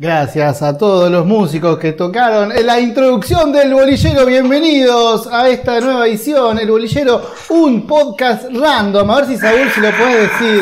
Gracias a todos los músicos que tocaron en la introducción del Bolillero. Bienvenidos a esta nueva edición, El Bolillero, un podcast random. A ver si Saúl se lo puede decir.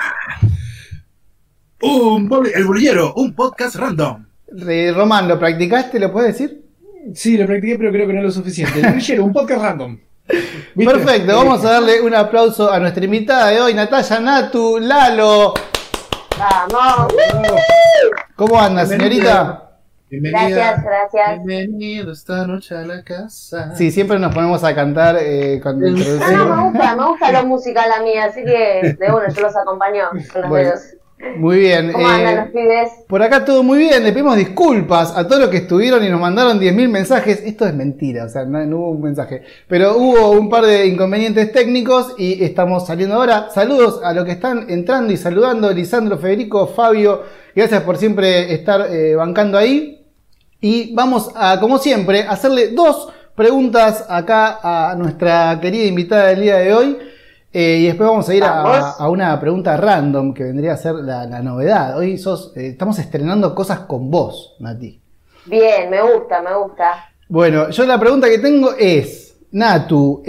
El Bolillero, un podcast random. Román, ¿lo practicaste? ¿Lo puedes decir? Sí, lo practiqué, pero creo que no es lo suficiente. El Bolillero, un podcast random. ¿Viste? Perfecto, vamos a darle un aplauso a nuestra invitada de hoy, Natalia Natu Lalo. ¡Vamos! ¿Cómo anda, señorita? Bienvenida. Gracias. Bienvenido esta noche a la casa. Sí, siempre nos ponemos a cantar cuando introducimos. Me gusta la música la mía, así que de bueno, yo los acompaño con los dedos. Muy bien. ¿Cómo andan los pibes? Por acá todo muy bien. Le pedimos disculpas a todos los que estuvieron y nos mandaron 10.000 mensajes. Esto es mentira, o sea, no hubo un mensaje. Pero hubo un par de inconvenientes técnicos y estamos saliendo ahora. Saludos a los que están entrando y saludando. Lisandro, Federico, Fabio. Gracias por siempre estar bancando ahí. Y vamos a, como siempre, hacerle dos preguntas acá a nuestra querida invitada del día de hoy. Y después vamos a ir a una pregunta random que vendría a ser la novedad. Hoy estamos estrenando cosas con vos, Nati. Bien, me gusta. Bueno, yo la pregunta que tengo es, Natu,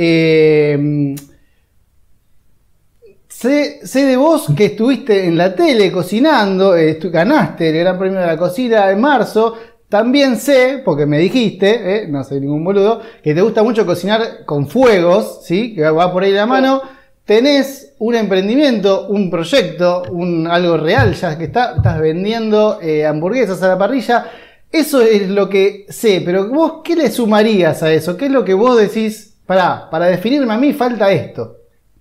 sé de vos que estuviste en la tele cocinando, ganaste el Gran Premio de la Cocina en marzo. También sé, porque me dijiste, no soy ningún boludo, que te gusta mucho cocinar con fuegos, ¿sí? Que va por ahí la mano. Tenés un emprendimiento, un proyecto, algo real, ya que estás vendiendo hamburguesas a la parrilla. Eso es lo que sé, pero vos, ¿qué le sumarías a eso? ¿Qué es lo que vos decís? Para definirme a mí falta esto.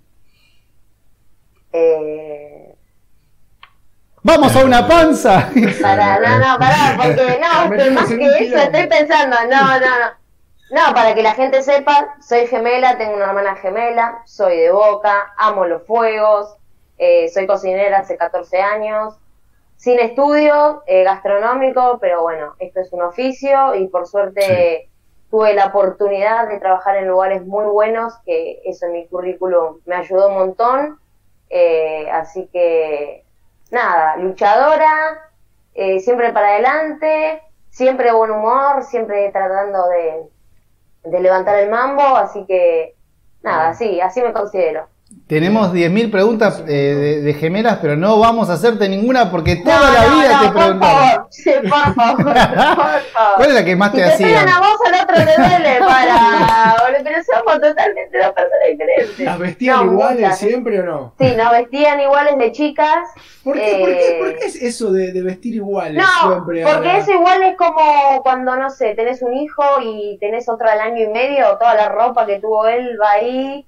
¿Vamos a una panza? Pará, porque más que eso estoy pensando, No, para que la gente sepa, soy gemela, tengo una hermana gemela, soy de Boca, amo los fuegos, soy cocinera hace 14 años, sin estudio gastronómico, pero bueno, esto es un oficio y por suerte tuve la oportunidad de trabajar en lugares muy buenos, que eso en mi currículum me ayudó un montón, así que nada, luchadora, siempre para adelante, siempre de buen humor, siempre tratando de levantar el mambo, así que nada, sí, así me considero. Tenemos 10.000 preguntas de gemelas, pero no vamos a hacerte ninguna porque toda la vida te preguntamos. Por favor. ¿Cuál es la que más te hacía? Si te pegan a vos, al otro le duele pero somos totalmente dos personas diferentes. ¿Las vestían iguales siempre o no? Sí, nos vestían iguales de chicas. ¿Por qué es eso de vestir iguales siempre? Porque eso igual es como cuando, no sé, tenés un hijo y tenés otro al año y medio, toda la ropa que tuvo él va ahí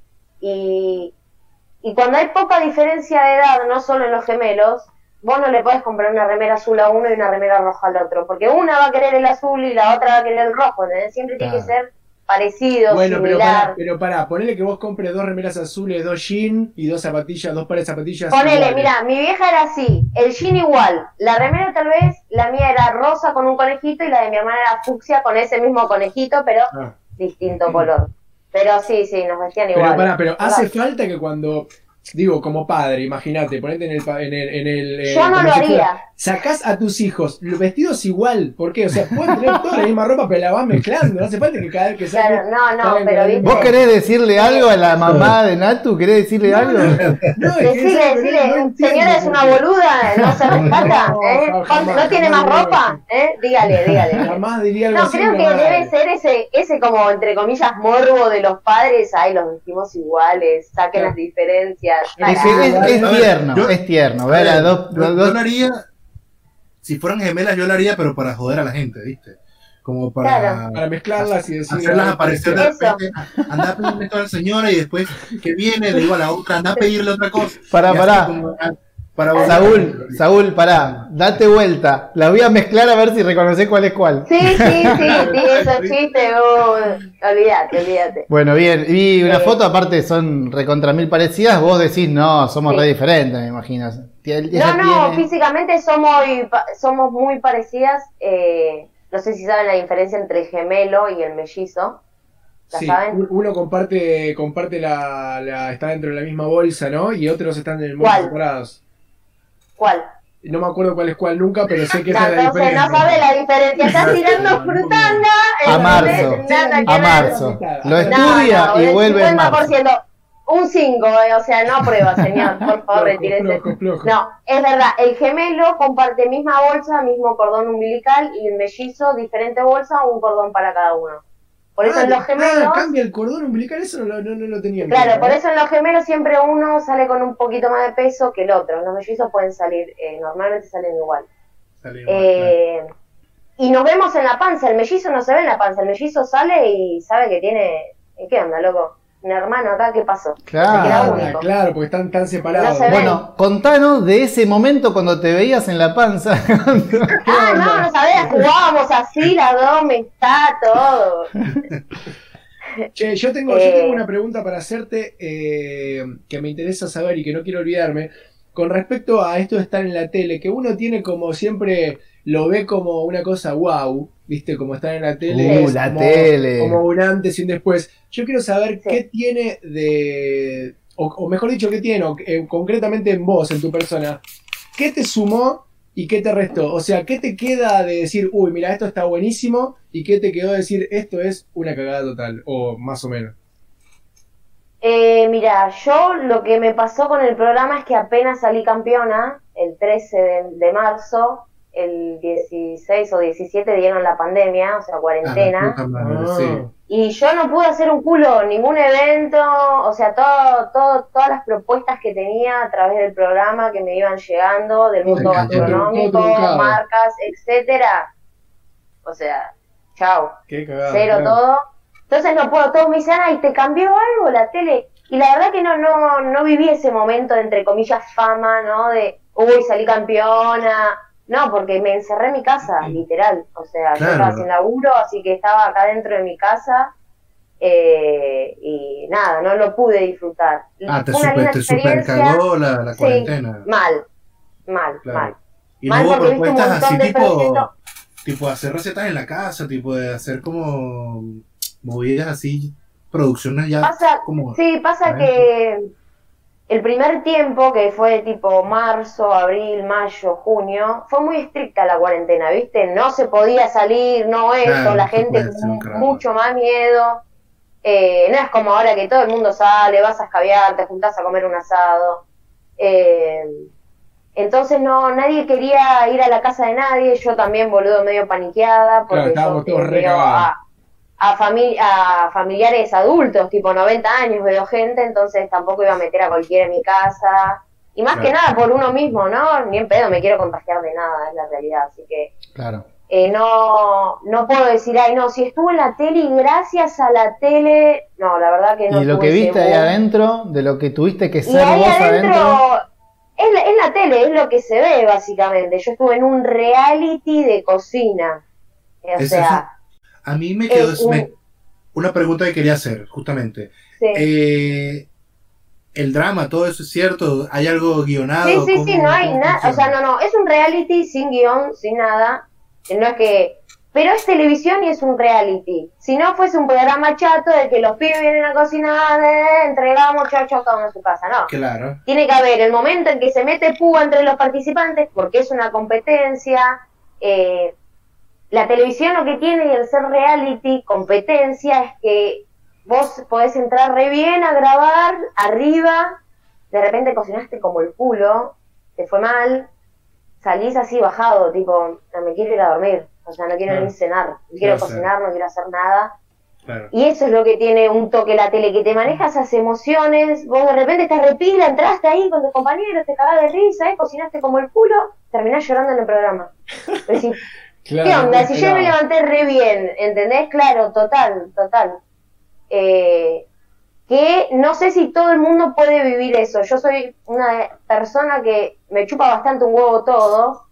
y cuando hay poca diferencia de edad, no solo en los gemelos, vos no le podés comprar una remera azul a uno y una remera roja al otro, porque una va a querer el azul y la otra va a querer el rojo, ¿entendés? Siempre tiene que ser parecido, similar. Pero pará, ponele que vos compres 2 remeras azules, 2 jeans y 2 zapatillas, 2 pares de zapatillas. Ponele, iguales. mira, mi vieja era así, el jean igual, la remera tal vez, la mía era rosa con un conejito y la de mi hermana era fucsia con ese mismo conejito, pero distinto color. Pero sí, nos vestían igual. Pero hace falta que cuando, digo, como padre, imagínate, ponete en el yo no lo haría. Sacás a tus hijos vestidos igual, ¿por qué? O sea, pueden tener toda la misma ropa, pero la vas mezclando, no hace falta que cada vez que salga. Claro, no, pero viste. ¿Vos querés decirle algo a la mamá de Natu? ¿Querés decirle algo? Decile, señora es una boluda, no se rescata, no tiene más ropa, dígale. Jamás diría algo así. No, creo que debe ser ese como, entre comillas, morbo de los padres, los vestimos iguales, saquen las diferencias. Es tierno, ver a dos. Yo lo haría, si fueran gemelas yo lo haría, pero para joder a la gente, ¿viste? Como para mezclarlas y decir, hacerlas aparecer de repente, anda a pedirle esto a la señora y después que viene, le digo a la otra, anda a pedirle otra cosa. Saúl, pará, date vuelta. La voy a mezclar a ver si reconoces cuál es cuál. Sí, esos chistes, olvídate. Bueno, bien, vi una foto, aparte son recontra mil parecidas, vos decís, no, somos re diferentes, me imagino. No, físicamente somos muy parecidas, no sé si saben la diferencia entre el gemelo y el mellizo. Sí, saben? Uno comparte está dentro de la misma bolsa, ¿no? Y otros están en bolsas separados. ¿Cuál? No me acuerdo cuál es cuál nunca, pero sé que esa es la Entonces diferencia. no sabe la diferencia. Está tirando frutanga. A marzo. Nada que A ver. marzo. Lo No, estudia y el vuelve en marzo. 50%. Un 5, o sea, no aprueba, señor. Por favor, retírese. Flojo. No, es verdad. El gemelo comparte misma bolsa, mismo cordón umbilical, y el mellizo, diferente bolsa, un cordón para cada uno. Por eso en los gemelos... cambia el cordón umbilical, eso no lo tenía en Claro, cuenta, por ¿eh? eso en los gemelos siempre uno sale con un poquito más de peso que el otro. Los mellizos pueden salir, normalmente salen igual. Y nos vemos en la panza. El mellizo no se ve en la panza. El mellizo sale y sabe que tiene... ¿Qué onda, loco? Un hermano acá, ¿qué pasó? Claro. Se queda único. Claro, porque están separados. No se ven. Bueno, contanos de ese momento cuando te veías en la panza. No sabés, jugábamos así, la dome, está todo. Che, yo tengo una pregunta para hacerte que me interesa saber y que no quiero olvidarme. Con respecto a esto de estar en la tele, que uno tiene como siempre, lo ve como una cosa wow, ¿viste? Como estar en la tele. Es la como, tele. como un antes y un después. Yo quiero saber Sí. qué tiene de... O mejor dicho, qué tiene, concretamente en vos, en tu persona. ¿Qué te sumó y qué te restó? O sea, ¿qué te queda de decir, uy, mira, esto está buenísimo? ¿Y qué te quedó de decir, esto es una cagada total? O más o menos. Mira, yo lo que me pasó con el programa es que apenas salí campeona, el 13 de marzo, el 16 o 17 dieron la pandemia, o sea, cuarentena. Sí. Y yo no pude hacer un culo, ningún evento, o sea, todas las propuestas que tenía a través del programa que me iban llegando, del mundo Todo gastronómico, truncado. marcas, etcétera. O sea, chao, Qué cagada. cero claro. todo. Entonces no puedo, todos me dicen, ay, ¿te cambió algo la tele? Y la verdad que no viví ese momento de, entre comillas, fama, ¿no? De, uy, salí campeona. No, porque me encerré en mi casa, literal. O sea, Claro. yo estaba sin laburo, así que estaba acá dentro de mi casa y nada, no lo pude disfrutar. Te Fue una linda super experiencia. cagó la Sí, cuarentena. mal. Claro. Y Mal no hubo porque viste un propuestas montón así de proyectos. tipo hacer recetas en la casa, tipo de hacer como movidas así, producciones ya Pasa como... que el primer tiempo, que fue tipo marzo, abril, mayo, junio, fue muy estricta la cuarentena, ¿viste? No se podía salir, no esto, Claro, la no se gente puede hacer un con carajo. mucho más miedo. No es como ahora que todo el mundo sale, vas a escabiar, te juntás a comer un asado. Entonces nadie quería ir a la casa de nadie, yo también, boludo, medio paniqueada, porque estábamos yo todos re veo cagados. a familiares adultos, tipo 90 años, veo gente, entonces tampoco iba a meter a cualquiera en mi casa. Y más Claro. que nada por uno mismo, ¿no? Ni en pedo me quiero contagiar de nada, es la realidad. Así que Claro. no puedo decir, ay, no, si estuvo en la tele y gracias a la tele, no, la verdad que no. Y lo tuve que ese viste ahí boom. adentro, de lo que tuviste que Y ser ahí vos adentro, adentro. es la tele, es lo que se ve básicamente. Yo estuve en un reality de cocina. O Es sea, A mí me quedó es un- una pregunta que quería hacer, justamente. sí. El drama, todo eso es cierto, hay algo guionado. Sí, no hay nada, o sea, no, es un reality sin guión, sin nada, no es que, pero es televisión y es un reality, si no fuese un programa chato de que los pibes vienen a cocinar, entregamos, chao, cada uno a su casa, no, Claro. tiene que haber el momento en que se mete púa entre los participantes, porque es una competencia, la televisión lo que tiene y el ser reality, competencia, es que vos podés entrar re bien a grabar, arriba, de repente cocinaste como el culo, te fue mal, salís así bajado, tipo, no me quiero ir a dormir, o sea, no quiero Claro. ni cenar, no quiero Claro, cocinar, no quiero hacer nada. Claro. Y eso es lo que tiene un toque la tele, que te maneja esas emociones, vos de repente estás repila, entraste ahí con tus compañeros, te cagás de risa, cocinaste como el culo, terminás llorando en el programa. Decís, Claro, ¿qué onda? no Si yo me esperaba. levanté re bien, ¿entendés? Claro, total. Que no sé si todo el mundo puede vivir eso. Yo soy una persona que me chupa bastante un huevo todo.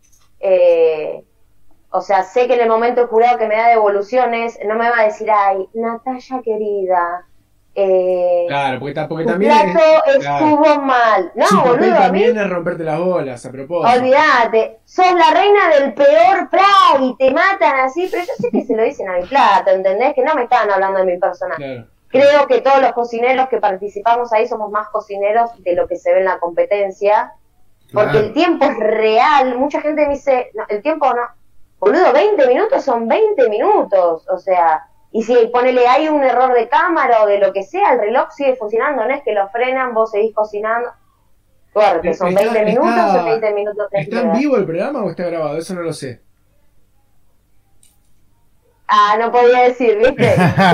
O sea, sé que en el momento el jurado que me da devoluciones no me va a decir, ay, Natalia querida, Claro, porque tu también plato claro. estuvo mal. No, Su papel boludo, a mí, también es romperte las bolas, a propósito. olvídate, sos la reina del peor plato y te matan así, pero yo sé que se lo dicen a mi plato, ¿entendés? Que no me estaban hablando de mi personaje. Claro. Creo que todos los cocineros que participamos ahí somos más cocineros de lo que se ve en la competencia. Porque el tiempo es real. Mucha gente me dice, no, el tiempo no. Boludo, 20 minutos son 20 minutos. O sea, y si ponele, hay un error de cámara o de lo que sea, el reloj sigue funcionando. No es que lo frenan, vos seguís cocinando. Fuerte, son 20 minutos o 20 minutos. ¿Está en vivo el programa o está grabado? Eso no lo sé. Ah, no podía decir, ¿viste?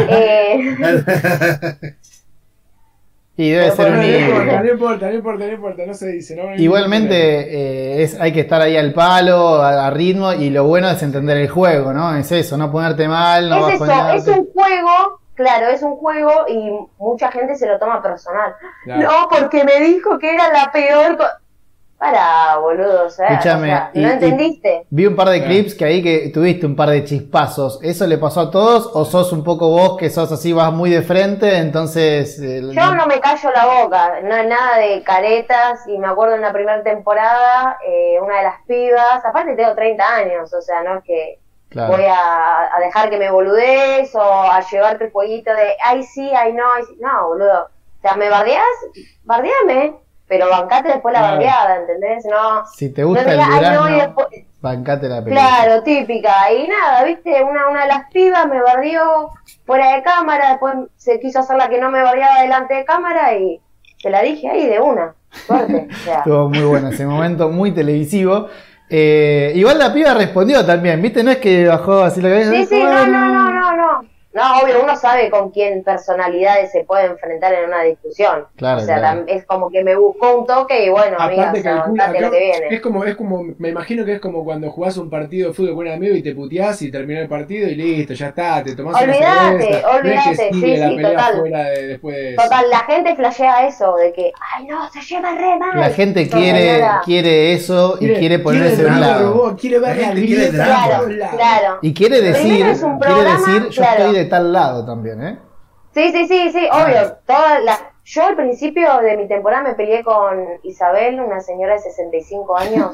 Y debe ser un No importa, no se dice. No, igualmente hay que estar ahí al palo, a ritmo, y lo bueno es entender el juego, ¿no? Es eso, no ponerte mal, no es eso, es un juego, claro, es un juego y mucha gente se lo toma personal. Claro. No, porque me dijo que era la peor... Para, boludo, escúchame, o sea, ¿no entendiste? Vi un par de clips que ahí que tuviste un par de chispazos. ¿Eso le pasó a todos o sos un poco vos que sos así, vas muy de frente, entonces... Yo no me callo la boca, no es nada de caretas, y me acuerdo en la primera temporada, una de las pibas, aparte tengo 30 años, o sea, no es que voy a dejar que me boludees o a llevarte el jueguito de, ay sí, ay no, no, boludo. O sea, ¿me bardeás? Bardeame. Pero bancate después la bardeada, ¿entendés? No, si te gusta el durazno, bancate la película. Claro, típica. Y nada, viste, una de las pibas me bardeó fuera de cámara, después se quiso hacer la que no me bardeaba delante de cámara y se la dije ahí de una. Suerte. O sea. Estuvo muy bueno ese momento, muy televisivo. Igual la piba respondió también, ¿viste? No es que bajó así la cabeza. Sí, no. No, obvio, uno sabe con quién personalidades se puede enfrentar en una discusión. Claro, o sea, es como que me buscó un toque y bueno, amiga, calcula, lo que viene. Es como, me imagino que es como cuando jugás un partido de fútbol con un amigo y te puteás y terminó el partido y listo, ya está, te tomás una cerveza. Olvídate, sí, total. Total, la gente flashea eso, de que, ay no, se lleva re mal. La gente quiere eso y quiere ponerse de un lado. Quiere ver la vida. Claro. Y quiere decir, yo estoy de tal lado también, ¿eh? Sí, obvio. Yo al principio de mi temporada me peleé con Isabel, una señora de 65 años.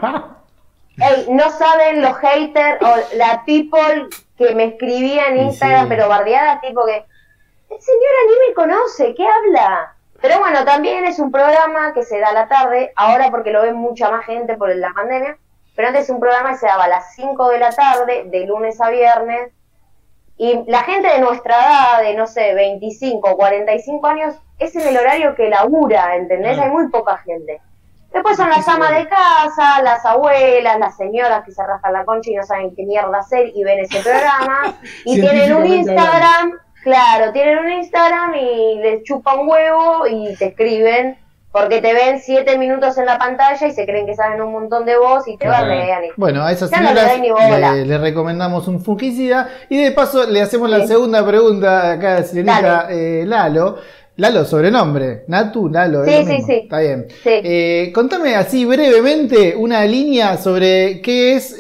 Ey, no saben los haters o la people que me escribía en Instagram, pero bardeada, tipo que, señora ni me conoce, ¿qué habla? Pero bueno, también es un programa que se da a la tarde, ahora porque lo ve mucha más gente por la pandemia, pero antes un programa que se daba a las 5 de la tarde, de lunes a viernes. Y la gente de nuestra edad, de no sé, 25, 45 años, es en el horario que labura, ¿entendés? Hay muy poca gente. Después son las amas de casa, las abuelas, las señoras que se rascan la concha y no saben qué mierda hacer y ven ese programa. Y tienen un Instagram, tienen un Instagram y les chupa un huevo y te escriben. Porque te ven 7 minutos en la pantalla y se creen que saben un montón de voz y te bardean. Bueno, a esas señoras le recomendamos un fungicida. Y de paso le hacemos la segunda pregunta acá a la señorita Lalo. Lalo, sobrenombre. Natu, Lalo. Sí. Está bien. Sí. Contame así brevemente una línea sobre qué es,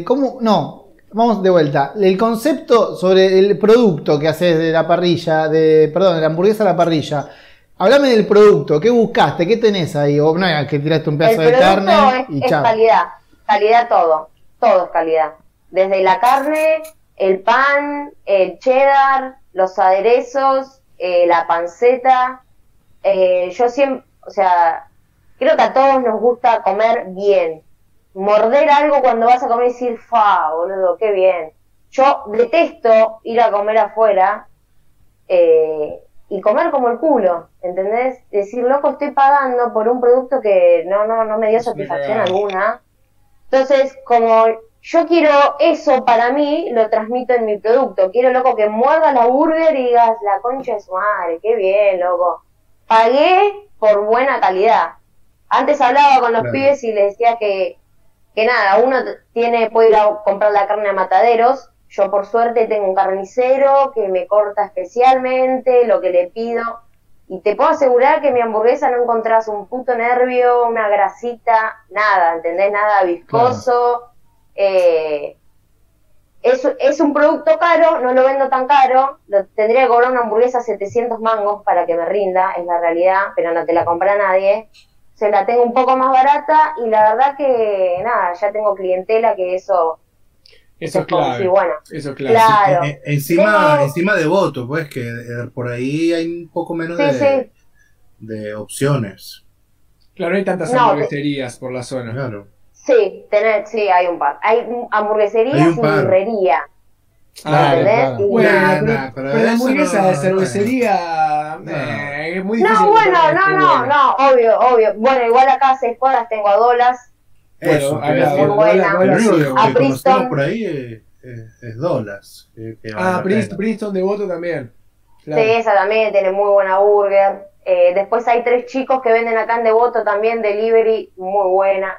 vamos de vuelta. El concepto sobre el producto que haces de la parrilla, de la hamburguesa a la parrilla. Hablame del producto, ¿qué buscaste? ¿Qué tenés ahí? O no, que tiraste un pedazo de carne y chao. Es calidad todo es calidad. Desde la carne, el pan, el cheddar, los aderezos, la panceta. Yo siempre, o sea, creo que a todos nos gusta comer bien. Morder algo cuando vas a comer y decir, boludo, qué bien. Yo detesto ir a comer afuera, y comer como el culo, ¿entendés? Decir, loco, estoy pagando por un producto que no me dio satisfacción alguna. Entonces, como yo quiero eso para mí, lo transmito en mi producto. Quiero, loco, que muerda la burger y digas, la concha de su madre, qué bien, loco. Pagué por buena calidad. Antes hablaba con los pibes y les decía que nada, uno puede ir a comprar la carne a mataderos. Yo por suerte tengo un carnicero que me corta especialmente lo que le pido y te puedo asegurar que mi hamburguesa no encontrás un puto nervio, una grasita, nada, ¿entendés? Nada viscoso. Claro. Es un producto caro, no lo vendo tan caro, tendría que cobrar una hamburguesa 700 mangos para que me rinda, es la realidad, pero no te la compra nadie. Se la tengo un poco más barata y la verdad que nada, ya tengo clientela que eso es clave. Bueno, eso es clave. Claro. Encima de voto, pues, que por ahí hay un poco menos de opciones. Claro, no hay tantas hamburgueserías por la zona. Claro. Sí, hay un par. Hay hamburgueserías Hay un y par. birrería. Claro, ¿Entendés? claro. Y- Bueno, pero pero la eso hamburguesa no- de cervecería es muy difícil. No, bueno, encontrar que esté buena. no, obvio. Bueno, igual acá a 6 cuadras tengo a Dolas. Eso, Bueno, acá, que muy buena. lo único que A conocemos Princeton. por ahí es Dolas. Que vale la pena. Princeton de Voto también. Claro. Sí, esa también tiene muy buena burger. Después hay 3 chicos que venden acá en Devoto también, delivery, muy buena.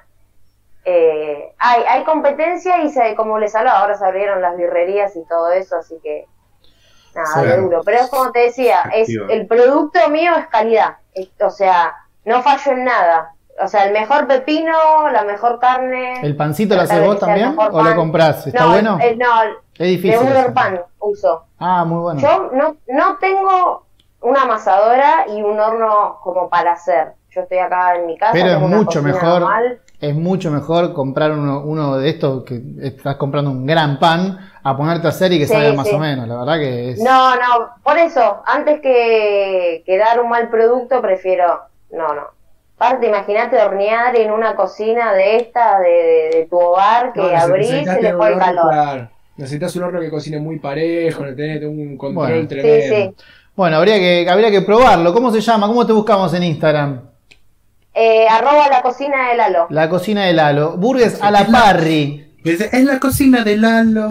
Hay competencia y como les hablaba, ahora se abrieron las birrerías y todo eso, así que nada, Sí. de duro. Pero es como te decía, el producto mío es calidad. O sea, no fallo en nada. O sea, el mejor pepino, la mejor carne. ¿El pancito lo tratar haces de vos que sea el también mejor o lo pan. comprás? ¿Está No, bueno? no, Es de difícil. Burger hacer. Pan uso. Ah, muy bueno. Yo no tengo una amasadora y un horno como para hacer. Yo estoy acá en mi casa. Pero es tengo una mucho cocina mejor. normal. Es mucho mejor comprar uno de estos que estás comprando un gran pan a ponerte a hacer y que Sí, salga más sí. o menos. La verdad que es. No, por eso, antes que dar un mal producto, prefiero. No. Aparte, imagínate hornear en una cocina de esta, de tu hogar, que abrís y necesitas le fue el calor. Claro. Necesitas un horno que cocine muy parejo, tenés un control Bueno. tremendo. Sí. Bueno, habría que probarlo. ¿Cómo se llama? ¿Cómo te buscamos en Instagram? @, la cocina de Lalo. La cocina de Lalo. Burgers a la parry. Es la cocina de Lalo.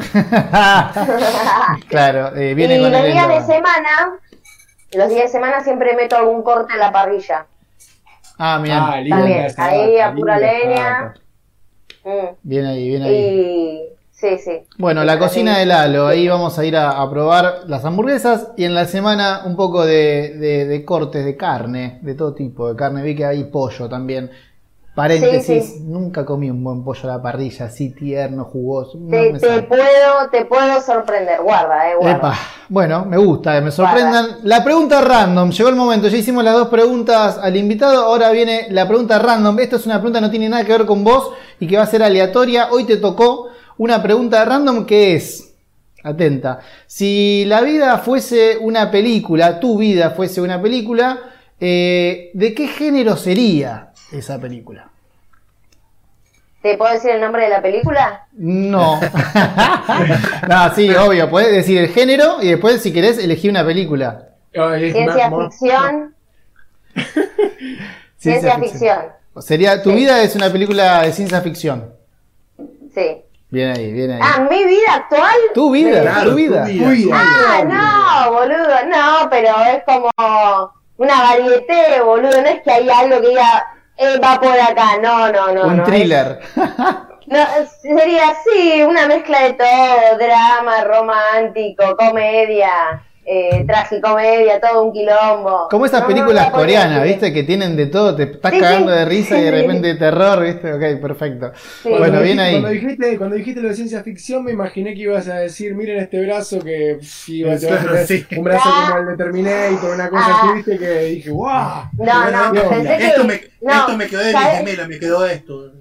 Claro, viene Y con los el días de eslogan. semana siempre meto algún corte a la parrilla. Ah, bien. Linda También, esa ahí data, a pura linda leña. data. Mm. Bien ahí, bien ahí. Y sí. Bueno, la cocina de Lalo, ahí vamos a ir a probar las hamburguesas y en la semana un poco de cortes de carne, de todo tipo de carne. Vi que hay pollo también. Paréntesis, Sí. nunca comí un buen pollo a la parrilla, así tierno, jugoso. No Te me sale. puedo sorprender. Guarda. Epa, bueno, me gusta, me sorprendan. La pregunta random, llegó el momento, ya hicimos las 2 preguntas al invitado, ahora viene la pregunta random. Esta es una pregunta que no tiene nada que ver con vos y que va a ser aleatoria. Hoy te tocó una pregunta random que es, atenta, si la vida fuese una película, tu vida fuese una película, ¿de qué género sería esa película? ¿Te puedo decir el nombre de la película? No. No, sí, obvio, podés decir el género y después si querés elegir una película. Ciencia ficción. Ciencia ficción. Sería, tu Sí. vida es una película de ciencia ficción. Sí. Bien ahí, bien ahí. ¿Mi vida actual? Tu vida, Claro, tu vida. No, boludo, no, pero es como una varieté, boludo, no es que hay algo que diga, va por acá, no. Un no, thriller. No, sería así, una mezcla de todo, drama, romántico, comedia, tragicomedia, todo un quilombo. Como esas No, películas no, coreanas, porque- ¿viste? Que tienen de todo, te estás Sí, cagando sí. de risa y de repente terror, ¿viste? Ok, perfecto. Sí. Bueno, bien ahí. Cuando dijiste lo de ciencia ficción, me imaginé que ibas a decir, miren este brazo que iba a Claro, tener sí. un brazo como el de Terminator, una cosa así, viste, que dije, ¡guau! No, ¿Qué onda? pensé que... Esto me quedó de mi ¿sabes? gemela, me quedó esto.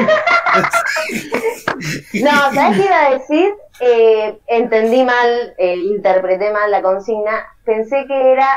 No, ¿sabes qué iba a decir? Entendí mal, interpreté mal la consigna. Pensé que era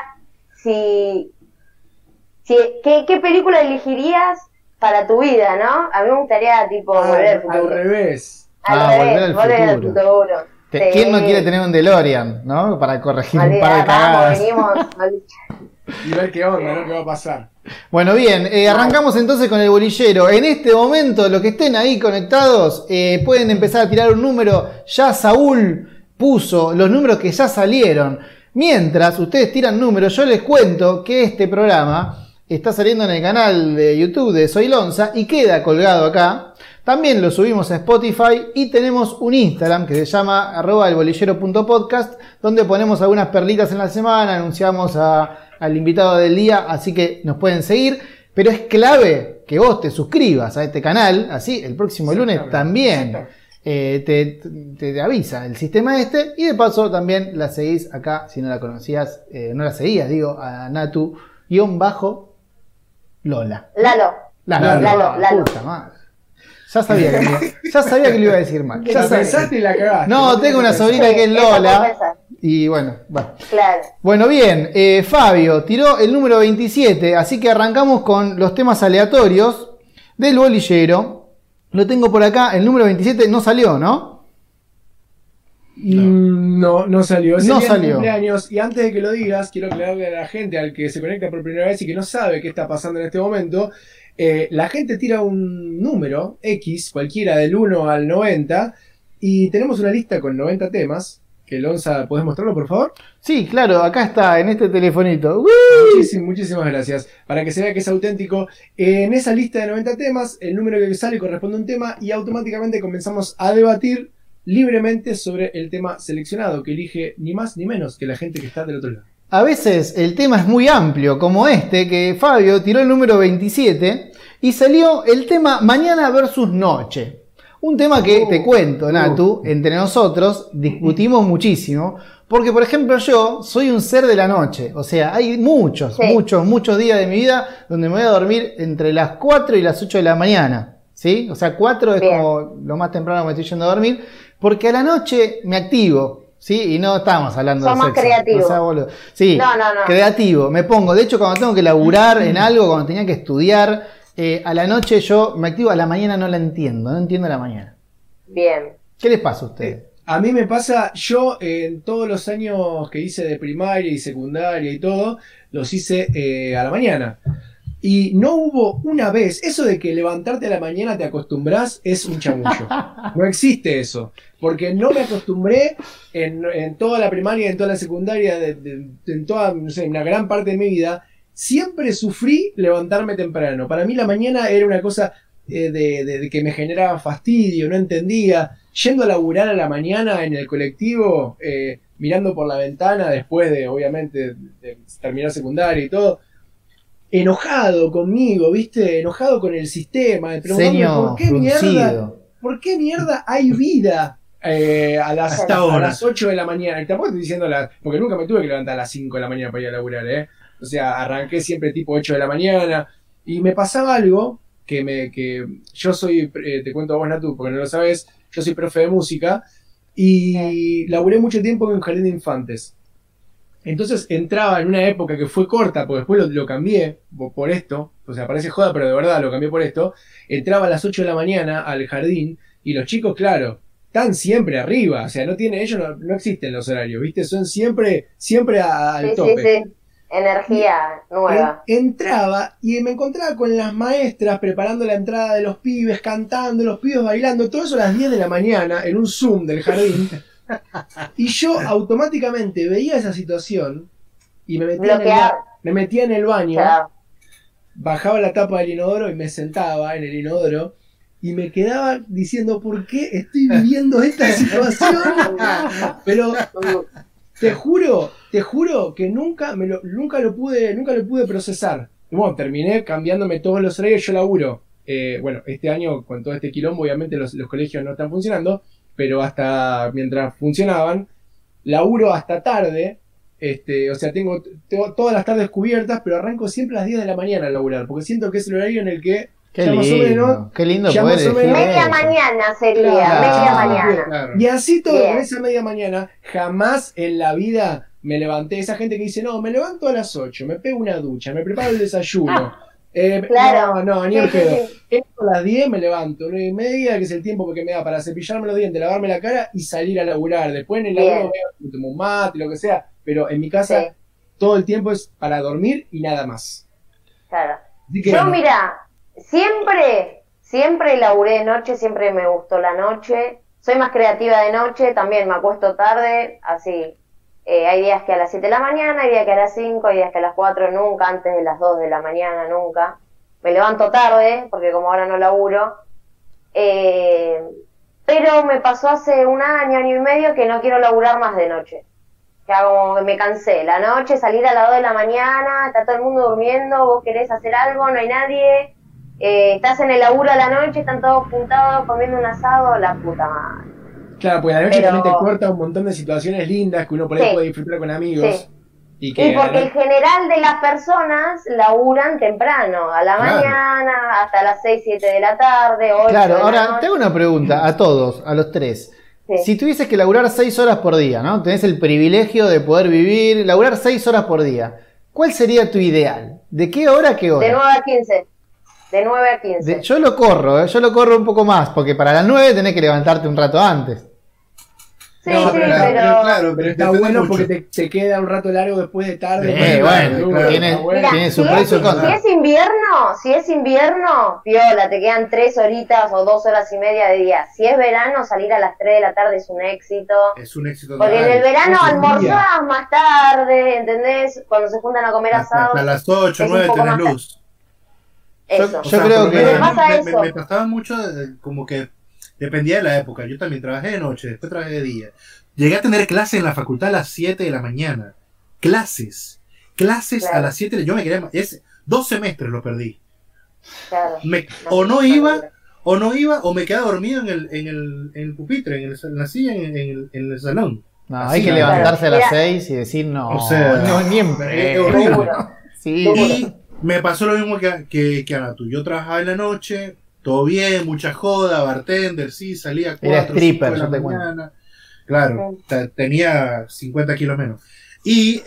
¿qué película elegirías para tu vida, ¿no? A mí me gustaría, tipo, volver al Al futuro. revés. Volver al futuro. Sí. ¿Quién no quiere tener un DeLorean, no? Para corregir un par de Vamos, cagadas. venimos. Y ver qué onda, ¿no? ¿Qué va a pasar? Bueno, bien, arrancamos entonces con el bolillero. En este momento, los que estén ahí conectados, pueden empezar a tirar un número. Ya Saúl puso los números que ya salieron. Mientras ustedes tiran números, yo les cuento que este programa está saliendo en el canal de YouTube de Soy Lonza y queda colgado acá. También lo subimos a Spotify y tenemos un Instagram que se llama @elbolillero.podcast, donde ponemos algunas perlitas en la semana, anunciamos al invitado del día, así que nos pueden seguir. Pero es clave que vos te suscribas a este canal, así el próximo lunes también te avisa el sistema este. Y de paso también la seguís acá, si no la conocías, no la seguías, digo, a Natu_Lola. Lalo. Lalo. Puta madre. Ya sabía que lo iba a decir mal. La pensaste y la cagaste. No, tengo una sobrina que es Esa puedo Lola. pensar. Y bueno. Claro. Bueno, bien. Fabio tiró el número 27, así que arrancamos con los temas aleatorios del bolillero. Lo tengo por acá, el número 27 no salió, ¿no? No salió. No salió. Cumpleaños. Y antes de que lo digas, quiero aclararle a la gente, al que se conecta por primera vez y que no sabe qué está pasando en este momento. La gente tira un número X, cualquiera del 1 al 90, y tenemos una lista con 90 temas. Que Lonza, ¿podés mostrarlo, por favor? Sí, claro, acá está, en este telefonito. Muchísimas gracias. Para que se vea que es auténtico. En esa lista de 90 temas, el número que sale corresponde a un tema y automáticamente comenzamos a debatir libremente sobre el tema seleccionado, que elige ni más ni menos que la gente que está del otro lado. A veces el tema es muy amplio, como este, que Fabio tiró el número 27 y salió el tema Mañana versus Noche. Un tema que te cuento, Natu, entre nosotros discutimos muchísimo, porque por ejemplo yo soy un ser de la noche, o sea, hay muchos días de mi vida donde me voy a dormir entre las 4 y las 8 de la mañana, ¿sí? O sea, 4 es como lo más temprano que me estoy yendo a dormir, porque a la noche me activo, ¿sí? Y no estamos hablando de sexo. Somos creativos. O sea, boludo. Sí, no. Creativo, me pongo, de hecho cuando tengo que laburar en algo, cuando tenía que estudiar, a la noche yo me activo, a la mañana no entiendo la mañana. Bien. ¿Qué les pasa a ustedes? A mí me pasa, yo en todos los años que hice de primaria y secundaria y todo, los hice a la mañana. Y no hubo una vez, eso de que levantarte a la mañana te acostumbras, es un chamullo. No existe eso. Porque no me acostumbré en toda la primaria, en toda la secundaria, en toda, no sé, una gran parte de mi vida. Siempre sufrí levantarme temprano. Para mí la mañana era una cosa de que me generaba fastidio, no entendía. Yendo a laburar a la mañana en el colectivo, mirando por la ventana después de, obviamente, de terminar secundaria y todo, enojado conmigo, ¿viste? Enojado con el sistema, preguntándome ¿por qué mierda hay vida a las 8 de la mañana? Y tampoco estoy diciendo porque nunca me tuve que levantar a las 5 de la mañana para ir a laburar, O sea, arranqué siempre tipo 8 de la mañana y me pasaba algo que yo soy, te cuento a vos, Natu, porque no lo sabes, yo soy profe de música y laburé mucho tiempo en un jardín de infantes. Entonces entraba en una época que fue corta, porque después lo cambié por esto, o sea, parece joda, pero de verdad lo cambié por esto. Entraba a las 8 de la mañana al jardín y los chicos, claro, están siempre arriba, o sea, ellos no existen los horarios, ¿viste? Son siempre al tope. Sí. Energía nueva. Entraba y me encontraba con las maestras preparando la entrada de los pibes, cantando, los pibes bailando, todo eso a las 10 de la mañana en un Zoom del jardín. Y yo automáticamente veía esa situación y me metía en el baño, bajaba la tapa del inodoro y me sentaba en el inodoro y me quedaba diciendo, ¿por qué estoy viviendo esta situación? Pero te juro que nunca lo pude procesar. Bueno, terminé cambiándome todos los horarios. Yo laburo. Bueno, este año con todo este quilombo, obviamente los colegios no están funcionando, pero hasta mientras funcionaban, laburo hasta tarde. O sea, tengo todas las tardes cubiertas, pero arranco siempre a las 10 de la mañana a laburar, porque siento que es el horario en el que qué lindo poder elegir media mañana sería, media mañana. Claro. Y así todo, con esa media mañana, jamás en la vida me levanté. Esa gente que dice, no, me levanto a las 8, me pego una ducha, me preparo el desayuno. Claro. No, ni el pedo. A las 10 me levanto, 9:30, que es el tiempo que me da para cepillarme los dientes, lavarme la cara y salir a laburar. Después en el laburo me tomo un mate, lo que sea, pero en mi casa todo el tiempo es para dormir y nada más. Claro. Yo, mira, siempre laburé de noche, siempre me gustó la noche. Soy más creativa de noche, también me acuesto tarde, así. Hay días que a las 7 de la mañana, hay días que a las 5, hay días que a las 4, nunca antes de las 2 de la mañana, nunca. Me levanto tarde, porque como ahora no laburo. Pero me pasó hace un año y medio que no quiero laburar más de noche. Ya como que me cansé. La noche, salir a las 2 de la mañana, está todo el mundo durmiendo, vos querés hacer algo, no hay nadie. Estás en el laburo a la noche, están todos juntados comiendo un asado, la puta madre. Claro, pues la noche también te corta un montón de situaciones lindas que uno por ahí puede disfrutar con amigos. Y porque el general de las personas laburan temprano, a la mañana, hasta las 6, 7 de la tarde, 8 Claro, de la ahora noche. tengo una pregunta a todos, a los tres. Si tuvieses que laburar 6 horas por día, ¿no? Tenés el privilegio de poder vivir, laburar 6 horas por día. ¿Cuál sería tu ideal? ¿De qué hora a qué hora? De 9 a 15. De 9 a 15. Yo lo corro un poco más, porque para las 9 tenés que levantarte un rato antes. Sí, No, sí, claro, pero está depende bueno mucho. porque te queda un rato largo después de tarde. Bueno, tiene su Mira, precio y contra. si es invierno, piola, te quedan 3 horitas o 2 horas y media de día. Si es verano, salir a las 3 de la tarde es un éxito. Es un éxito Porque en total. el verano Es un almorzás día. más tarde, ¿entendés? Cuando se juntan a comer asado. Hasta las 8, es un 9 poco tenés más luz. Eso. Yo creo por lo que- menos Pasa me eso. pasaba mucho como que dependía de la época. Yo también trabajé de noche, después trabajé de día. Llegué a tener clases en la facultad a las 7 de la mañana. Clases Claro. a las 7. Yo me quería... 2 semestres lo perdí. Claro. O no iba o me quedaba dormido en el pupitre, en la silla, en el salón. No, Así, hay que claro. levantarse a las Mira. 6 y decir no. O sea, no, ni en es pedo. horrible. Seguro. Sí. Y me pasó lo mismo que a Natu. Yo trabajaba en la noche, todo bien, mucha joda, bartender, sí, salía a 4, Era stripper, 5 de yo te la cuento. mañana. Claro, tenía 50 kilos menos. Y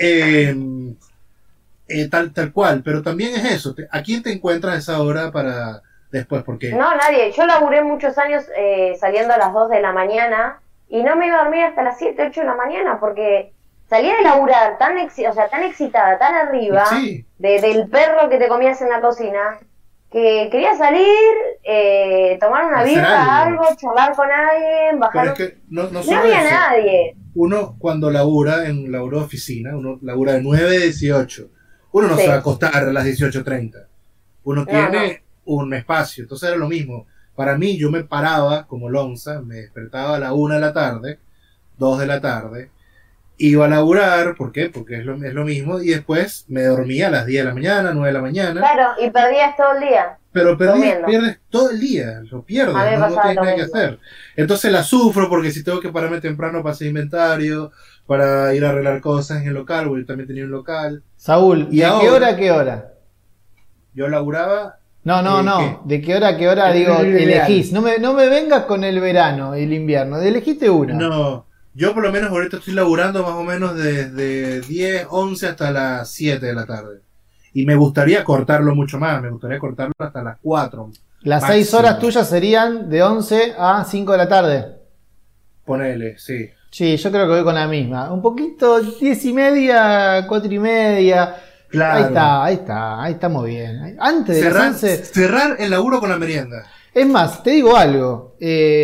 tal cual, pero también es eso. ¿A quién te encuentras a esa hora para después? Porque No, nadie. Yo laburé muchos años saliendo a las 2 de la mañana y no me iba a dormir hasta las 7, 8 de la mañana porque salía de laburar tan excitada, tan arriba sí, del perro que te comías en la cocina, que quería salir, tomar una Hacer birra, algo. algo, charlar con alguien, pero bajar. es que no No solo había eso. nadie. Uno cuando labura en laburo de oficina, uno labura de 9 a 18. Uno no Sí. se va a acostar a las 18:30. Uno No, tiene un espacio. Entonces era lo mismo. Para mí, yo me paraba como lonza, me despertaba a la 1 de la tarde, 2 de la tarde, iba a laburar, ¿por qué? Porque es lo mismo, y después me dormía a las 10 de la mañana, 9 de la mañana, Claro, y perdías todo el día. pero durmiendo. pierdes todo el día, lo pierdes, A mí me no pasaba tienes lo nada que mismo. hacer. Entonces la sufro porque si tengo que pararme temprano para hacer inventario, para ir a arreglar cosas en el local, porque yo también tenía un local, Saúl, Y ¿de qué ahora- hora a qué hora? yo laburaba. No, ¿Qué? ¿de qué hora a qué hora? El Digo, ideal. elegís. No me vengas con el verano y el invierno. Elegiste una. No, yo por lo menos ahorita estoy laburando más o menos desde 10, 11 hasta las 7 de la tarde. Y me gustaría cortarlo mucho más, me gustaría cortarlo hasta las 4. Las máximo. 6 horas tuyas serían de 11 a 5 de la tarde. Ponele, sí. Sí, yo creo que voy con la misma. Un poquito, 10 y media, 4 y media. Claro. Ahí estamos bien. Antes de las 11. Cerrar el laburo con la merienda. Es más, te digo algo.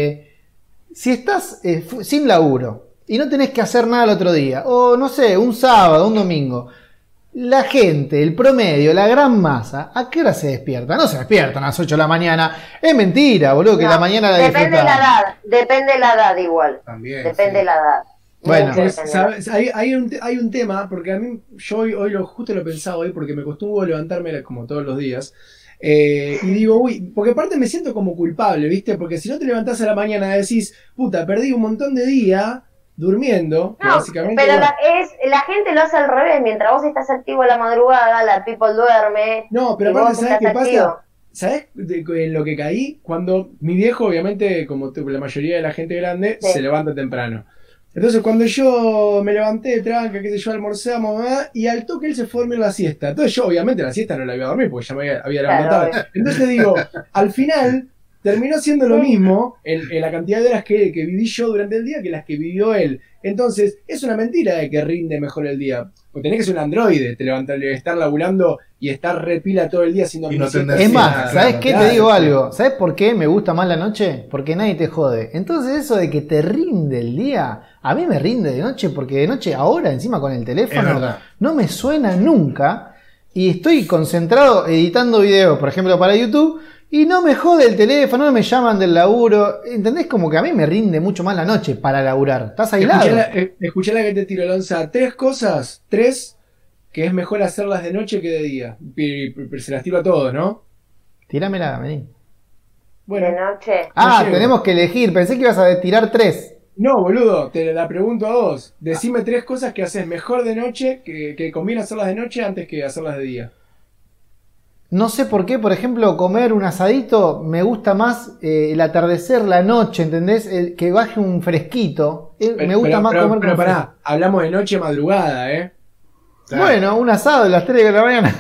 Si estás sin laburo y no tenés que hacer nada el otro día, o no sé, un sábado, un domingo, la gente, el promedio, la gran masa, ¿a qué hora se despierta? No se despiertan a las 8 de la mañana. Es mentira, boludo, que No, la mañana la depende de la disfrutan. edad, depende de la edad igual. También. Depende sí. de la edad. Bueno. Mucho Pues, depende de la edad. ¿sabes? Hay un tema, porque a mí, yo hoy justo lo pensaba hoy, porque me costó levantarme como todos los días. Y digo, uy, porque aparte me siento como culpable, ¿viste? Porque si no te levantás a la mañana y decís, puta, perdí un montón de día durmiendo, que No, básicamente. pero bueno, la gente lo hace al revés. Mientras vos estás activo a la madrugada, la people duerme. no, pero y vos aparte, ¿sabes qué estás pasa? activo. ¿Sabes en lo que caí? Cuando mi viejo, obviamente, como la mayoría de la gente grande, Sí. se levanta temprano. Entonces, cuando yo me levanté, tranca, qué sé yo, almorzamos, y al toque él se fue a dormir la siesta. Entonces, yo, obviamente, la siesta no la iba a dormir porque ya me había levantado Claro, tarde. Entonces, digo, al final, terminó siendo lo mismo en la cantidad de horas que viví yo durante el día que las que vivió él. Entonces, es una mentira de que rinde mejor el día. Porque tenés que ser un androide, te levantar, estar laburando y estar repila todo el día sin dormir. Y no tener- Es Sí, más, claro, ¿sabes qué? claro, Te digo sí. algo. ¿Sabes por qué me gusta más la noche? Porque nadie te jode. Entonces eso de que te rinde el día, a mí me rinde de noche porque de noche ahora encima con el Es teléfono verdad. no me suena nunca y estoy concentrado editando videos, por ejemplo para YouTube, y no me jode el teléfono, no me llaman del laburo. ¿Entendés? Como que a mí me rinde mucho más la noche para laburar. Estás aislado. Escuché la que te tiro, Lonza. 3 cosas, que es mejor hacerlas de noche que de día. Se las tiro a todos, ¿no? Tíramela, vení. Bueno, De noche. Ah, llego. tenemos que elegir. Pensé que ibas a tirar 3. no, boludo, te la pregunto a vos. Decime 3 cosas que haces mejor de noche, que conviene hacerlas de noche antes que hacerlas de día. no sé por qué, por ejemplo, comer un asadito me gusta más el atardecer, la noche, ¿entendés? Que baje un fresquito. Me gusta más comer pero con pará, hablamos de noche madrugada, ¿eh? Claro. Bueno, un asado a las 3 de la mañana.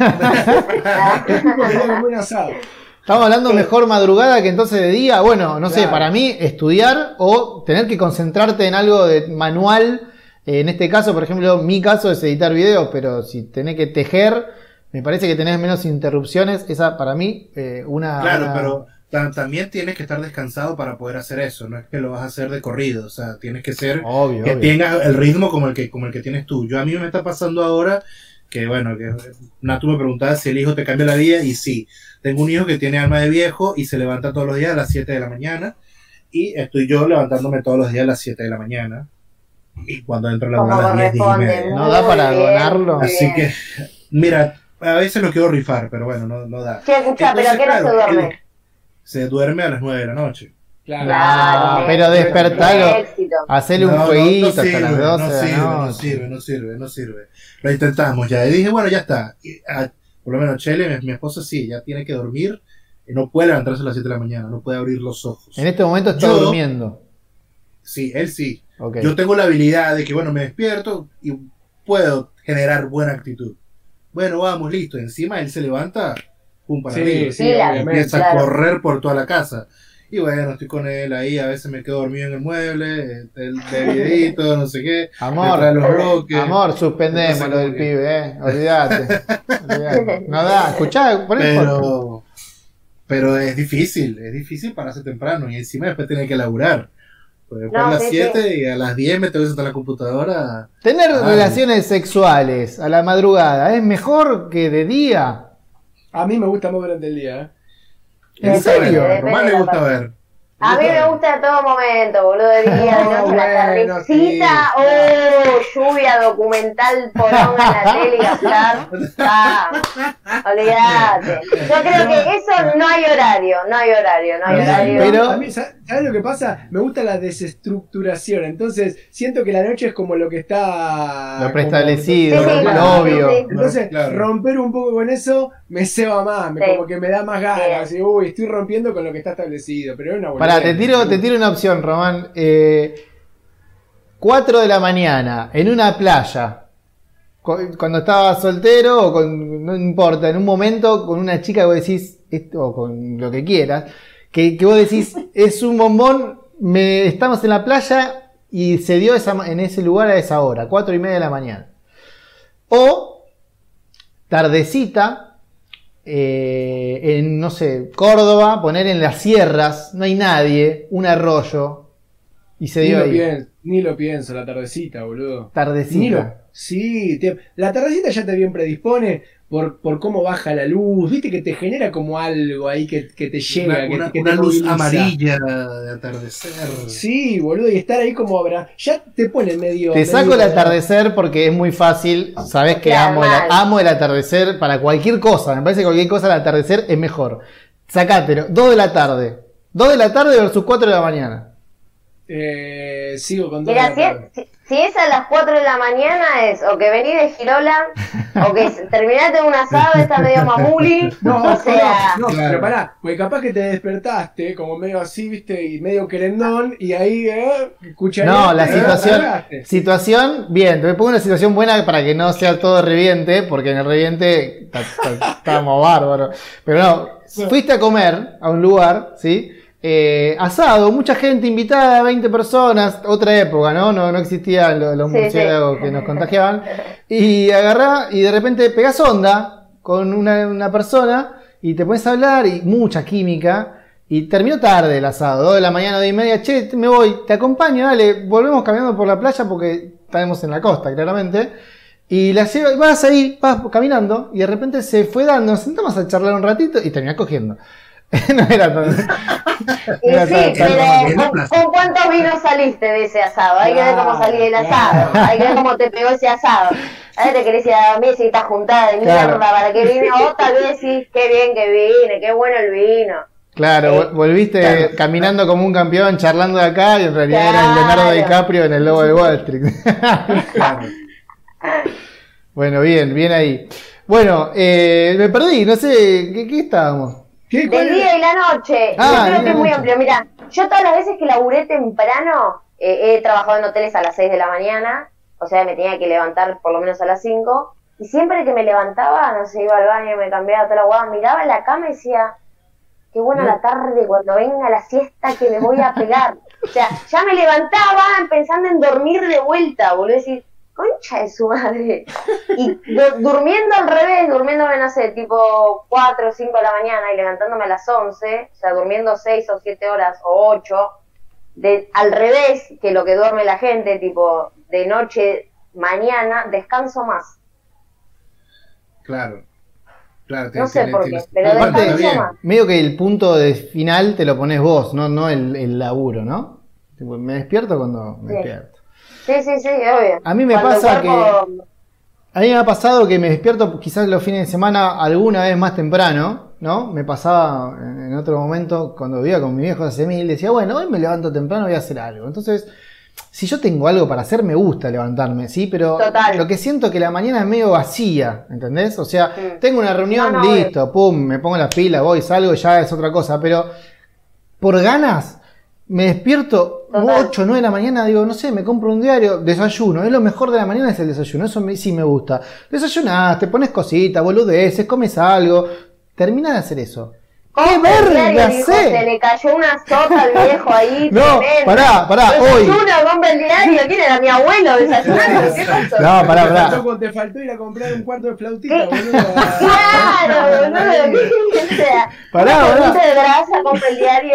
Un asado. Estamos hablando mejor madrugada que entonces de día. Bueno, no sé, para mí estudiar o tener que concentrarte en algo de manual. En este caso, por ejemplo, mi caso es editar videos, pero si tenés que tejer, me parece que tenés menos interrupciones. Esa para mí, Claro, pero también tienes que estar descansado para poder hacer eso. No es que lo vas a hacer de corrido. O sea, tienes que ser que tengas el ritmo como el que tienes tú. A mí me está pasando ahora que, bueno, que tú me preguntabas si el hijo te cambia la vida, y sí. Tengo un hijo que tiene alma de viejo y se levanta todos los días a las 7 de la mañana. Y estoy yo levantándome todos los días a las 7 de la mañana. Y cuando entro a la a las 10:30. No da para donarlo. Así que, mira, a veces lo quiero rifar, pero bueno, no da. Sí, escucha, pero ¿qué hora se duerme? Se duerme a las 9 de la noche. Claro, pero despertarlo, hacerle un jueguito hasta las 12 no sirve. Lo intentamos ya. Y dije, bueno, ya está. Por lo menos Chele, mi esposa, sí, ya tiene que dormir. Y no puede levantarse a las 7 de la mañana, no puede abrir los ojos. En este momento está durmiendo. Sí, él sí. Okay. Yo tengo la habilidad de que, bueno, me despierto y puedo generar buena actitud. Bueno, vamos, listo. Encima él se levanta, pum, para arriba. Sí, empieza a correr por toda la casa. Y bueno, estoy con él ahí, a veces me quedo dormido en el mueble, el videito, no sé qué. Amor, los bloques. Amor, suspendemos lo del pibe, olvídate. No da, escuchá, por eso. Pero es difícil pararse temprano y encima después tener que laburar. Pues después a las 7 y a las 10 me tengo que sentar a la computadora. Tener relaciones sexuales a la madrugada es mejor que de día. A mí me gusta más durante el día, ¿eh? ¿En serio? A Román le gusta ver. A mí me gusta a todo momento, boludo, de día, de noche, la tardecita, lluvia, documental, poronga en la tele y gastar. Olvídate. Yo creo que eso no hay horario. Pero a mí, ¿sabes lo que pasa? Me gusta la desestructuración, entonces siento que la noche es como lo que está... Lo preestablecido, lo obvio. Entonces, romper un poco con eso me ceba más, como que me da más ganas, así, estoy rompiendo con lo que está establecido, pero es una buena. Pará, te tiro una opción, Román. 4 de la mañana, en una playa, cuando estaba soltero, o no importa, en un momento con una chica que vos decís, o con lo que quieras, que vos decís, es un bombón, estamos en la playa y se dio en ese lugar a esa hora, 4:30 de la mañana. O, tardecita, en, no sé, Córdoba, poner en las sierras, no hay nadie, un arroyo, y se dio ahí. Ni lo pienso, la tardecita, boludo. Tardecita. Sí, la tardecita ya te bien predispone por cómo baja la luz, viste que te genera como algo ahí que te llega, que una te luz moviliza. Amarilla de atardecer. Sí, boludo, y estar ahí como ya te pone medio... Te saco el atardecer porque es muy fácil, sabes que amo el atardecer para cualquier cosa, me parece que cualquier cosa al atardecer es mejor. Sacátelo, 2 de la tarde versus 4 de la mañana. Sigo con 2 Mira, de la tarde. si es a las 4 de la mañana es o que venís de Girola o que terminaste en un asado, está medio mamuli. No, claro. Pero pará, porque capaz que te despertaste como medio así, viste, y medio querendón, y ahí cucharita. No, la situación, bien, te pongo una situación buena para que no sea todo reviente, porque en el reviente estábamos bárbaros. Pero no, fuiste a comer a un lugar, ¿sí? Asado, mucha gente invitada, 20 personas, otra época, no existían los murciélagos que nos contagiaban, y agarrá y de repente pegás onda con una persona y te pones a hablar y mucha química, y terminó tarde el asado, 2 de la mañana, 2:30, che, me voy, te acompaño, dale, volvemos caminando por la playa porque estamos en la costa, claramente. Y vas caminando y de repente se fue dando, nos sentamos a charlar un ratito y terminás cogiendo. No era tan... ¿Con cuántos vinos saliste de ese asado? Hay que ver cómo salí del asado, hay que ver cómo te pegó ese asado. A ver, te querés ir a dormir si estás juntada de mierda, ¿para qué vine? O tal vez decís, qué bien que vine, qué bueno el vino. Claro, volviste caminando como un campeón, charlando de acá, y en realidad era el Leonardo DiCaprio en El Lobo de Wall Street. Bueno, bien ahí. Bueno, me perdí, no sé, ¿qué estábamos? ¿Qué? Del día y la noche. Ah, Yo creo que es muy noche. amplio. Mira, yo todas las veces que laburé temprano, he trabajado en hoteles a las 6 de la mañana, o sea, me tenía que levantar por lo menos a las 5, y siempre que me levantaba, no sé, iba al baño, me cambiaba toda la guada, miraba en la cama y decía, qué buena la tarde cuando venga la siesta que me voy a pegar. O sea, ya me levantaba pensando en dormir de vuelta, boludo, decir, concha de su madre. Y durmiendo al revés, durmiéndome, no sé, tipo 4 o 5 de la mañana y levantándome a las 11, o sea, durmiendo 6 o 7 horas o 8, al revés que lo que duerme la gente, tipo de noche, mañana, descanso más. Claro. No sé por qué, pero descanso más. Medio que el punto de final te lo pones vos, no el laburo, ¿no? Tipo, me despierto cuando me despierto. Sí, obvio. A mí me pasa que... A mí me ha pasado que me despierto quizás los fines de semana alguna vez más temprano, ¿no? Me pasaba en otro momento cuando vivía con mi viejo hace 1000, decía, bueno, hoy me levanto temprano, voy a hacer algo. Entonces, si yo tengo algo para hacer, me gusta levantarme, ¿sí? Pero Total. Lo que siento es que la mañana es medio vacía, ¿entendés? O sea, tengo una reunión, listo, pum, me pongo las pilas, voy, salgo, ya es otra cosa. Pero por ganas... Me despierto 8 o 9 de la mañana, digo, no sé, me compro un diario, desayuno, es lo mejor de la mañana es el desayuno, eso sí me gusta. Desayunás, te pones cositas, boludeces, comes algo, terminás de hacer eso. ¡Qué verga sé! Se le cayó una sota al viejo ahí. No, tremenda. pará, hoy. Desayuno, compra el diario, ¿quién era mi abuelo desayunando? ¿Qué pasó? No, pará. Te faltó ir a comprar un cuarto de flautita, boludo. Claro, boludo. O sea, Pará. de grasa, compra el diario.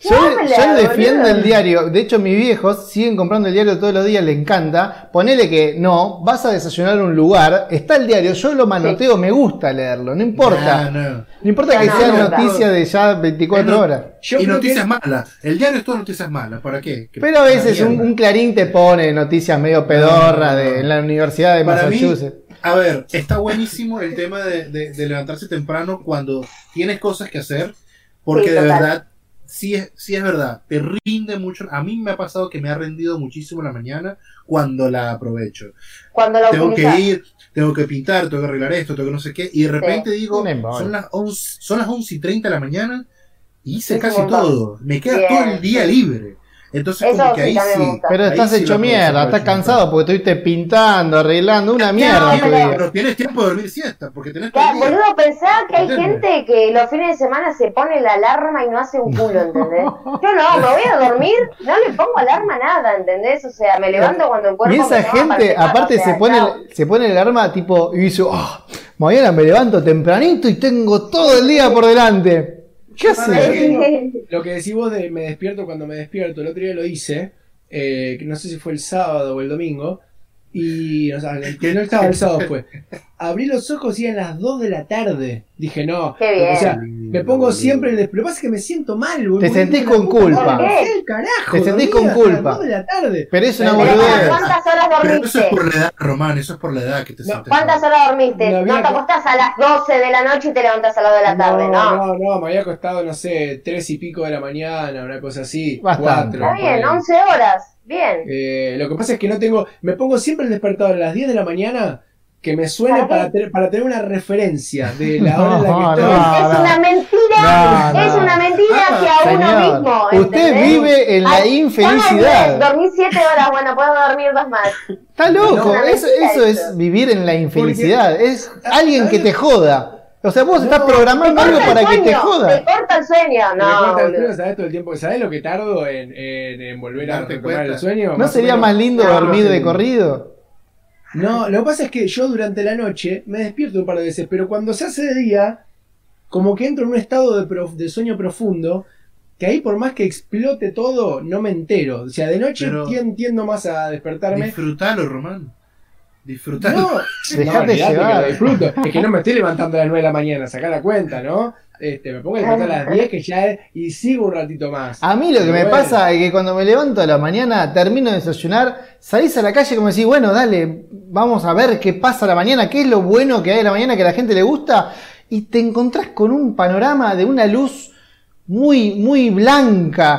Yo defiendo el diario. De hecho, mis viejos siguen comprando el diario todos los días, le encanta. Ponele que no, vas a desayunar en un lugar, está el diario, yo lo manoteo, me gusta leerlo, no importa. No importa que sean noticias de ya 24 horas. Y noticias malas. El diario es todo noticias malas. ¿Para qué? Pero a veces un Clarín te pone noticias medio pedorra en la Universidad de Massachusetts. A ver, está buenísimo el tema de levantarse temprano cuando tienes cosas que hacer, porque de verdad, sí es verdad, te rinde mucho. A mí me ha pasado que me ha rendido muchísimo la mañana cuando la aprovecho. Cuando la tengo que ir, tengo que pintar, tengo que arreglar esto, tengo que no sé qué, y de repente digo, son las 11:30 de la mañana y hice casi todo. Me queda todo el día libre. Entonces, eso como que ahí sí. Pero estás hecho mierda, estás cansado porque estuviste pintando, arreglando, una mierda. Pero tienes tiempo de dormir siesta, porque tenés que. Boludo, pensá que hay gente que los fines de semana se pone la alarma y no hace un culo, ¿entendés? Yo no, me voy a dormir, no le pongo alarma a nada, ¿entendés? O sea, me levanto cuando el cuerpo. Y esa gente, aparte, se pone el alarma tipo y dice, mañana me levanto tempranito y tengo todo el día por delante. ¿Qué haces? Lo que decís vos de me despierto cuando me despierto, el otro día lo hice, no sé si fue el sábado o el domingo, y o sea, que no estaba el sábado fue. Abrí los ojos y eran las 2 de la tarde. Dije, no. Qué bien. O sea, me pongo siempre el... Lo que pasa es que me siento mal, boludo. Te sentís con culpa. Te sentís con culpa. Las 2 de la tarde. Pero es una boludez. ¿Cuántas horas dormiste? Eso es por la edad, Román, eso es por la edad que te sientes. ¿Cuántas horas dormiste? No te acostás a las 12 de la noche y te levantás a las 2 de la tarde, ¿no? No, me había acostado, no sé, 3 y pico de la mañana, una cosa así. Bastante. 4. Está bien, 11 horas. Bien. Lo que pasa es que no tengo... Me pongo siempre el despertador a las 10 de la mañana que me suene para tener una referencia de la hora en la que estoy. Es una mentira. Es una mentira hacia uno mismo. Usted vive en la infelicidad. Dormí 7 horas, bueno, puedo dormir 2 más. Está loco, eso es vivir en la infelicidad. Es alguien que te joda. O sea, vos estás programando algo para que te joda. Te corta el sueño, no. Me corta el sueño, ¿sabés todo el tiempo? ¿Sabés lo que tardo en volver a retomar el sueño? ¿No sería más lindo dormir de corrido? No, lo que pasa es que yo durante la noche me despierto un par de veces, pero cuando se hace de día, como que entro en un estado de sueño profundo, que ahí por más que explote todo, no me entero. O sea, de noche tiendo más a despertarme. Disfrutalo, Román. Disfrutalo. No, dejate llevar. Que lo disfruto. Es que no me estoy levantando a las 9 de la mañana, sacá la cuenta, ¿no? Me pongo a levantar a las 10 que ya es, y sigo un ratito más. A mí lo que me pasa es que cuando me levanto a la mañana, termino de desayunar, salís a la calle como decís, bueno, dale, vamos a ver qué pasa a la mañana, qué es lo bueno que hay a la mañana que a la gente le gusta, y te encontrás con un panorama de una luz muy, muy blanca.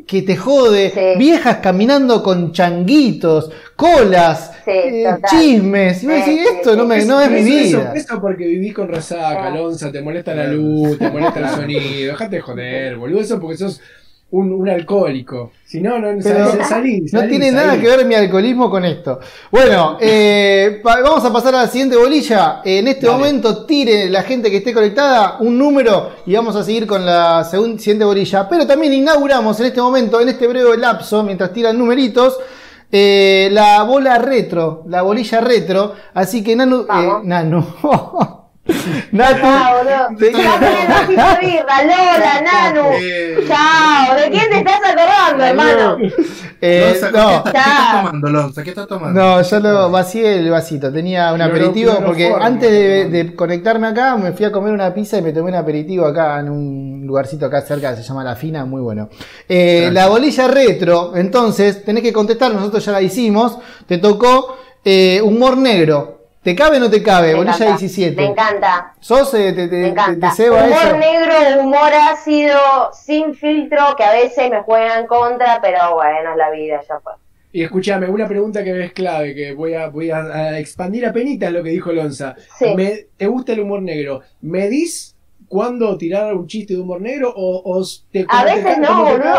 que te jode, Sí. viejas caminando con changuitos, colas, Sí, total. chismes. Y vos decís, Sí, esto sí, no, sí. no es mi vida. Eso porque vivís con resaca, Alonso, te molesta la luz, te molesta el sonido, dejate de joder, boludo, eso porque sos un alcohólico. Si no, Pero salí. no tiene nada que ver mi alcoholismo con esto. Bueno, vamos a pasar a la siguiente bolilla. En este Dale. momento tire la gente que esté conectada un número y vamos a seguir con la siguiente bolilla. Pero también inauguramos en este momento, en este breve lapso, mientras tiran numeritos, la bola retro, la bolilla retro. Así que Nanu... Vamos. Nanu. Chao, Natu, boludo. Ya tenés la pizza birra, Lola, Nanu. Chao. ¿De quién te estás acordando, hermano? Lonza, no. ¿qué estás tomando, Lonza? ¿Qué estás tomando? No, yo lo vacié el vasito. Tenía un aperitivo porque cloroformo. antes de conectarme acá me fui a comer una pizza y me tomé un aperitivo acá en un lugarcito acá cerca, se llama La Fina, muy bueno. La bolilla retro, entonces tenés que contestar, nosotros ya la hicimos, te tocó humor negro. ¿Te cabe o no te cabe? Me Bolilla encanta. 17. Me encanta. ¿Sos? Me ¿Te encanta. ceba Humor eso? negro, humor ácido, sin filtro, que a veces me juegan en contra, pero bueno, es la vida, ya fue. Y escúchame, una pregunta que es clave, que voy a expandir a penitas lo que dijo Lonza. Sí. ¿Te gusta el humor negro? ¿Medís cuándo tirar un chiste de humor negro o te A veces no, boludo,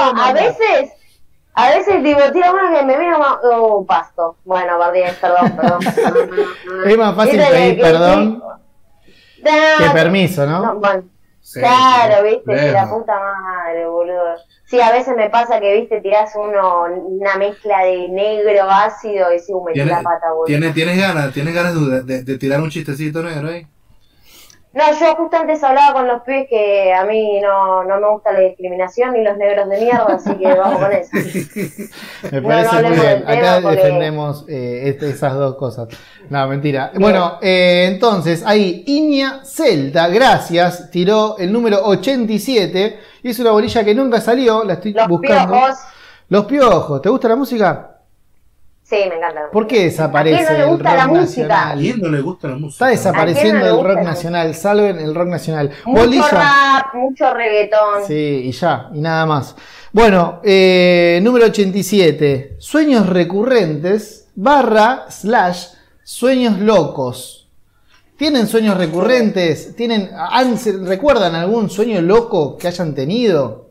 a veces digo, tira una que me mira más, pasto. Bueno, perdón. Es más fácil Viste pedir que- perdón No, que permiso, ¿no? no, bueno, Sí, claro, viste, pleno. que la puta madre, boludo. Sí, a veces me pasa que, viste, tirás una mezcla de negro ácido y sí, metí la pata, boludo. ¿Tienes ganas de tirar un chistecito negro ahí? No, yo justo antes hablaba con los pibes que a mí no me gusta la discriminación ni los negros de mierda, así que vamos con eso. Me No, parece muy hablemos bien. del tema Acá porque- defendemos esas dos cosas. No, mentira. Bueno, entonces ahí Iña Celta, gracias, tiró el número 87 y es una bolilla que nunca salió, la estoy Los buscando. piojos, Los Piojos, ¿te gusta la música? sí, me encanta. ¿Por qué desaparece ¿A quién no le el gusta rock la música? ¿A nacional? quién no le gusta la Está música? desapareciendo ¿A quién no le el gusta rock la nacional, salven el rock nacional. Mucho Bolilla. rap, mucho reggaetón. Sí, y ya, y nada más. Bueno, número 87. Sueños recurrentes / sueños locos. ¿Tienen sueños recurrentes? ¿Recuerdan algún sueño loco que hayan tenido?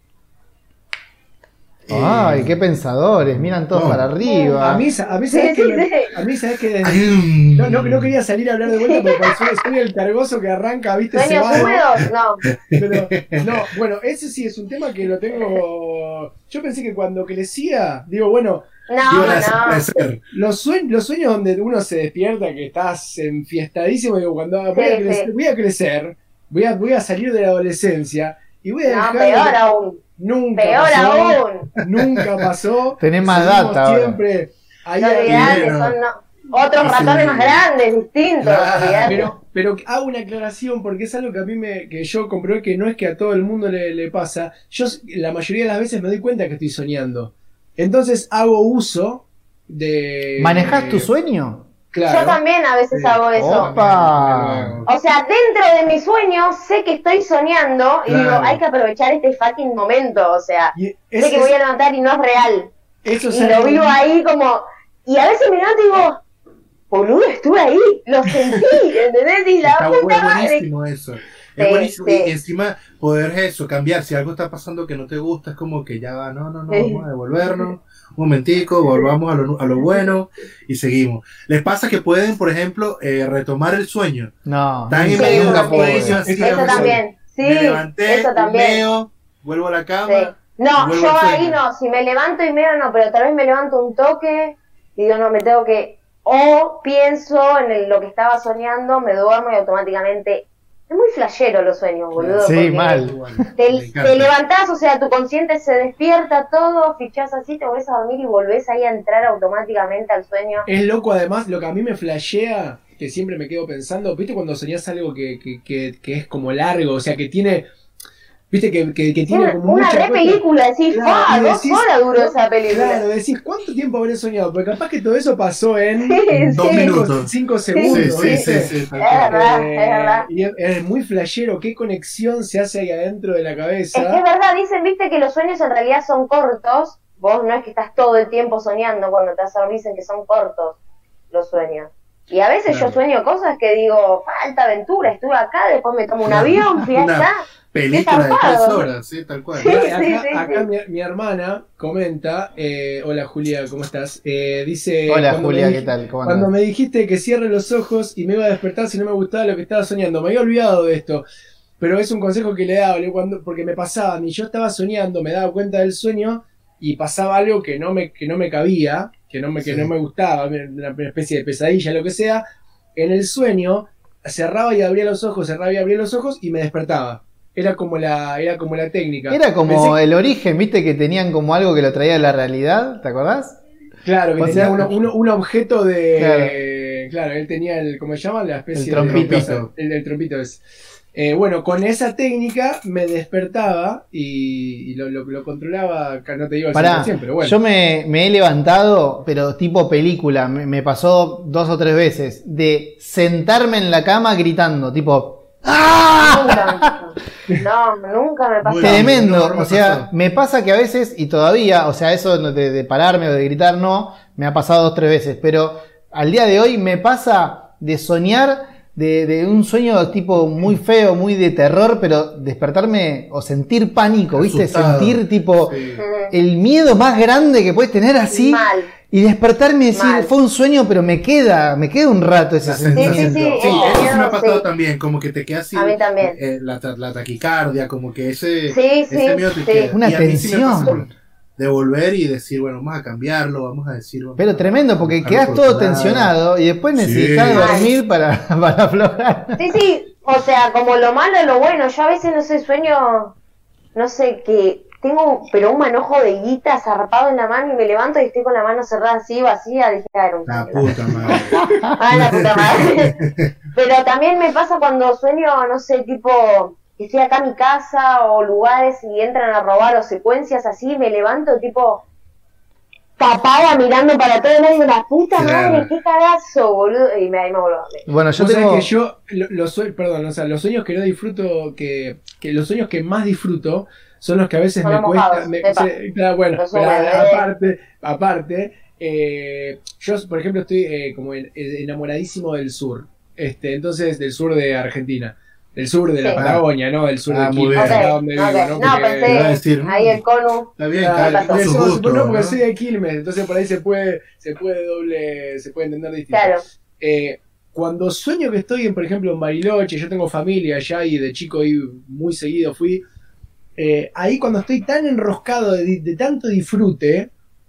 Ay, qué pensadores, miran todos No. para arriba. A mí sabes que no quería salir a hablar de vuelta porque soy el cargoso que arranca, viste, se ¿Sueños va. húmedos? No. Pero, no, bueno, ese sí es un tema que lo tengo. Yo pensé que cuando crecía, digo, bueno, No. los sueños donde uno se despierta, que estás enfiestadísimo, digo, cuando voy a crecer, voy a salir de la adolescencia y voy a No, dejar. peor aún. Nunca Peor pasó. aún. Nunca pasó. Tenés más Seguimos data ahora. siempre ahí No olvidate, Bien, son otros ratones más grandes, distintos. Claro. olvidate. Pero hago una aclaración porque es algo que a mí que yo comprobé que no es que a todo el mundo le pasa. Yo la mayoría de las veces me doy cuenta que estoy soñando. Entonces hago uso de... ¿Manejás tu sueño? Claro. Yo también a veces hago eso. Opa. O sea, dentro de mis sueños sé que estoy soñando y digo, Claro. hay que aprovechar este fucking momento. O sea, Y sé que voy a levantar y no es real. eso es Y lo algo- vivo ahí como... Y a veces me levanto y digo, boludo, estuve ahí, lo sentí, ¿entendés? Y la Está puta madre. buenísimo eso. Es Sí, buenísimo. sí. Y encima poder eso, cambiar. Si algo está pasando que no te gusta, es como que ya va, no, Sí. vamos a devolvernos. Un momentico, volvamos a lo bueno y seguimos. Les pasa que pueden, por ejemplo, retomar el sueño. No, Están en Sí, medio de nunca un puedo. sueño así, Eso Eso algo así. también. Sí, Me levanté, eso también. meo, vuelvo a la cama. Sí. No, vuelvo yo al ahí sueño. no, si me levanto y meo no, pero tal vez me levanto un toque y digo, no, me tengo que... O pienso en lo que estaba soñando, me duermo y automáticamente... Es muy flashero los sueños, boludo. Sí, porque mal. Me Te encanta. levantás, o sea, tu consciente se despierta todo, fichás así, te volvés a dormir y volvés ahí a entrar automáticamente al sueño. Es loco además, lo que a mí me flashea, que siempre me quedo pensando, ¿viste cuando soñás algo que es como largo? O sea, que tiene... Viste que tiene como una mucha re película, decís, claro, 2 horas duró esa película. Claro, decís, ¿cuánto tiempo habré soñado? Porque capaz que todo eso pasó en Sí, 2 minutos. 5 segundos. Sí, ¿viste? es verdad. Y es muy flashero, qué conexión se hace ahí adentro de la cabeza. Es que es verdad, dicen, viste, que los sueños en realidad son cortos. Vos no es que estás todo el tiempo soñando cuando te vas a dormir, dicen que son cortos los sueños. Y a veces yo sueño cosas que digo, falta aventura, estuve acá, después me tomo un avión, fui allá. Película de 3 horas, sí, tal cual. Sí. Acá mi hermana comenta, hola Julia, ¿cómo estás? Dice, Hola Julia, ¿qué tal? ¿Cómo andás? Cuando me dijiste que cierre los ojos y me iba a despertar si no me gustaba lo que estaba soñando, me había olvidado de esto, pero es un consejo que le daba, porque me pasaba, ni yo estaba soñando, me daba cuenta del sueño y pasaba algo que no me cabía, que no me gustaba, una especie de pesadilla, lo que sea, en el sueño cerraba y abría los ojos y me despertaba. Era como la técnica. Era como el origen, viste, que tenían como algo que lo traía a la realidad, ¿te acordás? Claro, que O tenía sea, un objeto de... Claro, él tenía ¿cómo se llama? La especie El trompito. El trompito es. Bueno, con esa técnica me despertaba y lo controlaba, no te digo al 100%, pero bueno. Yo me he levantado, pero tipo película, me pasó 2 o 3 veces, de sentarme en la cama gritando, tipo... ¡Ah! No, nunca me pasó. Tremendo, No me o sea, pasó. me pasa que a veces, y todavía, o sea, eso de pararme o de gritar no, me ha pasado 2 o 3 veces, pero al día de hoy me pasa de soñar de un sueño tipo muy feo, muy de terror, pero despertarme o sentir pánico, ¿viste? Asustado. Sentir tipo Sí. el miedo más grande que puedes tener así. Mal. Y despertarme y decir, Mal. fue un sueño, pero me queda un rato ese La sentimiento. sensación. Sí, Sí, eso me ha pasado sí. también, como que te queda así. A mí también. La taquicardia, como que ese Sí, miedo te sí. queda. Una Y a mí sí me tensión. pasó de volver y decir, bueno, vamos a cambiarlo, vamos a decir. Vamos Pero a tremendo, porque buscarlo quedás por todo otro lado. tensionado y después necesitas Sí. dormir para aflojar. Sí, o sea, como lo malo y lo bueno. Yo a veces, no sé, sueño, no sé, que tengo, pero un manojo de guita zarpado en la mano y me levanto y estoy con la mano cerrada así, vacía, dije, era un La sueño. puta madre. Ah, la puta madre. Pero también me pasa cuando sueño, no sé, tipo, que estoy acá en mi casa o lugares y entran a robar o secuencias así, me levanto tipo tapada mirando para todo el y digo, la puta Claro. madre, qué cagazo, boludo. Y ahí me vuelvo a dormir. Bueno, yo Vos sabés tengo... que yo, los sueños que no disfruto, que los sueños que más disfruto son los que a veces Son me los cuesta. mojados, epa. Claro, bueno, Los pero húmedos, aparte, yo, por ejemplo, estoy como enamoradísimo del sur. Entonces, del sur de Argentina. Del sur de la Sí. Patagonia, ¿no? Del sur de muy Quilmes, bien. acá donde vivo, ¿no? No, Porque- Te iba a pensé, decir, ahí el cono. Está bien, Claro, cada quien con su no, gusto, no, porque ¿no? soy de Quilmes, entonces por ahí se puede entender distinto. Claro. Cuando sueño que estoy, por ejemplo, en Bariloche, yo tengo familia allá y de chico ahí muy seguido fui, ahí cuando estoy tan enroscado de tanto disfrute,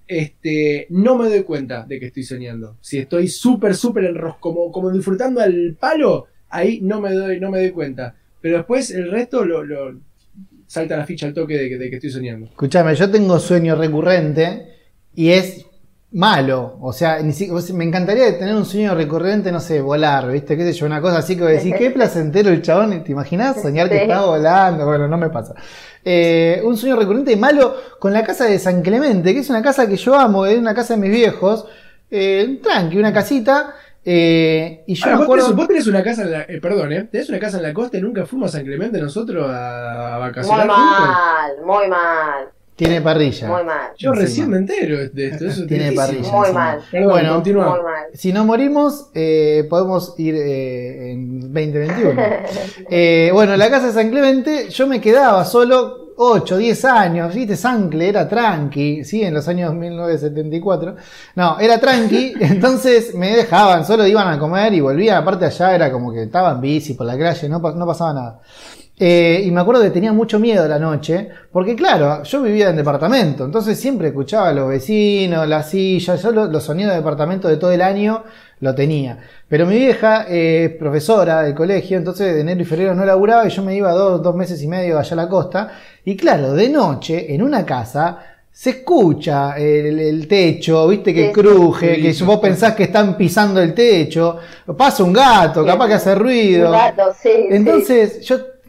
no me doy cuenta de que estoy soñando. Si estoy súper enroscado, como disfrutando al palo, ahí no me doy cuenta. Pero después el resto lo salta la ficha al toque de que estoy soñando. Escuchame, yo tengo sueño recurrente y es malo. O sea, me encantaría tener un sueño recurrente, no sé, volar, ¿viste? ¿Qué sé yo? Una cosa así que voy a decir, qué placentero el chabón. ¿Te imaginas soñar que Sí. está volando? Bueno, no me pasa. Un sueño recurrente malo con la casa de San Clemente, que es una casa que yo amo, es una casa de mis viejos. Tranqui, una casita. Y yo Ahora, me acuerdo. vos tenés una casa en la, tenés una casa en la costa y nunca fuimos a San Clemente nosotros a vacacionar Muy juntos. mal, muy mal, Tiene parrilla. muy mal. Yo Encima. recién me entero de esto. Eso es Tiene tristísimo. parrilla. Muy encima. mal. Perdón, Bueno, continúa. Muy mal. Si no morimos, podemos ir en 2021. Bueno, la casa de San Clemente, yo me quedaba solo 8, 10 años, ¿viste? Sancle era tranqui, ¿sí? En los años 1974. No, era tranqui, entonces me dejaban, solo iban a comer y volvían. Aparte allá era como que estaba en bici por la calle, no pasaba nada. Y me acuerdo que tenía mucho miedo a la noche, porque claro, yo vivía en departamento, entonces siempre escuchaba a los vecinos, las sillas, yo los sonidos de departamento de todo el año lo tenía. Pero mi vieja es profesora del colegio, entonces de enero y febrero no laburaba y yo me iba 2 meses y medio allá a la costa. Y claro, de noche, en una casa, se escucha el techo, viste que Sí, cruje, sí. que vos pensás que están pisando el techo, pasa un gato, Sí. capaz que hace ruido. Un gato, sí. Entonces yo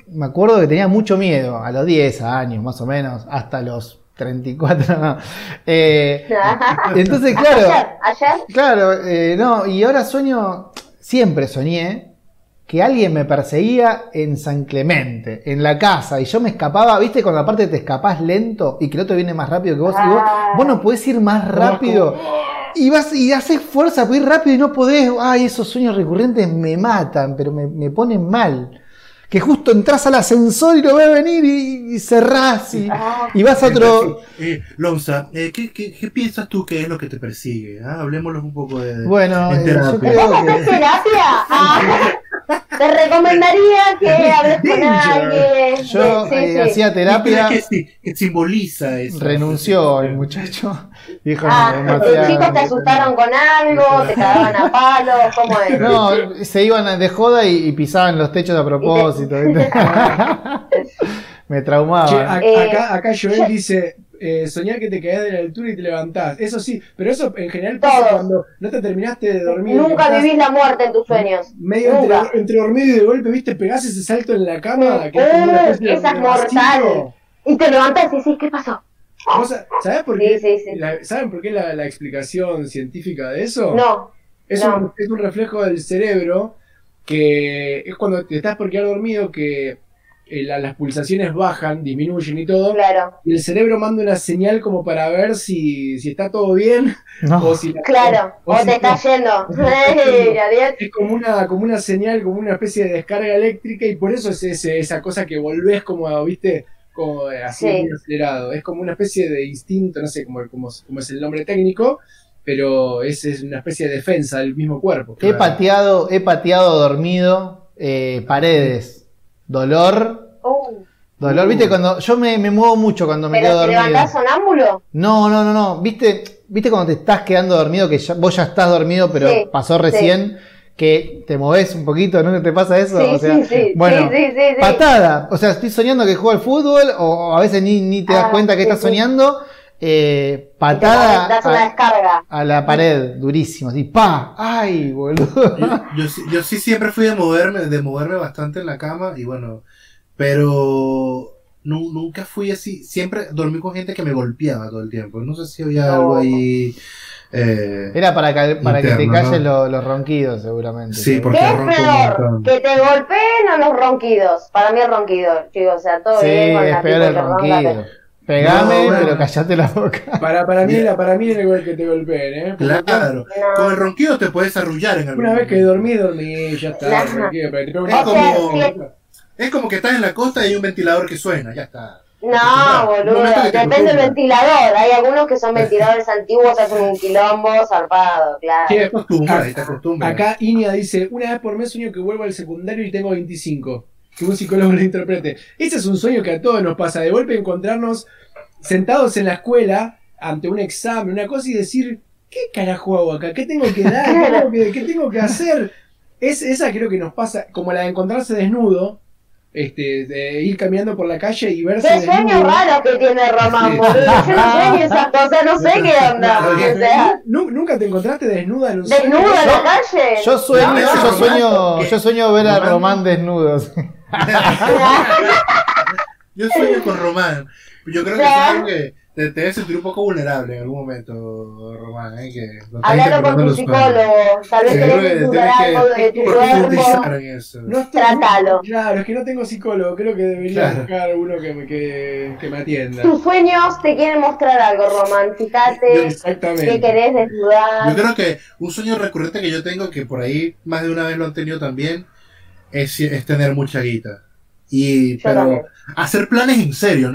me acuerdo que tenía mucho miedo, a los 10 años más o menos, hasta los 34, no. Entonces, claro, ¿Ayer? claro, no, y ahora siempre soñé que alguien me perseguía en San Clemente, en la casa, y yo me escapaba, ¿viste? Cuando aparte te escapás lento y que el otro viene más rápido que vos, y vos no podés ir más rápido, y vas y haces fuerza para ir rápido y no podés. Ay, esos sueños recurrentes me matan, pero me ponen mal. Que justo entras al ascensor y lo ves venir y cerrás y vas a otro... Lonza, ¿qué piensas tú que es lo que te persigue? Hablemoslo un poco de Bueno, terapia. yo creo ¿Vos haces terapia? Te recomendaría que hables con alguien. Yo hacía terapia. ¿Qué simboliza eso? Renunció el muchacho. Dijo, ¿Los chicos te asustaron con algo? ¿Te cagaban a palos? ¿Cómo es? No, se iban de joda y pisaban los techos a propósito. Me traumaba. Acá Joel dice, soñar que te caes de la altura y te levantás. Eso sí, pero eso en general pasa Todos. cuando no te terminaste de dormir. Nunca vivís la muerte en tus sueños. Medio Nunca. entre dormido y de golpe, viste, pegás ese salto en la cama. Que es como una especie de Esa es vacío. mortal. Y te levantás y decís, ¿qué pasó? ¿Sabés por qué? Sí. ¿Saben por qué la explicación científica de eso? No. Es un reflejo del cerebro que es cuando te estás por quedar dormido que las pulsaciones bajan, disminuyen y todo. Claro. Y el cerebro manda una señal como para ver si está todo bien. No. O si Claro. O si te estás yendo. es como una señal, como una especie de descarga eléctrica, y por eso es esa cosa que volvés como, viste, como así Sí. muy acelerado. Es como una especie de instinto, no sé cómo es el nombre técnico, pero es una especie de defensa del mismo cuerpo. He pateado dormido paredes. Dolor, viste, cuando yo me muevo mucho cuando me quedo ¿Pero te dormido. levantás sonámbulo? No, viste cuando te estás quedando dormido, que vos ya estás dormido, pero Sí, pasó recién, que te movés un poquito, ¿no? ¿Te pasa eso? Sí, O sea, sí. bueno, Sí. patada, o sea, estoy soñando que juego al fútbol, o a veces ni te das cuenta que estás soñando, patada Das una descarga. a la pared, durísimo, así, ¡pa! ¡Ay, boludo! Yo sí siempre fui de moverme bastante en la cama, y bueno, pero nunca fui así, siempre dormí con gente que me golpeaba todo el tiempo. No sé si había algo ahí. Era para que te interno, calles ¿no? los ronquidos, seguramente. Sí, ¿Qué porque es ronco un peor? montón. ¿Que te golpeen o los ronquidos? Para mí el ronquido, chicos, o sea, todo Sí, bien con es la peor tipo el que ronca, ronquido. Pegame, No, bueno. pero callate la boca. Para mí es igual que te golpeen, ¿eh? Porque Claro, con el ronquido te puedes arrullar en algún una vez que momento. dormí, ya está, Claro. tranquilo, pero te pego Es una como- patada. Es como que estás en la costa y hay un ventilador que suena, ya está. No, Un boludo, momento que te depende del acostumbras. ventilador. Hay algunos que son ventiladores antiguos, hacen un quilombo zarpado, claro. Che, Te acostumbras, te acostumbras. acá Inia dice, una vez por mes sueño que vuelvo al secundario y tengo 25. Que un psicólogo lo interprete. Ese es un sueño que a todos nos pasa. De golpe encontrarnos sentados en la escuela ante un examen, una cosa, y decir, ¿qué carajo hago acá? ¿Qué tengo que dar? ¿Qué tengo que hacer? Esa creo que nos pasa, como la de encontrarse desnudo, de ir caminando por la calle y verse Qué sueños raros que tiene Román, Sí. boludo. Yo no sueño esas cosas, no sé qué onda. O sea, ¿Nunca te encontraste desnuda en un sueño? desnudo en la calle. Yo sueño ver a Román desnudos. Yo sueño con Román. Yo creo que es algo que te debes sentir un poco vulnerable en algún momento, Román. Que lo estás Hablalo con interpretando tu los sueños. psicólogo. Tal vez Sí, creo tenés que que tienes curar algo de tu profundizar cuerpo. en eso. No estoy- Trátalo. Claro, es que no tengo psicólogo, creo que debería Claro. buscar uno que me atienda. Tus sueños te quieren mostrar algo, Román. Fíjate Exactamente. qué querés desnudar. Yo creo que un sueño recurrente que yo tengo, que por ahí más de una vez lo han tenido también, es tener mucha guita. Yo Pero también. hacer planes en serio,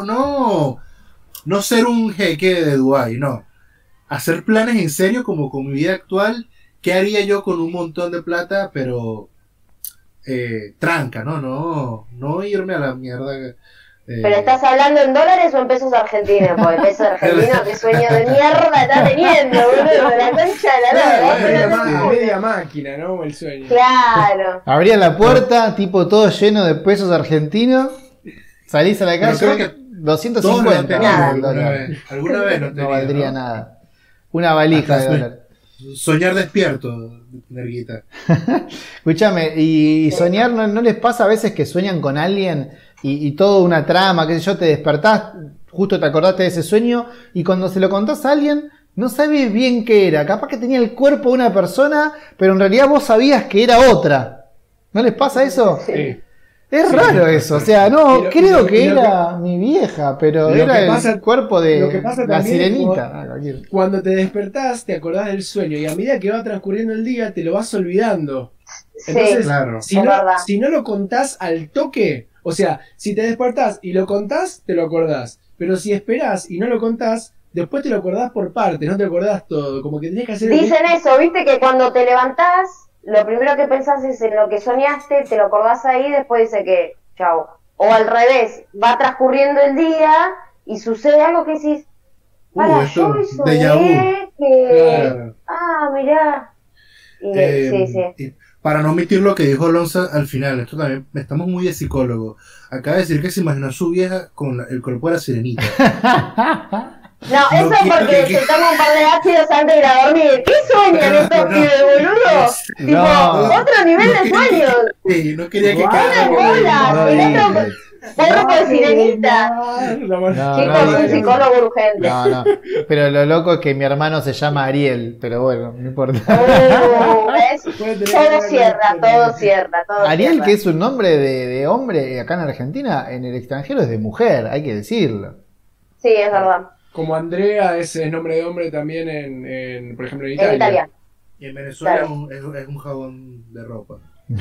no ser un jeque de Dubái, no. Hacer planes en serio como con mi vida actual. ¿Qué haría yo con un montón de plata? Pero tranca, no irme a la mierda. Pero estás hablando en dólares o en pesos argentinos, porque pesos argentinos, qué sueño de mierda está teniendo, boludo, la concha de la Media, lora. media máquina, ¿no? El sueño. Claro. Abría la puerta, tipo todo lleno de pesos argentinos. Salís a la Pero creo calle, que 250 Todos lo han tenido Nada. el dólar. alguna vez lo han No tenido, valdría nada. Una valija de Hasta dólar. soñar despierto, Nerguita. Escúchame, y soñar, ¿no les pasa a veces que sueñan con alguien y toda una trama, qué sé yo, te despertás, justo te acordaste de ese sueño, y cuando se lo contás a alguien, no sabes bien qué era? Capaz que tenía el cuerpo de una persona, pero en realidad vos sabías que era otra. ¿No les pasa eso? Sí. Es raro eso, o sea, no, creo que era mi vieja, pero era el cuerpo de la sirenita. Cuando te despertás, te acordás del sueño y a medida que va transcurriendo el día, te lo vas olvidando. Entonces, claro. si no lo contás al toque, o sea, si te despertás y lo contás, te lo acordás. Pero si esperás y no lo contás, después te lo acordás por partes, no te acordás todo. Como que tenés que hacer... Dicen eso, viste que cuando te levantás, lo primero que pensás es en lo que soñaste, te lo acordás ahí, después dice que chao. O al revés, va transcurriendo el día y sucede algo que decís, para, yo soñé que... Claro. Ah, mirá. Y, sí. Para no omitir lo que dijo Alonso al final, esto también, estamos muy de psicólogo. Acaba de decir que se imaginó a su vieja con el cuerpo de la sirenita. No, eso es porque se toma un par de ácidos antes de ir a dormir. ¿Qué sueñan estos pibes, boludo? Tipo, otro nivel de sueños. Sí, no quería que una bola, el otro cuerpo de sirenita. Chicos, un psicólogo urgente. No, pero lo loco es que mi hermano se llama Ariel, pero bueno, no importa. ¿Ves? Todo cierra. Ariel, que es un nombre de hombre acá en Argentina, en el extranjero es de mujer, hay que decirlo. Sí, es verdad. Como Andrea es nombre de hombre también en por ejemplo, en Italia. Y en Venezuela es un jabón de ropa.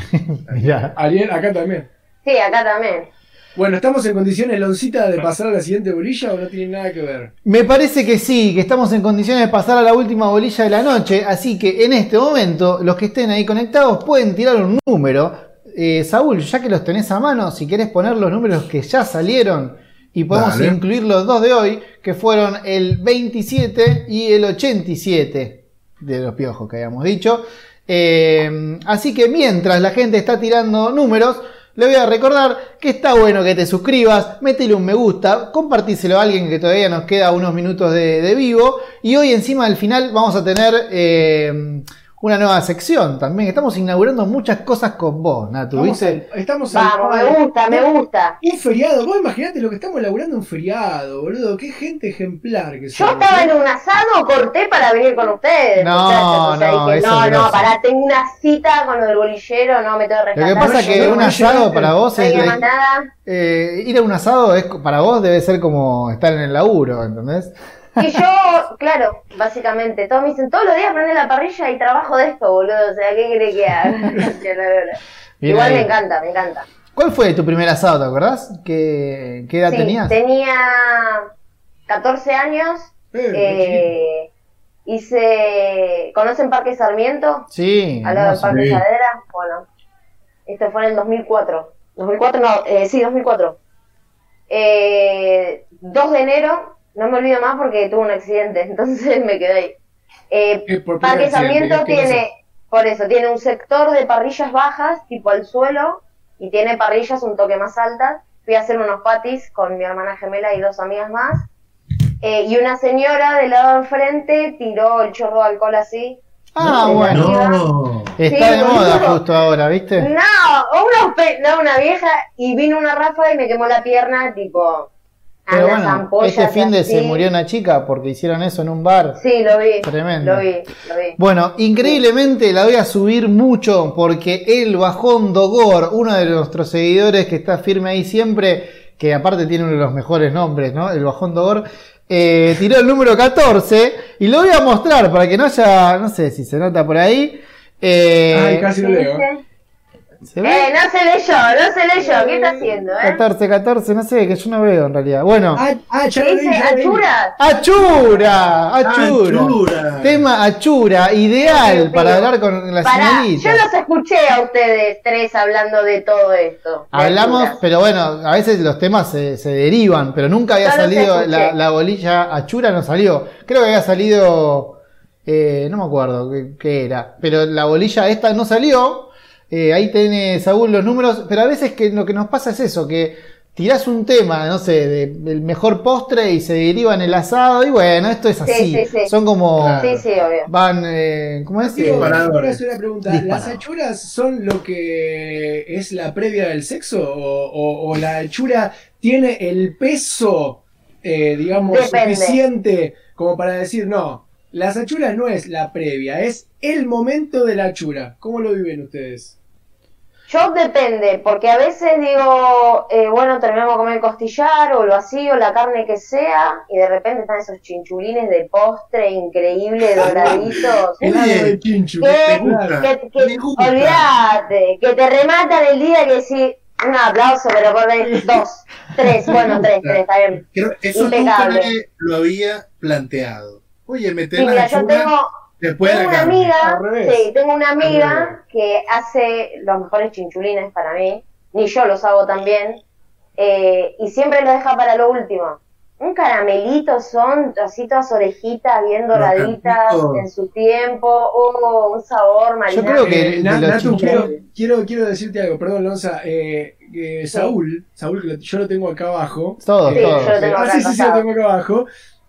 Ariel, acá también. Sí, acá también. Bueno, ¿estamos en condiciones, Loncita, de pasar a la siguiente bolilla o no tiene nada que ver? Me parece que sí, que estamos en condiciones de pasar a la última bolilla de la noche, así que en este momento, los que estén ahí conectados pueden tirar un número. Saúl, ya que los tenés a mano, si querés poner los números que ya salieron y podemos incluir los dos de hoy, que fueron el 27 y el 87 de los piojos que habíamos dicho. Así que mientras la gente está tirando números, le voy a recordar que está bueno que te suscribas, métele un me gusta, compartíselo a alguien que todavía nos queda unos minutos de vivo. Y hoy encima al final vamos a tener una nueva sección también. Estamos inaugurando muchas cosas con vos, Natu, ¿viste? Me gusta. Un feriado, vos imaginate lo que estamos elaborando, un feriado, boludo. Qué gente ejemplar que somos. Yo estaba en un asado, corté para venir con ustedes. Pará, tengo una cita con lo del bolillero, no me tengo que rescatar. Lo que pasa es que un asado para vos es... ir a un asado para vos debe ser como estar en el laburo, ¿entendés? Y yo, claro, básicamente, todos me dicen, todos los días prende la parrilla y trabajo de esto, boludo, o sea, ¿qué querés que haga? Igual me encanta. ¿Cuál fue tu primer asado, te acordás? ¿Qué edad tenías? Tenía 14 años, ¿conocen Parque Sarmiento? Sí. Al lado del Parque Saavedra, bueno, esto fue en el 2004. 2004. 2 de enero, no me olvido más porque tuve un accidente, entonces me quedé ahí. Parque Sarmiento tiene un sector de parrillas bajas, tipo al suelo, y tiene parrillas un toque más altas. Fui a hacer unos patis con mi hermana gemela y 2 amigas más. Y una señora del lado de enfrente tiró el chorro de alcohol así. Bueno. Está de moda justo ahora, ¿viste? Una vieja, y vino una ráfaga y me quemó la pierna, tipo... Pero bueno, este fin de se murió una chica porque hicieron eso en un bar. Sí, lo vi. Tremendo. Lo vi. Bueno, increíblemente la voy a subir mucho porque el Bajón Dogor, uno de nuestros seguidores que está firme ahí siempre, que aparte tiene uno de los mejores nombres, ¿no? El Bajón Dogor, tiró el número 14 y lo voy a mostrar para que no haya, no sé si se nota por ahí. Casi lo leo. ¿Se ve? No se leyó, ¿qué está haciendo? 14, no sé, que yo no veo en realidad. Bueno. Achura. Tema Achura, ideal para hablar con la señorita. Yo los escuché a ustedes 3 hablando de todo esto. Hablamos, pero bueno, a veces los temas se derivan, pero nunca había salido la bolilla Achura, no salió. Creo que había salido, no me acuerdo qué era, pero la bolilla esta no salió. Ahí tenés, Saúl, los números, pero a veces lo que nos pasa es eso, que tirás un tema, no sé, del mejor postre y se deriva en el asado, y bueno, esto es así. Sí. Son como... Claro. Sí, obvio. Van, ¿cómo es? Quiero Disparadores. hacer una pregunta. Disparadores. ¿Las achuras son lo que es la previa del sexo? ¿O la achura tiene el peso, digamos, Depende. suficiente como para decir, no, las achuras no es la previa, es el momento de la achura? ¿Cómo lo viven ustedes? Yo depende, porque a veces digo, bueno, terminamos de comer el costillar o lo así, o la carne que sea, y de repente están esos chinchulines de postre increíble, doraditos. Helado de chinchu. ¿Qué? gusta, me gusta. Olvídate, que te rematan el día que decís, un aplauso, pero por 2, 3, bueno, 3, está bien. Creo, eso Impecable. nunca me lo había planteado. Oye, meter Sí, mira, las yo achuras tengo después de Tengo la una carne. Al amiga, revés. sí, tengo una Al amiga que hace los mejores chinchulines para mí, ni yo los hago tan bien, y siempre los deja para lo último. Un caramelito son, así todas orejitas bien doraditas Crocantitos. en su tiempo, un sabor Yo marinado. creo que de los Natu, chinchulines- quiero decirte algo, perdón, Lonza. Saúl, que yo lo tengo acá abajo. Todos, Sí, todos. yo lo tengo acá al Sí, lo costado. tengo acá abajo.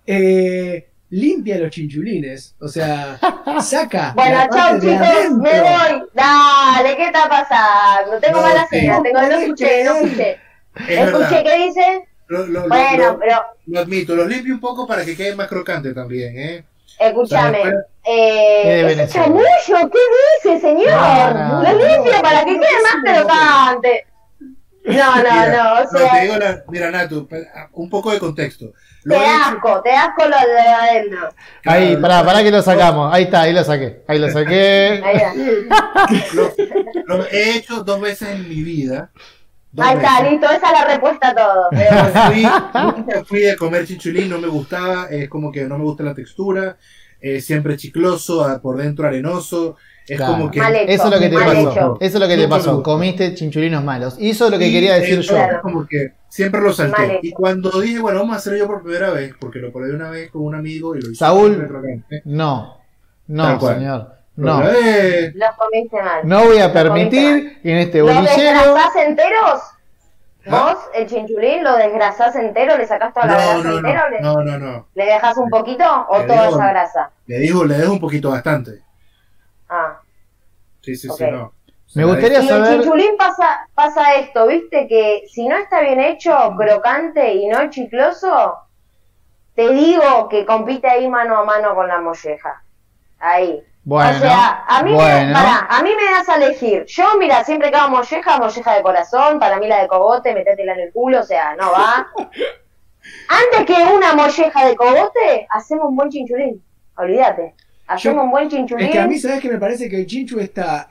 Limpia los chinchulines, o sea, saca. Bueno, la chau parte de chicos, adentro. me voy. Dale, ¿qué está pasando? Tengo No, mala sí. señal, no escuché. Es Escuché, verdad. ¿qué dice? Bueno, pero Lo admito, los limpio un poco para que quede más crocante también, ¿eh? escúchame. O sea, después- de Ese Venezuela. chamullo, ¿qué dice, señor? No, Lo limpia para que quede más crocante. No, Mira, o sea, te digo mira, Natu, un poco de contexto. Lo te he hecho- te asco lo de adentro. Ahí, Claro, pará que lo sacamos. Ahí está, ahí lo saqué. Ahí lo saqué. Ahí está. Lo he hecho 2 veces en mi vida. 2 Ahí está, veces. listo, esa es la respuesta a todo. Pero bueno. Nunca fui a comer chinchulín, no me gustaba, es como que no me gusta la textura, siempre chicloso, por dentro arenoso, es Claro. como que... Mal hecho. Eso es lo que te Mal pasó. hecho. Eso es lo que te Nunca me pasó. gustó. Comiste chinchulinos malos. Y eso es lo que Y quería decir yo. Claro. como que siempre lo Mal salté. hecho. Y cuando dije, bueno, vamos a hacerlo yo por primera vez, porque lo probé una vez con un amigo y lo hice. Saúl. súper crocante. No. Tal No, cual. señor. Lo No. probé. Los comiste mal. No voy a Los comiste permitir que en este mal. ¿Lo bolillero. desgrasás enteros? ¿Ah? ¿Vos, el chinchulín, lo desgrasás entero? ¿Le sacás toda la grasa No, entero? no. ¿Le dejas un poquito o Le toda dejo- esa grasa? Le dejo un poquito bastante. Ah. Sí, Ok. no. Me gustaría Y el saber. chinchulín pasa esto, ¿viste? Que si no está bien hecho, crocante y no chicloso, te digo que compite ahí mano a mano con la molleja. Ahí. Bueno. O sea, a mí, bueno. a mí me das a elegir. Yo, mira, siempre que hago molleja de corazón, para mí la de cogote, metétela en el culo, o sea, no va. Antes que una molleja de cogote, hacemos un buen chinchulín. Olvídate. Hacemos un buen chinchulín. Es que a mí, ¿sabes qué? Me parece que el chinchu está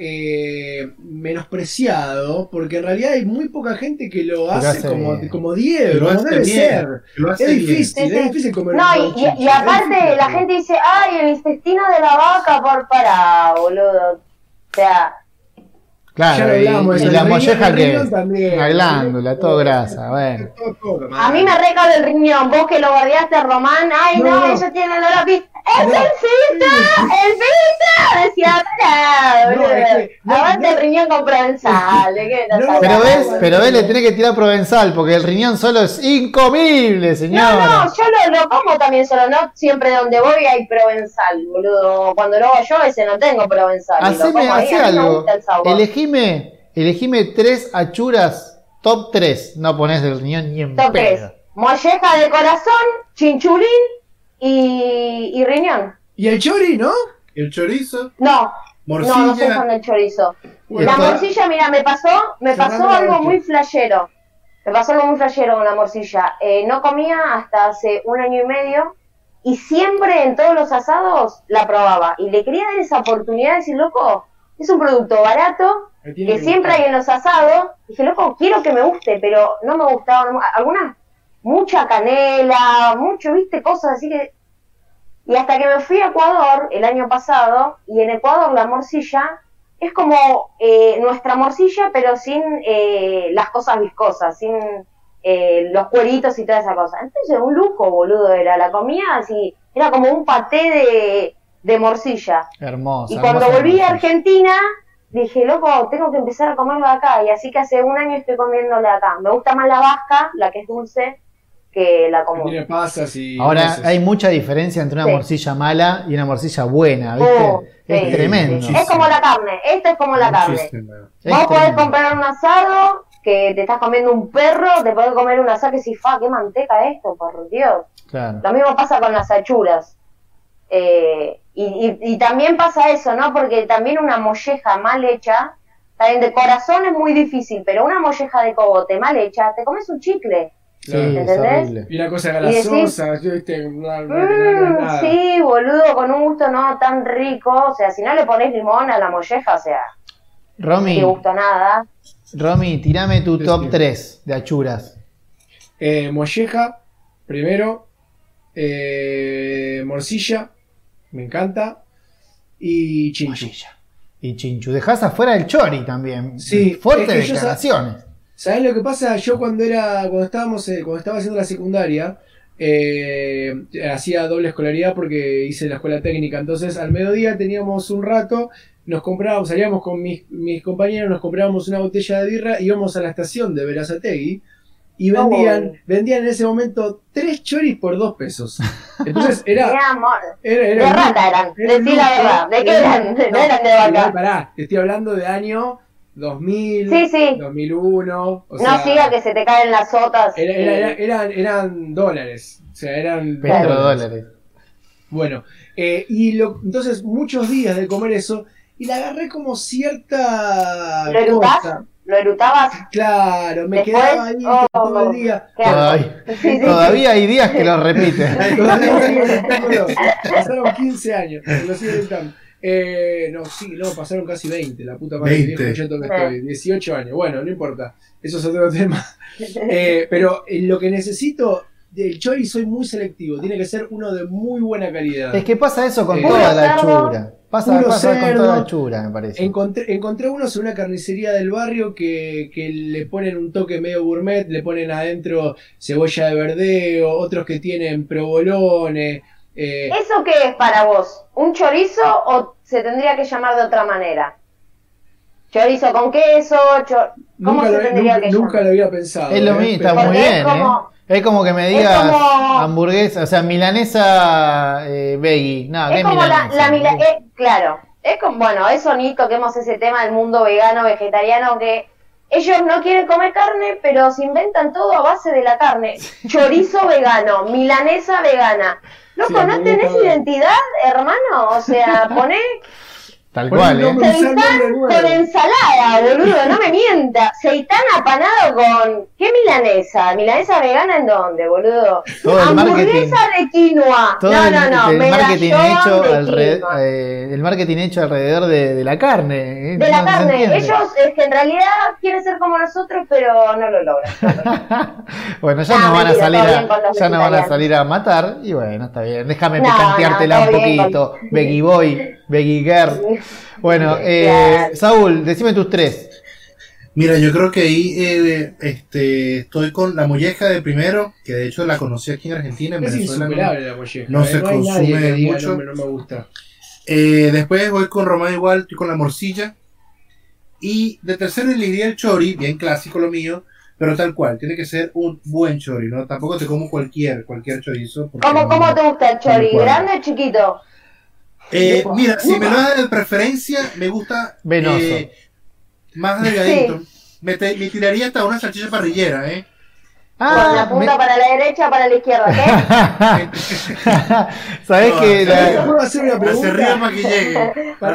menospreciado, porque en realidad hay muy poca gente que lo hace como Diego, Que lo como hace debe bien, ser. que lo hace Es bien. difícil, Sí, sí. es difícil comer No, un buen y chinchu, es aparte difícil la hacerlo. gente dice, ay, el intestino de la vaca por para, boludo. O sea, Ya Claro, lo hablamos de y eso, la el riñón- molleja el que riñón es también. una glándula, todo grasa, bueno. Todo mal. a mí me reca del riñón, vos que lo guardaste, Román, ay, no, No. ellos tienen olor a pis. ¡Es No. el pita! Decía, pará, No, boludo. es que no- Aguante no- el riñón con provenzal, ¿de qué estás No, hablando? Pero ves, le tenés que tirar provenzal, porque el riñón solo es incomible, señora. No, yo lo como también solo, no siempre donde voy hay provenzal, boludo. Cuando lo hago yo, ese no tengo provenzal. y lo Haceme, como ahí, hacé a mí me algo. gusta el sabor. Elegime 3 achuras, top 3. No pones del riñón ni en Top pedo. 3. Molleja de corazón, chinchulín y riñón. Y el chori, ¿no? El chorizo, No, no soy fan morcilla. del chorizo. Uy, La esto- morcilla, mira, me pasó Cerrando la algo bocha. muy flashero. Me pasó algo muy flashero con la morcilla. No comía hasta hace 1 año y medio y siempre en todos los asados la probaba. Y le quería dar esa oportunidad de decir, loco, es un producto barato Me tiene que siempre gustar. hay en los asados. Dije, loco, quiero que me guste, pero no me gustaba. Algunas, mucha canela, mucho, viste, cosas así que... Y hasta que me fui a Ecuador el año pasado, y en Ecuador la morcilla es como nuestra morcilla, pero sin las cosas viscosas, sin los cueritos y toda esa cosa. Entonces un lujo, boludo, era. La comía así, era como un paté de morcilla. Hermosa. Y cuando hermosa volví a morcilla. Argentina, dije, loco, tengo que empezar a comerlo de acá. Y así que hace un año estoy comiéndolo de acá. Me gusta más la vasca, la que es dulce, que la común. Tiene pasas y Ahora nueces. hay mucha diferencia entre una Sí. morcilla mala y una morcilla buena, ¿viste? Es sí, tremendo. sí. Es como la carne, esto es como la carne. Muchísimo. Es Vos podés tremendo. comprar un asado, que te estás comiendo un perro, te podés comer un asado que decís, qué manteca esto, por Dios. Claro. Lo mismo pasa con las achuras. Y también pasa eso, ¿no? Porque también una molleja mal hecha, también de corazón es muy difícil, pero una molleja de cogote mal hecha, te comes un chicle. Sí, Claro. es ¿Entendés? horrible. Y una cosa Y decís, galasosa, ¿viste? No es nada. sí, boludo, con un gusto no tan rico. O sea, si no le pones limón a la molleja, o sea, no Romy, te gusta nada. Romy, tirame tu Sí, top sí. 3 de achuras. Molleja, primero. Morcilla, me encanta. Y chinchu. Y chinchu. Dejás afuera el chori también. Sí, Fuertes es que yo declaraciones. ¿Sabés lo que pasa? Yo cuando estaba haciendo la secundaria, hacía doble escolaridad porque hice la escuela técnica. Entonces al mediodía teníamos un rato, salíamos con mis compañeros, nos comprábamos una botella de birra, íbamos a la estación de Berazategui y vendían en ese momento 3 choris por 2 pesos. Entonces Mi amor. era De rata eran, era un decí la lujo. verdad. ¿De qué eran? No eran de Igual, vaca. pará, te estoy hablando de año 2000, Sí, sí. 2001. O No sea, siga que se te caen las sotas. eran dólares. O sea, eran Petrodólares. Bueno, entonces muchos días de comer eso y le agarré como cierta ¿Lo erutás? cosa. ¿Lo erutabas? Claro, me Después, quedaba ahí todo el día. Qué asco. Ay, Sí, sí. todavía hay días que lo repiten. Todavía sigo erutándolo. Pasaron 15 años, lo sigo evitando. No, pasaron casi 20, la puta madre, 20. viejo cheto que estoy, 18 años, bueno, no importa, eso es otro tema. Pero lo que necesito del chori soy muy selectivo, tiene que ser uno de muy buena calidad. Es que pasa eso con Puro toda la cerdo. achura. Pasa Puro con cerdo. toda la achura, me parece. Encontré unos en una carnicería del barrio que le ponen un toque medio gourmet, le ponen adentro cebolla de verdeo, otros que tienen provolone. ¿Eso qué es para vos? ¿Un chorizo o se tendría que llamar de otra manera? ¿Chorizo con queso? ¿Cómo se tendría que llamar? Nunca lo había pensado. Es lo mismo, está Porque muy es bien, como- Es como que me es digas como- hamburguesa, o sea, milanesa veggie. No, ¿qué Es como milanesa? claro, es como, bueno, eso ni toquemos ese tema del mundo vegano, vegetariano, que ellos no quieren comer carne, pero se inventan todo a base de la carne. Chorizo vegano, milanesa vegana. Loco, Sí, ¿no muy tenés bien. identidad, hermano? O sea, poné Tal Poné cual, un nombre, usá el seitán nombre nuevo. con ensalada, boludo, no me mienta. Seitán apanado con... ¿Qué milanesa? ¿Milanesa vegana en dónde, boludo? Todo el marketing. Hamburguesa de quinoa. Todo No, el marketing medallón hecho de quinoa. el marketing hecho alrededor de la carne. De la No se carne. entiende. Ellos es que en realidad quieren ser como nosotros, pero no lo logran. Bueno, ya No, nos van a mentira, salir todo bien con los ya nos van a vegetarianos. salir a matar y bueno, está bien. Déjame No, picanteártela no, un todo bien poquito. Veggie Boy, Veggie Girl. Bueno, Claro. Saúl, decime tus 3. Mira, yo creo que ahí estoy con la molleja de primero, que de hecho la conocí aquí en Argentina, en Es Venezuela. insuperable la molleja. no se hay nadie consume que diga, mucho. no me gusta. Después voy con Román igual, estoy con la morcilla. Y de tercero elegiría el chori, bien clásico lo mío, pero tal cual, tiene que ser un buen chori, ¿no? Tampoco te como cualquier chorizo. porque ¿Cómo no- te gusta el chori? no me cuadra. ¿Grande o chiquito? Mira, si me lo das de preferencia, me gusta Venoso. más delgadito. Me tiraría hasta una salchicha parrillera, ¿eh? Con la punta para la derecha, para la izquierda, ¿qué? ¿Sabés No, que ¿Te puedo hacer una Hacia arriba pregunta? para que llegue.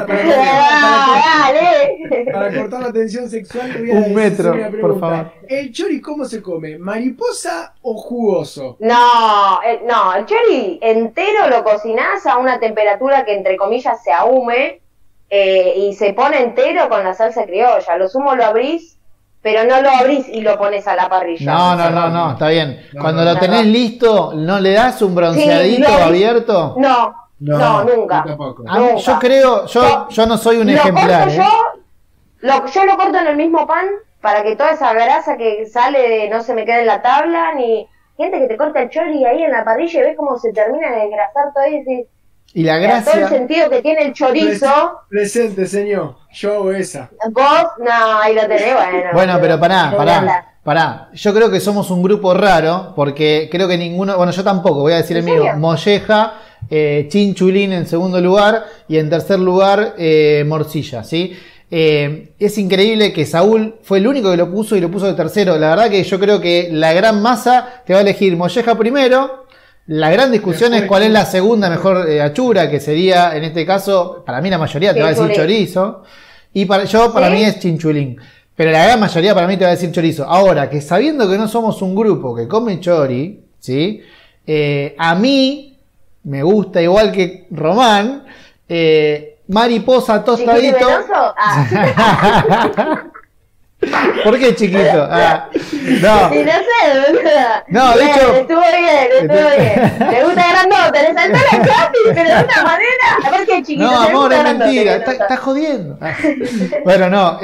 Dale. Para cortar la tensión sexual, te voy a Un hacer metro, una por pregunta. favor. ¿El chori cómo se come? ¿Mariposa o jugoso? No, el chori entero lo cocinás a una temperatura que entre comillas se ahume y se pone entero con la salsa criolla. Lo sumo lo abrís, pero no lo abrís y lo pones a la parrilla. No, está bien. No, Cuando no, lo tenés listo, ¿no le das un bronceadito Sí, lo- abierto? No, nunca. yo tampoco. A mí- nunca. yo creo, yo no soy un Lo ejemplar, corto yo lo corto en el mismo pan para que toda esa grasa que sale no se me quede en la tabla, ni gente que te corta el chori ahí en la parrilla y ves cómo se termina de desgrasar todo y decís, Y la Todo el gracia... sentido que tiene el chorizo. Presente, señor. Yo hago esa. Vos, no, ahí lo tenés, bueno. Bueno, pero no voy a hablar. pará. Yo creo que somos un grupo raro, porque creo que ninguno... Bueno, yo tampoco, voy a decir el ¿En mío. serio? Molleja, Chinchulín en segundo lugar, y en tercer lugar, Morcilla, ¿sí? Es increíble que Saúl fue el único que lo puso y lo puso de tercero. La verdad que yo creo que la gran masa te va a elegir Molleja primero. La gran discusión es cuál es la segunda mejor achura, que sería, en este caso, para mí la mayoría te va a decir chorizo. Y para mí es chinchulín. Pero la gran mayoría para mí te va a decir chorizo. Ahora, que sabiendo que no somos un grupo que come chori, ¿sí? A mí me gusta, igual que Román, mariposa tostadito. ¿Chiquito y venoso? Ah. ¿Por qué chiquito? No. Y no sé, boluda. No, de Bien, hecho- estuvo bien. Le gusta grandote, le saltó la chapi, pero de una manera. A ver qué chiquito. No, le amor, gusta es grandote, mentira. que no Estás jodiendo. Bueno, no.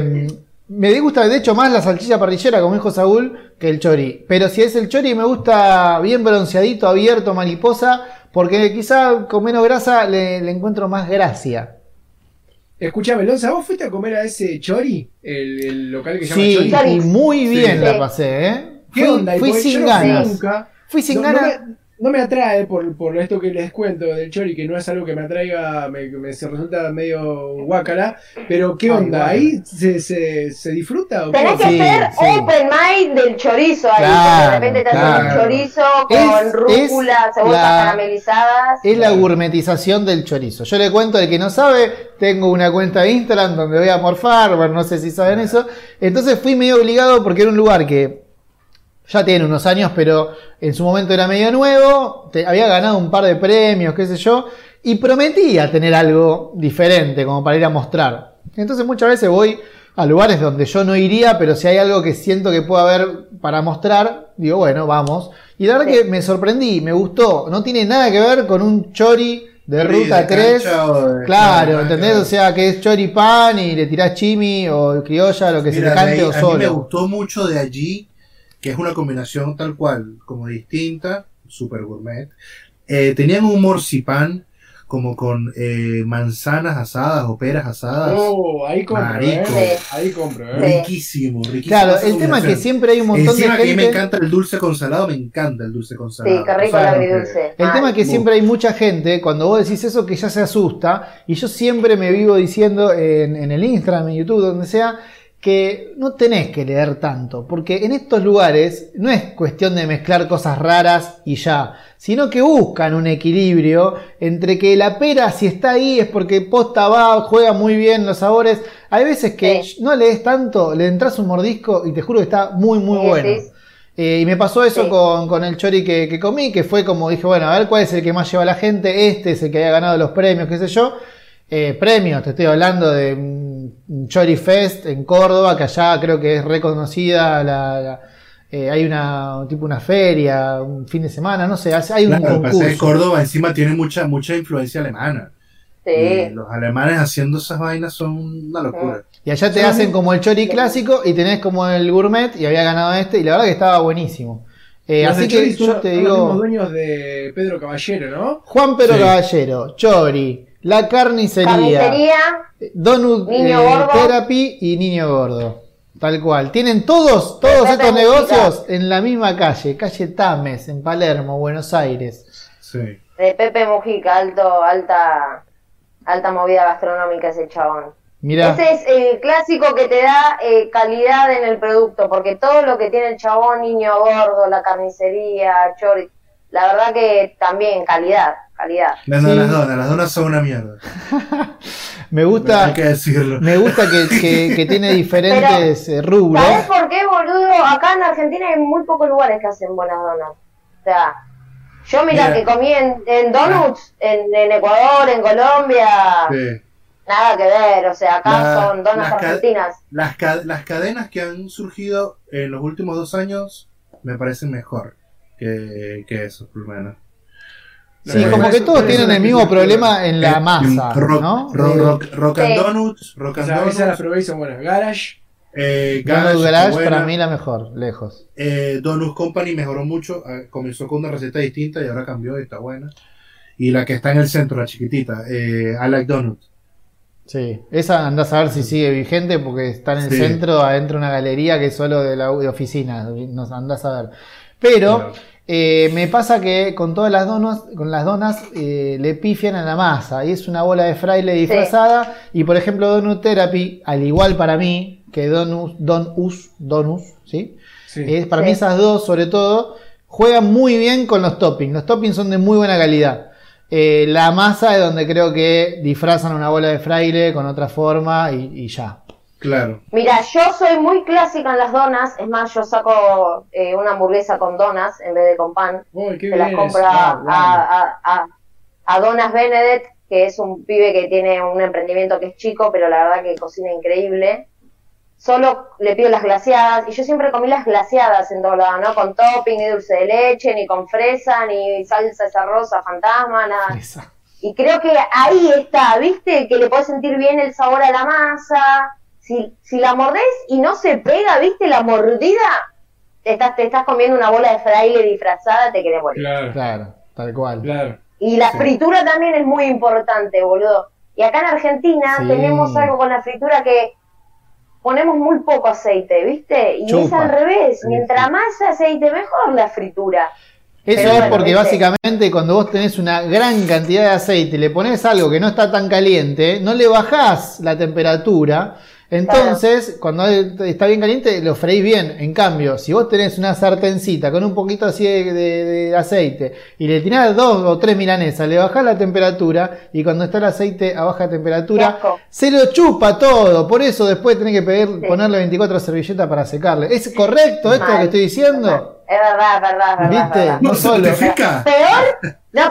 Me gusta, de hecho, más la salchicha parrillera, como dijo Saúl, que el chori. Pero si es el chori, me gusta bien bronceadito, abierto, mariposa, porque quizá con menos grasa le encuentro más gracia. Escuchame, Lonza, ¿vos fuiste a comer a ese Chori? El local que se llama Sí, Chori. y muy bien Sí. la pasé, ¿eh? ¿Qué onda? Fui Porque yo sin no fui ganas. nunca. Fui sin No ganas. no me atrae por esto que les cuento del Chori, que no es algo que me atraiga, se resulta medio guácala. Pero ¿qué onda? guácala. ¿Ahí se disfruta o qué? Tenés que Sí, ser sí. open mind del chorizo ahí. Claro, porque de repente te hacen claro. un chorizo Es con rúcula, cebollas caramelizadas. Es la gourmetización del chorizo. Yo le cuento al que no sabe, tengo una cuenta de Instagram donde voy a morfar, bueno, no sé si saben eso. Entonces fui medio obligado porque era un lugar que ya tiene unos años, pero en su momento era medio nuevo, había ganado un par de premios, qué sé yo, y prometía tener algo diferente como para ir a mostrar. Entonces muchas veces voy a lugares donde yo no iría, pero si hay algo que siento que puede haber para mostrar, digo, bueno, vamos. Y la verdad que me sorprendí, me gustó. No tiene nada que ver con un chori de ruta 3. Claro, ¿entendés? O sea, que es choripán y le tirás chimi o criolla, lo que se te cante o a mí me solo. gustó mucho de allí, que es una combinación tal cual, como distinta, super gourmet. Tenían un morcipán como con manzanas asadas o peras asadas. Oh, ahí compro, Marico. Ahí compro, Riquísimo, riquísimo. Claro, esa el tema es que combinación. siempre hay un montón Encima de que a mí me gente. encanta el dulce con salado, me encanta el dulce con salado. Sí, qué rico O el sea, agridulce. El tema es que muy- siempre hay mucha gente, cuando vos decís eso, que ya se asusta. Y yo siempre me vivo diciendo en el Instagram, en YouTube, donde sea, que no tenés que leer tanto. Porque en estos lugares no es cuestión de mezclar cosas raras y ya. Sino que buscan un equilibrio entre que la pera, si está ahí, es porque posta va, juega muy bien los sabores. Hay veces que no lees tanto, le entras un mordisco y te juro que está muy, muy Sí, bueno. sí. Y me pasó eso Sí. con el chori que comí, que fue como dije, bueno, a ver cuál es el que más lleva la gente, este es el que había ganado los premios, qué sé yo. Premios, te estoy hablando de un Chori Fest en Córdoba, que allá creo que es reconocida, hay una feria, un fin de semana, no sé, hay un Claro, lo que pasa es que concurso. Córdoba encima tiene mucha influencia alemana. Sí. Y los alemanes haciendo esas vainas son una locura. Y allá te hacen como el Chori clásico y tenés como el gourmet y había ganado este y la verdad que estaba buenísimo. Los Así de que Chori yo son te los mismos digo... dueños de Pedro Caballero, ¿no? Juan Pedro Sí. Caballero, Chori, La Carnicería, Carnicería, Donut Niño Gordo. Therapy y Niño Gordo. Tal cual. Tienen todos Pepe estos Mujica. negocios en la misma calle Tames, en Palermo, Buenos Aires. Sí. de Pepe Mujica, alta movida gastronómica ese chabón. Mirá, Ese es el clásico que te da calidad en el producto, porque todo lo que tiene el chabón, Niño Gordo, la carnicería, Chori, la verdad que también calidad. Las Sí. las donas son una mierda. me Hay gusta, que decirlo. me gusta que tiene diferentes rubros. ¿Sabes por qué, boludo? Acá en Argentina hay muy pocos lugares que hacen buenas donuts. O sea, yo mirá Mira. que comí en donuts en Ecuador, en Colombia, Sí. nada que ver. O sea, acá La- son donas las ca- argentinas. Las cadenas que han surgido en los últimos 2 años me parecen mejor que eso, por lo menos. Sí, Eh, como que todos Eso tienen es el mismo una problema en la masa, Rock, ¿no? rock and Sí. Donuts, Rock O and sea, esas las Donuts, probé y son buenas. Garage, Donut Garage, Garage buena. para mí la mejor, lejos. Donuts Company mejoró mucho, comenzó con una receta distinta y ahora cambió y está buena. y la que está en el centro, la chiquitita, I Like Donut. Sí, esa andás a ver si sigue vigente porque está en el Sí. centro, adentro de una galería que es solo de oficinas, nos andás a ver. Pero Claro. me pasa que con todas las donas le pifian a la masa y es una bola de fraile disfrazada. Y por ejemplo, Donut Therapy, al igual para mí que Donus, ¿sí? Sí. Para mí esas dos, sobre todo, juegan muy bien con los toppings. Los toppings son de muy buena calidad. La masa es donde creo que disfrazan una bola de fraile con otra forma y ya. Claro. Mira, yo soy muy clásica en las donas. Es más, yo saco una hamburguesa con donas en vez de con pan. Uy, qué Se las bien compro eso. a Donas Benedict, que es un pibe que tiene un emprendimiento que es chico, pero la verdad que cocina increíble. Solo le pido las glaseadas, y yo siempre comí las glaseadas en todo lado, ¿no? Con topping, ni dulce de leche, ni con fresa, ni salsa esa rosa fantasma, nada. Esa. Y creo que ahí está, ¿viste? Que le podés sentir bien el sabor a la masa. Si la mordés y no se pega, ¿viste? La mordida, te estás comiendo una bola de fraile disfrazada, te querés morir. Claro, Claro, tal cual. claro. Y la Sí. fritura también es muy importante, boludo. Y acá en Argentina Sí. tenemos algo con la fritura que ponemos muy poco aceite, ¿viste? Y es Chupa. al revés. Sí, Mientras sí. más aceite, mejor la fritura. Eso Pero es bueno, porque ¿viste? básicamente cuando vos tenés una gran cantidad de aceite y le pones algo que no está tan caliente, no le bajás la temperatura. Entonces, cuando está bien caliente, lo freís bien. En cambio, si vos tenés una sartencita con un poquito así de aceite y le tirás 2 o 3 milanesas, le bajás la temperatura y cuando está el aceite a baja Qué temperatura, asco. se lo chupa todo. Por eso después tenés que Sí. ponerle 24 servilletas para secarle. ¿Es correcto esto Mal. que estoy diciendo? Es verdad, es verdad, es verdad. ¿Viste? es verdad. No ¿No se solo. justifica? Peor, no,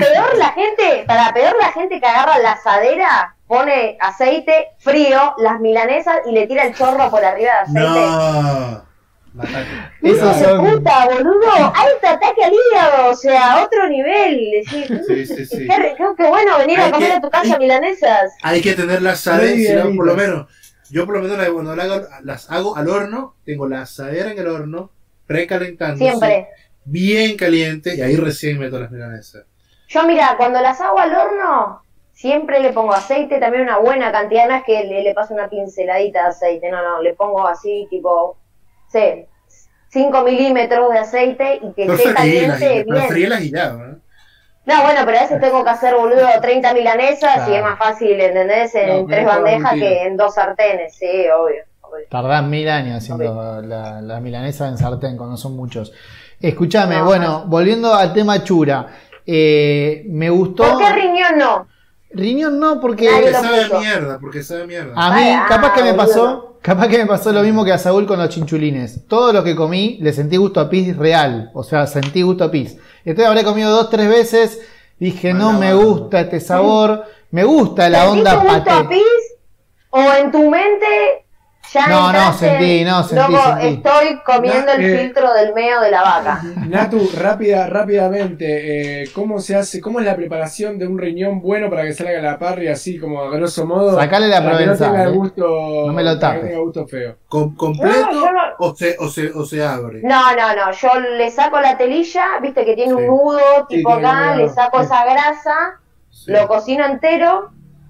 peor la gente que agarra la asadera, pone aceite frío, las milanesas y le tira el chorro por arriba de aceite. No. Matate. Esos Hijo de son- puta, boludo, alto ataque al hígado, o sea, otro nivel. Decir, Sí, sí, sí. qué bueno venir a Hay comer que- a tu casa milanesas. Hay que tener la asadera, Muy si no, por lo bien. menos. Yo por lo menos cuando las hago al horno, tengo la asadera en el horno, precalentándose, Siempre. bien caliente, y ahí recién meto las milanesas. Yo, mira, cuando las hago al horno, siempre le pongo aceite, también una buena cantidad, no es que le paso una pinceladita de aceite, no, le pongo así, tipo, sé, 5 milímetros de aceite y que Pero esté fríelas, caliente pero bien. fríelas y ya, ¿no? No, bueno, pero a veces tengo que hacer, boludo, 30 milanesas Claro. y es más fácil, ¿entendés? En No, pero 3 es para bandejas un tiro. que en 2 sartenes, sí, obvio. Tardás 1000 años haciendo la milanesa en sartén cuando son muchos. Escúchame, No. bueno, volviendo al tema chura. Me gustó. ¿Por qué riñón no? Riñón no, porque Nadie Porque lo sabe a puso. mierda, porque sabe a mierda. a mí, Ah, capaz que me pasó lo mismo que a Saúl con los chinchulines. Todo lo que comí le sentí gusto a pis real. O sea, sentí gusto a pis. Entonces habré comido 2-3 veces. Dije, no Mala me onda. gusta este sabor. Me gusta la ¿Sentiste onda gusto a paté. pis? ¿O en tu mente ya No, entraste, sentí. estoy comiendo el filtro del meo de la vaca? Natu, rápidamente, ¿cómo se hace? ¿Cómo es la preparación de un riñón bueno para que salga a la parrilla así como a grosso modo? Sacale la para que no provenzal, tenga ¿eh? gusto, No me lo para que tapes. tenga gusto feo. ¿Completo No, yo no- o se abre? No, yo le saco la telilla, viste que tiene un Sí. nudo tipo tiene acá, un le nudo. saco Sí. esa grasa, Sí. lo cocino entero,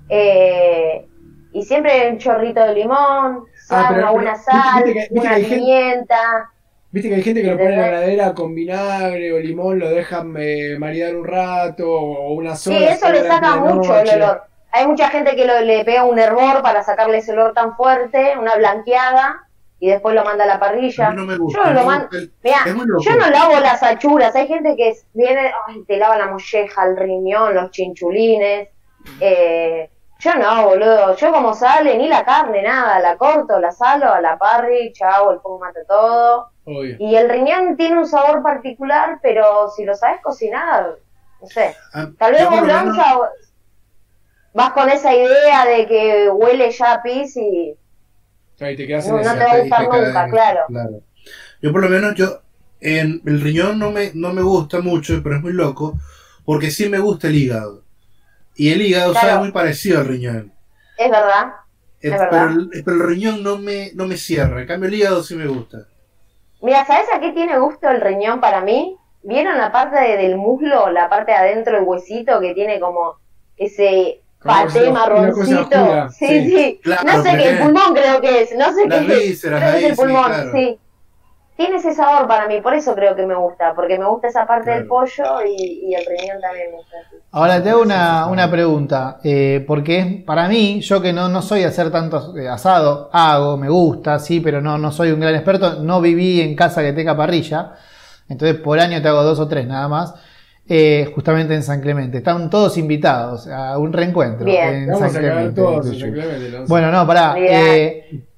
y siempre un chorrito de limón, sal, pero- una buena pero sal, viste que una hay gente- pimienta. Viste que hay gente que lo pone en la ¿Entendés? heladera con vinagre o limón, lo dejan maridar un rato o unas Sí, horas. eso le durante saca la mucho el noche. olor. Hay mucha gente que le pega un hervor para sacarle ese olor tan fuerte, una blanqueada, y después lo manda a la parrilla. A mí no me gusta. Yo lo me mando. gusta Mirá, es muy loco. yo no lavo las achuras. Hay gente que viene, ay, te lava la molleja, el riñón, los chinchulines. Yo no, boludo. Yo como sale, ni la carne, nada. La corto, la salo a la parry, chao, el fuego mata todo. Obvio. Y el riñón tiene un sabor particular, pero si lo sabes cocinar, no sé. Ah, Tal vez yo por vos, lo menos- Lonza, vas con esa idea de que huele ya a pis y Ahí te quedas No, en no esa. te va a y gustar cae nunca, en- claro. Yo por lo menos, en el riñón no me gusta mucho, pero es muy loco, porque sí me gusta el hígado. Y el hígado Claro. sabe muy parecido al riñón. es verdad. Es Pero verdad. el riñón no me cierra, en cambio el hígado sí me gusta. Mira, ¿sabes a qué tiene gusto el riñón para mí? ¿vieron la parte del muslo, la parte de adentro del huesito que tiene como ese paté marroncito? Sí. Claro, no sé qué, el pulmón creo que es, no sé qué es. Vísceras Creo que es el pulmón, claro. sí. Tiene ese sabor para mí, por eso creo que me gusta, porque me gusta esa parte del pollo y el riñón también me gusta. Ahora te hago una pregunta, porque para mí, yo que no soy de hacer tanto asado, me gusta, sí, pero no soy un gran experto, no viví en casa que tenga parrilla, entonces por año te hago 2 o 3 nada más, justamente en San Clemente. Están todos invitados a un reencuentro. Bien. En Vamos San a cagar Clemente, todos en inclusive. San Clemente, ¿no? Bueno, no, pará. Bien.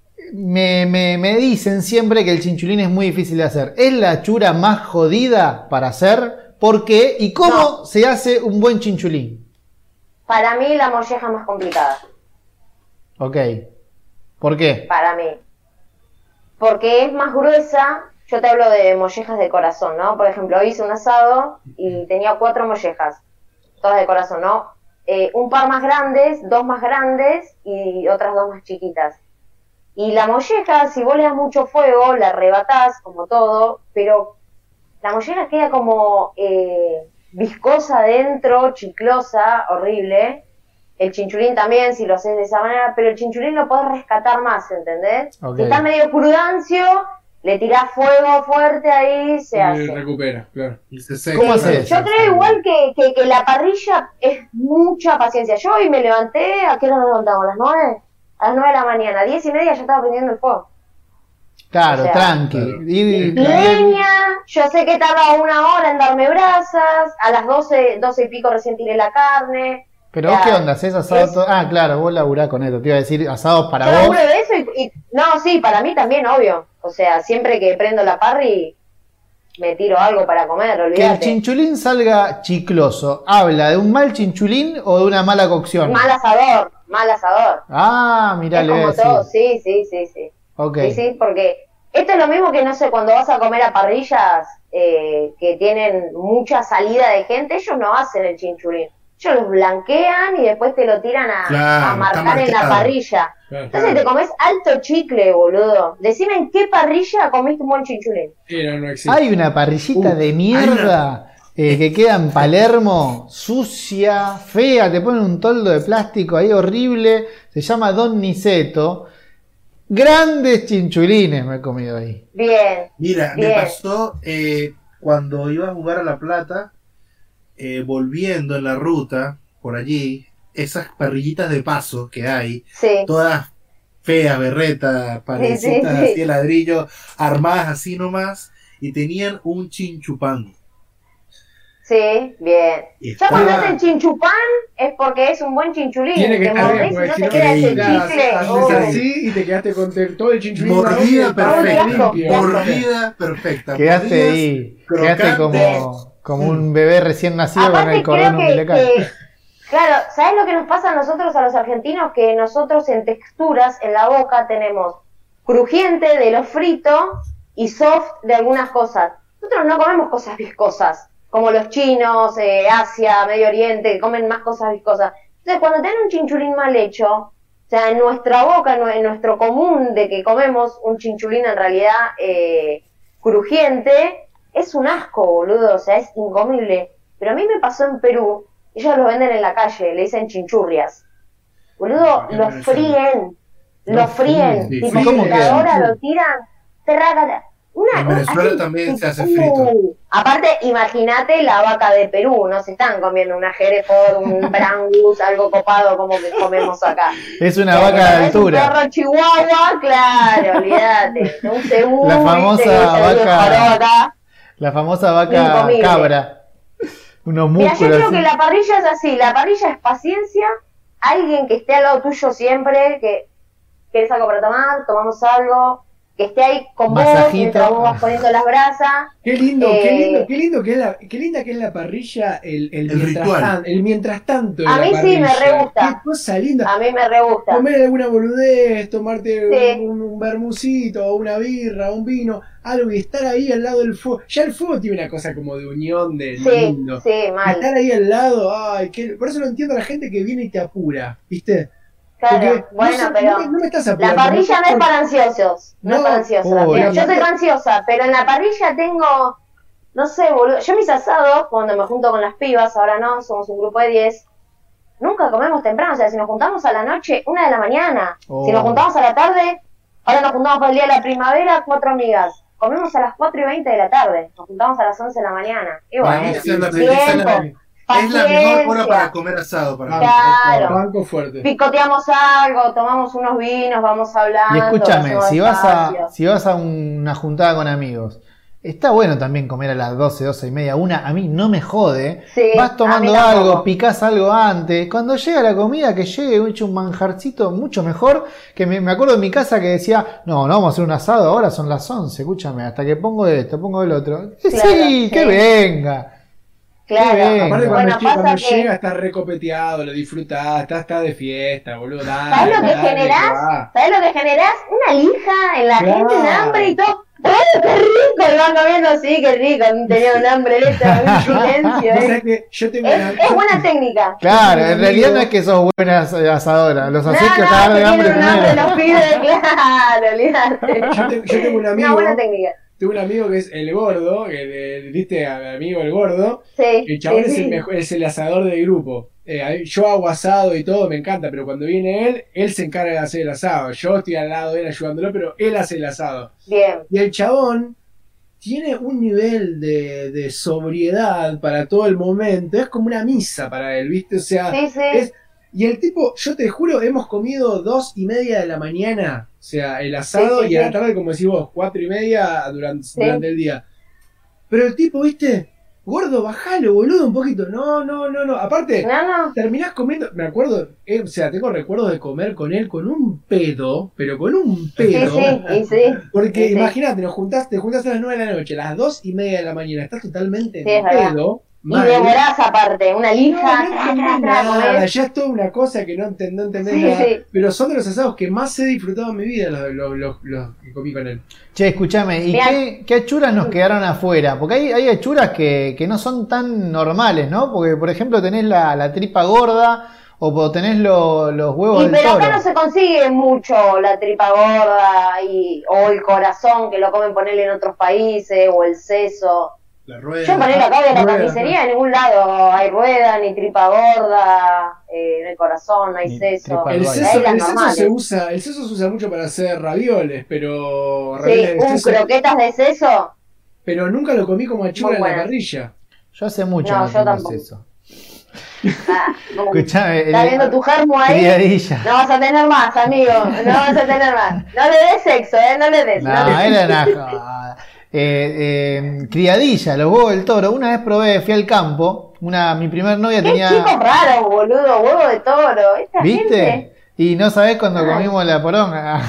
Me dicen siempre que el chinchulín es muy difícil de hacer. ¿Es la achura más jodida para hacer? ¿Por qué? ¿Y cómo se hace un buen chinchulín? Para mí la molleja es más complicada. Ok. ¿Por qué? Para mí. Porque es más gruesa. Yo te hablo de mollejas de corazón, ¿no? Por ejemplo, hoy hice un asado y tenía 4 mollejas. Todas de corazón, ¿no? Un par más grandes, 2 más grandes y otras 2 más chiquitas. Y la molleja, si vos le das mucho fuego, la arrebatás, como todo, pero la molleja queda como viscosa adentro, chiclosa, horrible. El chinchulín también, si lo haces de esa manera, pero el chinchulín lo podés rescatar más, ¿entendés? Okay. Si está medio crudancio, le tirás fuego fuerte ahí, se hace. Y recupera, claro. Y se seca. ¿Cómo haces? Yo creo igual que la parrilla es mucha paciencia. Yo hoy me levanté, ¿a qué hora nos levantamos? ¿A las 9? A las 9 de la mañana, 10:30 ya estaba prendiendo el fuego. Claro, O sea, tranqui. Leña, yo sé que tarda 1 hora en darme brasas, a las 12 y pico recién tiré la carne. Pero vos, ¿qué onda? ¿Hacés asado todo? Ah, claro, vos laburás con esto. Te iba a decir asados para Yo vos. laburo de eso no, sí, para mí también, obvio. O sea, siempre que prendo la parry, me tiro algo para comer, Que el olvídate. chinchulín salga chicloso. ¿Habla de un mal chinchulín o de una mala cocción? Mal asador. Ah, mirá, Es le voy a como decir. todo, sí. Ok. Sí, porque esto es lo mismo que, no sé, cuando vas a comer a parrillas que tienen mucha salida de gente, ellos no hacen el chinchulín. Ellos los blanquean y después te lo tiran a Claro, marcar está en la marcado. parrilla. Claro. Entonces te comes alto chicle, boludo. Decime en qué parrilla comiste un buen chinchulín. No existe. Hay una parrillita de mierda que queda en Palermo, sucia, fea, te ponen un toldo de plástico ahí horrible, se llama Don Niceto. Grandes chinchulines me he comido ahí. Bien. Mira, Bien. me pasó cuando iba a jugar a La Plata, volviendo en la ruta, por allí, esas parrillitas de paso que hay, Sí. todas feas, berretas, parecitas Sí. así de ladrillo, armadas así nomás, y tenían un chinchupán. Sí, bien. Y Ya cuando estaba- hacen chinchupán es porque es un buen chinchulín. Tiene que Te estar bien, mordés y porque no si te no, queda ese claro, chicle. haces Oh. así y te quedaste con todo el chinchulín. Mordida perfecta, Qué asco. mordida perfecta. Quedaste Mordías ahí, crocante. quedaste como un bebé recién nacido con Aparte el cordón creo umbilical. claro, ¿sabes lo que nos pasa a nosotros, a los argentinos? Que nosotros en texturas, en la boca, tenemos crujiente de lo frito y soft de algunas cosas. Nosotros no comemos cosas viscosas, como los chinos, Asia, Medio Oriente, que comen más cosas viscosas. Entonces, cuando tienen un chinchulín mal hecho, o sea, en nuestra boca, en nuestro común de que comemos un chinchulín en realidad crujiente, es un asco, boludo, o sea, es incomible. Pero a mí me pasó en Perú, ellos lo venden en la calle, le dicen chinchurrias. Boludo, Qué lo interesante. fríen, Sí, tipo ¿cómo computadora, queda? lo tiran, En Venezuela también se hace frito. Aparte, imagínate la vaca de Perú, no se están comiendo una Hereford, un Brangus, algo copado como que comemos acá. Es una Si vaca de te comes Un altura. perro chihuahua, claro, olvídate. Un cebú, La famosa ¿viste? Que se lo vaca- disparó acá. La famosa vaca Incomible. cabra. Unos Mira, yo músculos. creo así. que la parrilla es así, la parrilla es paciencia, alguien que esté al lado tuyo siempre, que querés algo para tomar, tomamos algo, que esté ahí con vos Masajito. mientras vos vas poniendo las brasas. Qué lindo, Eh, qué linda que es la parrilla, el mientras ritual. el mientras tanto de A la mí sí, me parrilla. re gusta. Qué cosa linda. A mí me re gusta. Comer alguna boludez, tomarte Sí. un bermucito, o una birra, un vino, algo y estar ahí al lado del fuego. Ya el fuego tiene una cosa como de unión, de Sí, lindo. sí, mal. Estar ahí al lado, ay, por eso no entiendo a la gente que viene y te apura, ¿viste? Claro, Porque bueno, pero no me estás la apurando. parrilla no es para ansiosos. No es No, para ansiosos. uy, Mira, yo no. soy ansiosa, pero en la parrilla tengo, no sé, boludo. Yo mis asados, cuando me junto con las pibas, ahora no, somos un grupo de 10, nunca comemos temprano. O sea, si nos juntamos a la noche, 1 de la mañana. Si nos juntamos a la tarde, ahora nos juntamos para el día de la primavera, 4 amigas. Comemos a las 4:20 de la tarde. Nos juntamos a las 11 de la mañana. Y bueno, es la mejor hora para comer asado. Para claro. Banco fuerte. Picoteamos algo, tomamos unos vinos, vamos hablando. Y escúchame, si vas a una juntada con amigos, está bueno también comer a las 12, 12:30, 1, a mí no me jode. Sí, vas tomando algo, picás algo antes. Cuando llega la comida, que llegue hecho un manjarcito mucho mejor. Que me acuerdo de mi casa que decía, no vamos a hacer un asado, ahora son las 11, escúchame, hasta que pongo esto, pongo el otro. Claro, sí, que venga. Claro. Aparte cuando llega estás recopeteado, lo disfrutás, estás de fiesta, boludo. ¿Sabes lo que generás? ¿Sabes lo que generás? Una lija en la gente, un hambre y todo. ¡Ay, qué rico! Y van comiendo así, qué rico. Tenía un hambre un silencio. O sea que yo tengo es buena técnica. Claro, en realidad no es que sos buena asadora, los haces que cagar de hambre primero. Los pibes, claro, olvidate. Yo tengo un amigo. Una buena técnica. Tengo un amigo que es el gordo, ¿viste? A mi amigo el gordo. Sí, el chabón es el mejor, es el asador del grupo. Yo hago asado y todo, me encanta, pero cuando viene él se encarga de hacer el asado. Yo estoy al lado de él ayudándolo, pero él hace el asado. Bien. Y el chabón tiene un nivel de sobriedad para todo el momento. Es como una misa para él, ¿viste? O sea, sí. Y el tipo, yo te juro, hemos comido 2:30 de la mañana, o sea, el asado, y a la tarde, como decís vos, 4:30 durante el día. Pero el tipo, ¿viste? Gordo, bajalo, boludo, un poquito. No. Aparte, terminás comiendo, me acuerdo, o sea, tengo recuerdos de comer con él con un pedo, pero con un pedo. Sí. Porque imagínate, te juntás a las 9 de la noche, a las 2:30 de la mañana, estás totalmente en pedo. Y devorás aparte, una lija. Nada, ya es toda una cosa que no entendés nada. Pero son de los asados que más he disfrutado en mi vida, los que comí con él. Che, escúchame, ¿y qué achuras nos quedaron afuera? Porque hay achuras que no son tan normales, ¿no? Porque, por ejemplo, tenés la tripa gorda o tenés los huevos del toro. Pero acá no se consigue mucho la tripa gorda o el corazón, que lo comen ponerle en otros países, o el seso. La rueda. Yo poner acá de la carnicería, en ningún lado hay rueda, ni tripa gorda, no hay corazón, no hay seso. El seso se usa mucho para hacer ravioles, pero... croquetas de seso. Pero nunca lo comí como achura en la parrilla. Yo hace mucho no como seso. Escuchame, está viendo tu germo ahí. Criadilla. No vas a tener más, amigo. No vas a tener más. No le des sexo, no le des. Criadilla, los huevos del toro. Una vez probé, fui al campo. Mi primer novia tenía. Qué chicos raros, boludo, huevo de toro. ¿Esta ¿viste? Gente? Y no sabés cuando comimos la poronga.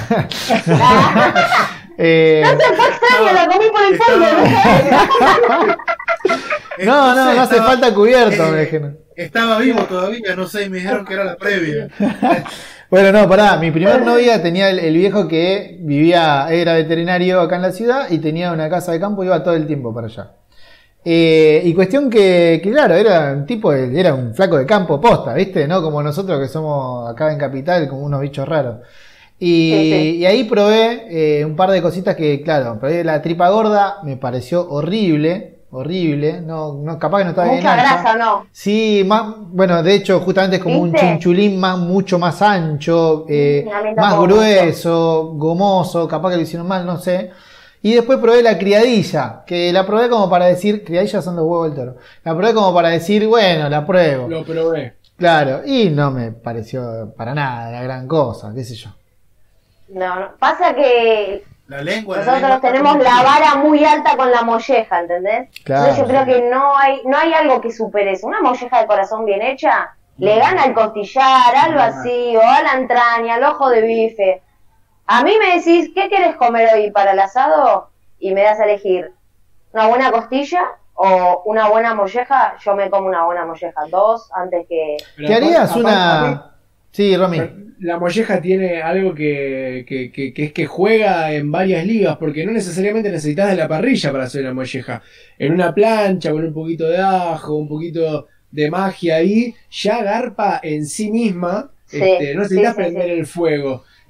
No sé, fue extraño, la comí por el fondo. No hace falta cubierto, me dijeron. Estaba vivo todavía, no sé, me dijeron que era la previa. Bueno, no, pará, mi primer novia tenía el viejo que era veterinario acá en la ciudad y tenía una casa de campo y iba todo el tiempo para allá. Y cuestión que claro, era un flaco de campo posta, ¿viste? No como nosotros que somos acá en Capital como unos bichos raros. Y ahí probé un par de cositas que, claro, probé la tripa gorda, me pareció horrible, no, capaz que no estaba bien mucha grasa, ¿no? Sí, bueno, de hecho, justamente es como un chinchulín mucho más ancho, más grueso, gomoso, capaz que lo hicieron mal, no sé. Y después probé la criadilla, que la probé como para decir, criadillas son los huevos del toro. La probé como para decir, bueno, la pruebo. Lo probé. Claro, y no me pareció para nada la gran cosa, qué sé yo. No, pasa que nosotros tenemos la vara muy alta con la molleja, ¿entendés? Claro. Entonces yo creo que no hay algo que supere eso. Una molleja de corazón bien hecha le gana al costillar, al vacío, a la entraña, al ojo de bife. A mí me decís, ¿qué querés comer hoy para el asado? Y me das a elegir una buena costilla o una buena molleja. Yo me como una buena molleja, dos antes que... ¿Qué harías Sí, Romy. La molleja tiene algo que es que juega en varias ligas, porque no necesariamente necesitas de la parrilla para hacer la molleja. En una plancha, con un poquito de ajo, un poquito de magia ahí, ya garpa en sí misma, no necesitas prender el fuego.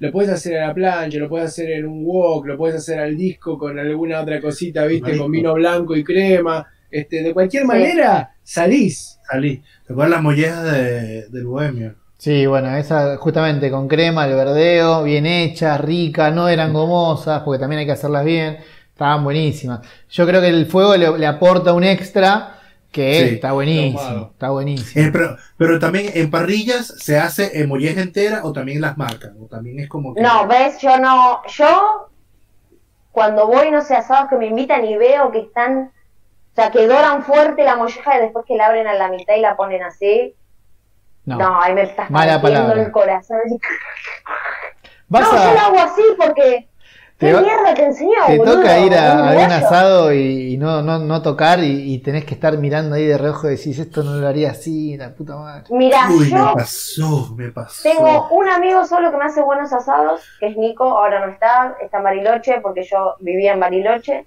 lo puedes hacer a la plancha, lo puedes hacer en un wok, lo puedes hacer al disco con alguna otra cosita, ¿viste? Con vino blanco y crema. De cualquier manera, salís. ¿Te acuerdas las mollejas del Bohemio? Sí, bueno, esa justamente con crema, el verdeo, bien hechas, ricas, no eran gomosas, porque también hay que hacerlas bien, estaban buenísimas. Yo creo que el fuego le aporta un extra que está buenísimo, está buenísimo. Pero también en parrillas se hace molleja entera o también las marcan, o también es como que... No, ves, yo cuando voy, no sé, asados que me invitan y veo que están, o sea, que doran fuerte la molleja y después que la abren a la mitad y la ponen así. No, ahí me estás partiendo el corazón. Yo lo hago así porque... ¿Qué mierda te enseñó, Te boludo? toca ir a un asado y no tocar y tenés que estar mirando ahí de reojo y decís, esto no lo haría así, la puta madre. Mirá, me pasó. Tengo un amigo solo que me hace buenos asados, que es Nico, ahora no está en Bariloche, porque yo vivía en Bariloche.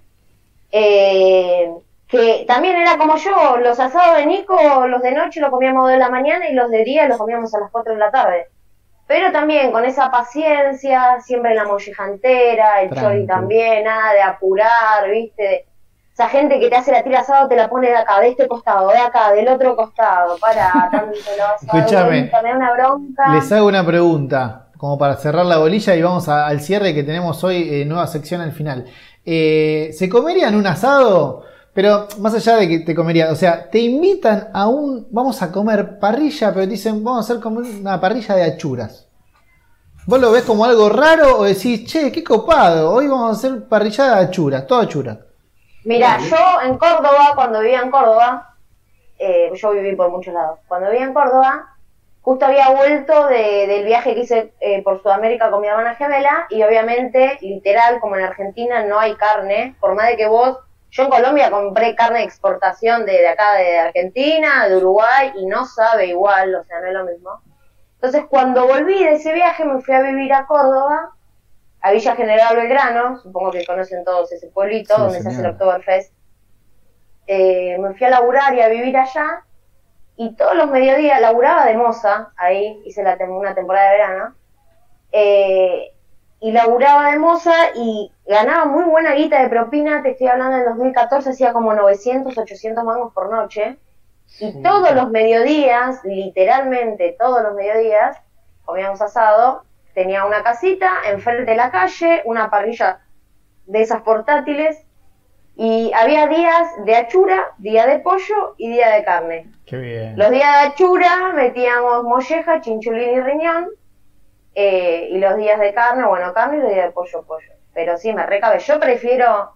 Que también era como yo, los asados de Nico, los de noche los comíamos de la mañana y los de día los comíamos a las 4 de la tarde. Pero también con esa paciencia, siempre la molleja entera, el chori también, nada de apurar, ¿viste? Esa gente que te hace la tira asado te la pone de acá, de este costado, de acá, del otro costado, para tanto lo vas a Escuchame, me da una bronca. Les hago una pregunta, como para cerrar la bolilla y vamos al cierre que tenemos hoy, nueva sección al final. ¿Se comerían un asado? Pero más allá de que te comerían, o sea, te invitan a vamos a comer parrilla, pero te dicen, vamos a hacer como una parrilla de achuras. ¿Vos lo ves como algo raro o decís, che, qué copado, hoy vamos a hacer parrillada de achuras, todo achuras? Mira, yo en Córdoba, cuando vivía en Córdoba, yo viví por muchos lados, cuando vivía en Córdoba, justo había vuelto del viaje que hice por Sudamérica con mi hermana gemela, y obviamente, literal, como en Argentina no hay carne, por más de que yo en Colombia compré carne de exportación de acá, de Argentina, de Uruguay, y no sabe igual, o sea, no es lo mismo. Entonces, cuando volví de ese viaje, me fui a vivir a Córdoba, a Villa General Belgrano, supongo que conocen todos ese pueblito, donde se hace el Oktoberfest. Me fui a laburar y a vivir allá, y todos los mediodías, laburaba de moza, ahí hice una temporada de verano, y laburaba de moza y ganaba muy buena guita de propina, te estoy hablando del 2014, hacía como 900, 800 mangos por noche, y todos los mediodías, literalmente todos los mediodías, comíamos asado, tenía una casita enfrente de la calle, una parrilla de esas portátiles, y había días de achura, día de pollo y día de carne. Qué bien. Los días de achura metíamos molleja, chinchulín y riñón, y los días de carne, carne y los días de pollo. Pero sí, me recabe. Yo prefiero,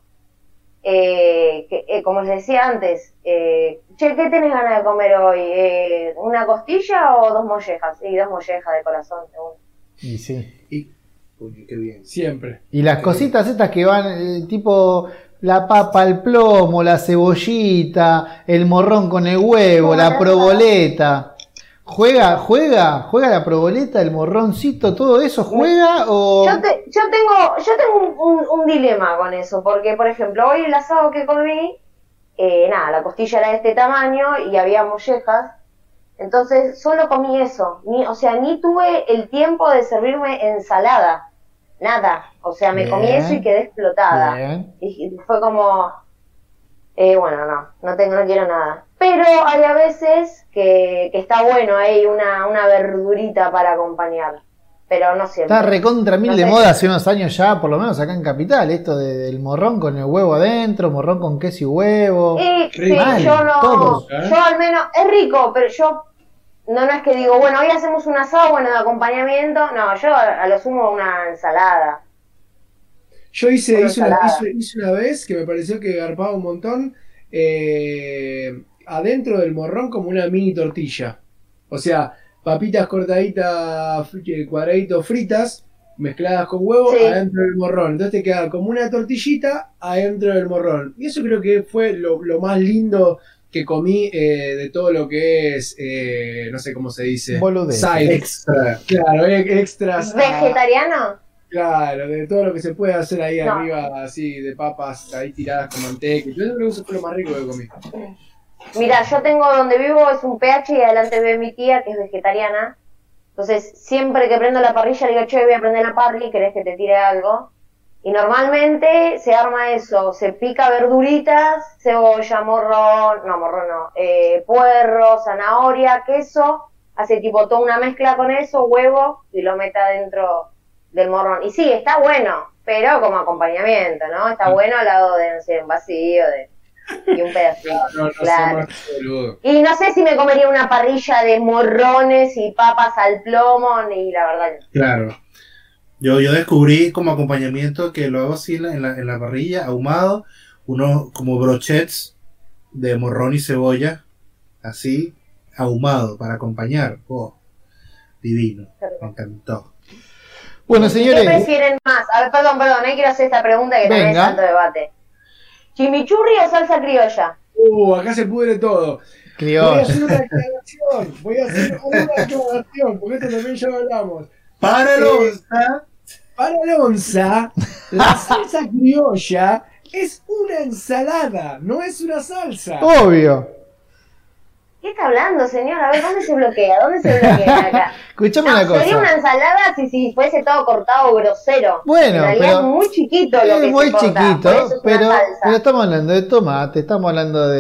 como les decía antes, ¿qué tenés ganas de comer hoy? ¿Una costilla o 2 mollejas? Sí, 2 mollejas de corazón, según. Y sí. Uy, qué bien. Siempre. Y las cositas estas que van, tipo la papa al plomo, la cebollita, el morrón con el huevo, la proboleta. ¿Juega la proboleta, el morroncito, todo eso? ¿Juega o...? Yo tengo un dilema con eso, porque, por ejemplo, hoy el asado que comí, la costilla era de este tamaño y había mollejas, entonces solo comí eso, ni tuve el tiempo de servirme ensalada, nada, o sea, me comí eso y quedé explotada. Bien. Y fue como, no quiero nada. Pero hay a veces que está bueno ahí una verdurita para acompañar, pero no siempre. Está recontra mil de moda hace unos años ya, por lo menos acá en Capital, esto del morrón con el huevo adentro, morrón con queso y huevo. Sí, yo al menos, es rico, pero yo no es que digo, hoy hacemos un asado, de acompañamiento, no, yo a lo sumo una ensalada. Yo hice una vez que me pareció que garpaba un montón, adentro del morrón como una mini tortilla. O sea, papitas cortaditas, cuadraditos fritas, mezcladas con huevo, adentro del morrón. Entonces te queda como una tortillita adentro del morrón. Y eso creo que fue lo más lindo que comí de todo lo que es, no sé cómo se dice, side extra. Claro, extras. ¿Vegetariano? Claro, de todo lo que se puede hacer ahí arriba, así, de papas ahí tiradas con manteca. Yo creo que eso fue lo más rico que comí. Mira, yo tengo donde vivo, es un PH y adelante ve mi tía, que es vegetariana. Entonces, siempre que prendo la parrilla le digo, che, voy a prender la parrilla, ¿querés que te tire algo? Y normalmente se arma eso, se pica verduritas, cebolla, puerro, zanahoria, queso, hace tipo toda una mezcla con eso, huevo, y lo mete dentro del morrón. Y sí, está bueno, pero como acompañamiento, ¿no? Está bueno al lado de, no sé, un vacío y un pedacito. No, claro. Y no sé si me comería una parrilla de morrones y papas al plomo, ni la verdad. Claro. Yo descubrí como acompañamiento que lo hago así en la parrilla, ahumado, unos como brochets de morrón y cebolla, así, ahumado, para acompañar. Oh, divino, me encantó. Bueno, señores. ¿Qué prefieren más? A ver, perdón, quiero hacer esta pregunta que también es tanto debate. ¿Chimichurri o salsa criolla? Acá se pudre todo. Criolla. Voy a hacer una aclaración, porque esto también ya lo hablamos. Para Lonza, la salsa criolla es una ensalada, no es una salsa. Obvio. ¿Qué está hablando, señor? A ver, ¿dónde se bloquea? Acá? Escuchame una cosa. Sería una ensalada si fuese todo cortado grosero. Bueno, en realidad pero es muy chiquito lo que es muy se corta, chiquito, pero estamos hablando de tomate, estamos hablando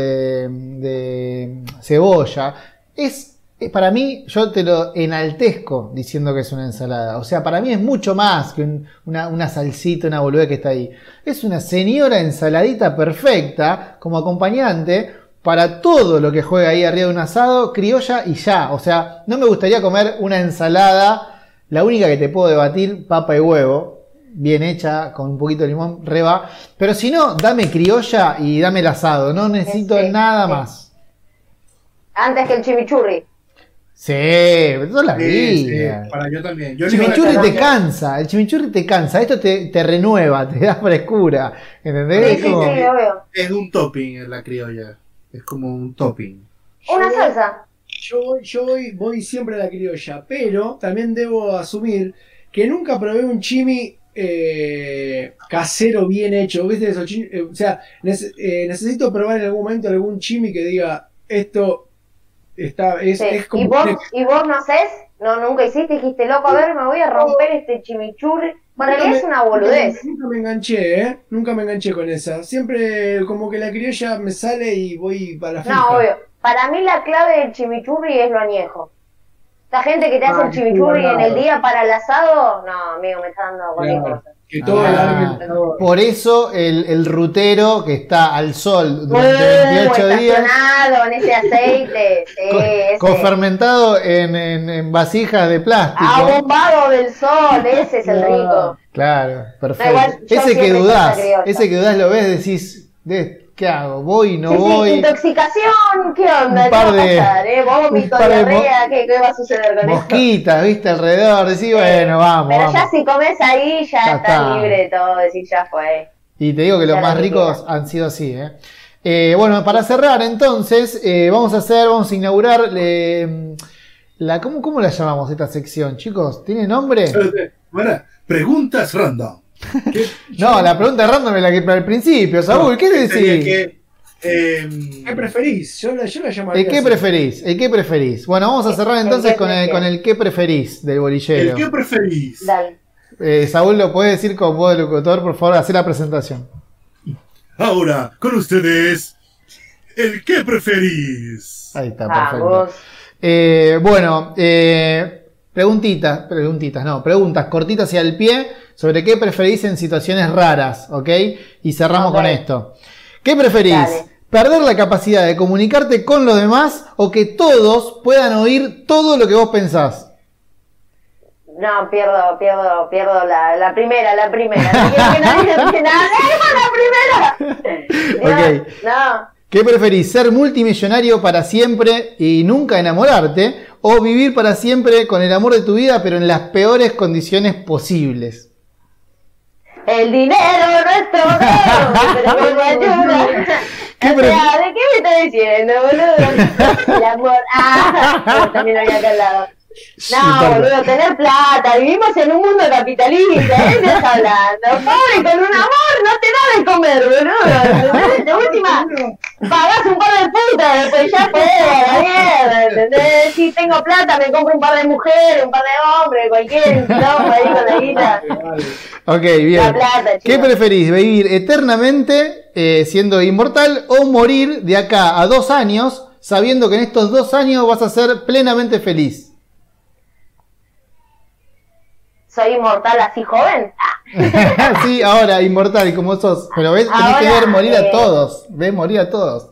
de cebolla. Para mí, yo te lo enaltezco diciendo que es una ensalada. O sea, para mí es mucho más que una salsita, una boludez que está ahí. Es una señora ensaladita perfecta como acompañante para todo lo que juega ahí arriba de un asado, criolla y ya. O sea, no me gustaría comer una ensalada, la única que te puedo debatir, papa y huevo, bien hecha, con un poquito de limón, reba. Pero si no, dame criolla y dame el asado, no necesito nada más. Antes que el chimichurri. Sí, eso es la vida. Sí, para yo también. El chimichurri te cansa, esto te renueva, te da frescura, ¿entendés? Sí, obvio. Es un topping en la criolla, es como un topping. Una salsa. Yo voy siempre a la criolla, pero también debo asumir que nunca probé un chimi casero bien hecho, ¿viste? O sea, necesito probar en algún momento algún chimi que diga, esto... es como... ¿Y vos no hacés? No, nunca hiciste, dijiste, loco, a ver, me voy a romper este chimichurri. Bueno, es una boludez. Nunca me enganché con esa. Siempre como que la criolla me sale y voy para la fija. No, obvio. Para mí la clave del chimichurri es lo añejo. La gente que te hace el chimichurri en el día para el asado, no, amigo, me está dando cualquier cosa. Que todo por eso el rutero que está al sol durante 28 días en ese aceite, fermentado en vasijas de plástico, abombado del sol, ese es el rico. Claro, perfecto. Igual, ese que dudás lo ves, decís, ¿qué hago? ¿Voy, no voy? Intoxicación, ¿qué onda? ¿Qué va a pasar? Vómito, diarrea, ¿qué va a suceder con mosquitas, viste, alrededor, decís, bueno, vamos. Pero ya si comes ahí, ya estás libre de todo, decís, ya fue. Y te digo que los más ricos han sido así, bueno, para cerrar entonces, vamos a inaugurar ¿cómo la llamamos esta sección, chicos? ¿Tiene nombre? Bueno, preguntas random. No, la pregunta random es la que al principio, Saúl, ¿qué decís? ¿Qué preferís? Yo la llamaría ¿El qué preferís? Bueno, vamos a cerrar entonces con el qué preferís del bolillero. ¿El qué preferís? Dale. Saúl, ¿lo puedes decir con voz de locutor? Por favor, hacer la presentación. Ahora, con ustedes, el qué preferís. Ahí está, perfecto. Bueno, preguntas cortitas y al pie sobre qué preferís en situaciones raras, ¿ok? Y cerramos con esto. ¿Qué preferís? Dale. ¿Perder la capacidad de comunicarte con los demás o que todos puedan oír todo lo que vos pensás? No, pierdo la primera. No quiero que nadie diga nada. ¡La primera! Ok. No. ¿Qué preferís? ¿Ser multimillonario para siempre y nunca enamorarte? ¿O vivir para siempre con el amor de tu vida pero en las peores condiciones posibles? El dinero no es todo, pero me ayuda. ¿De qué me estás diciendo, boludo? El amor. También lo había acá al lado. No, boludo, tener plata, vivimos en un mundo capitalista, ¿eh? ¿Estás hablando? Pobre, con un amor no te da de comer, boludo. De última, pagás un par de putas, después ya fue, la mierda, ¿entendés? Si tengo plata, me compro un par de mujeres, un par de hombres, cualquier quilombo ahí con la guita. Ok, bien. La plata, ¿Qué chicos. preferís? ¿Vivir eternamente siendo inmortal o morir de acá a 2 años sabiendo que en estos 2 años vas a ser plenamente feliz? Soy inmortal así joven. Sí, ahora, inmortal, como sos. Pero ves, tenés que ver morir a todos. Ves morir a todos.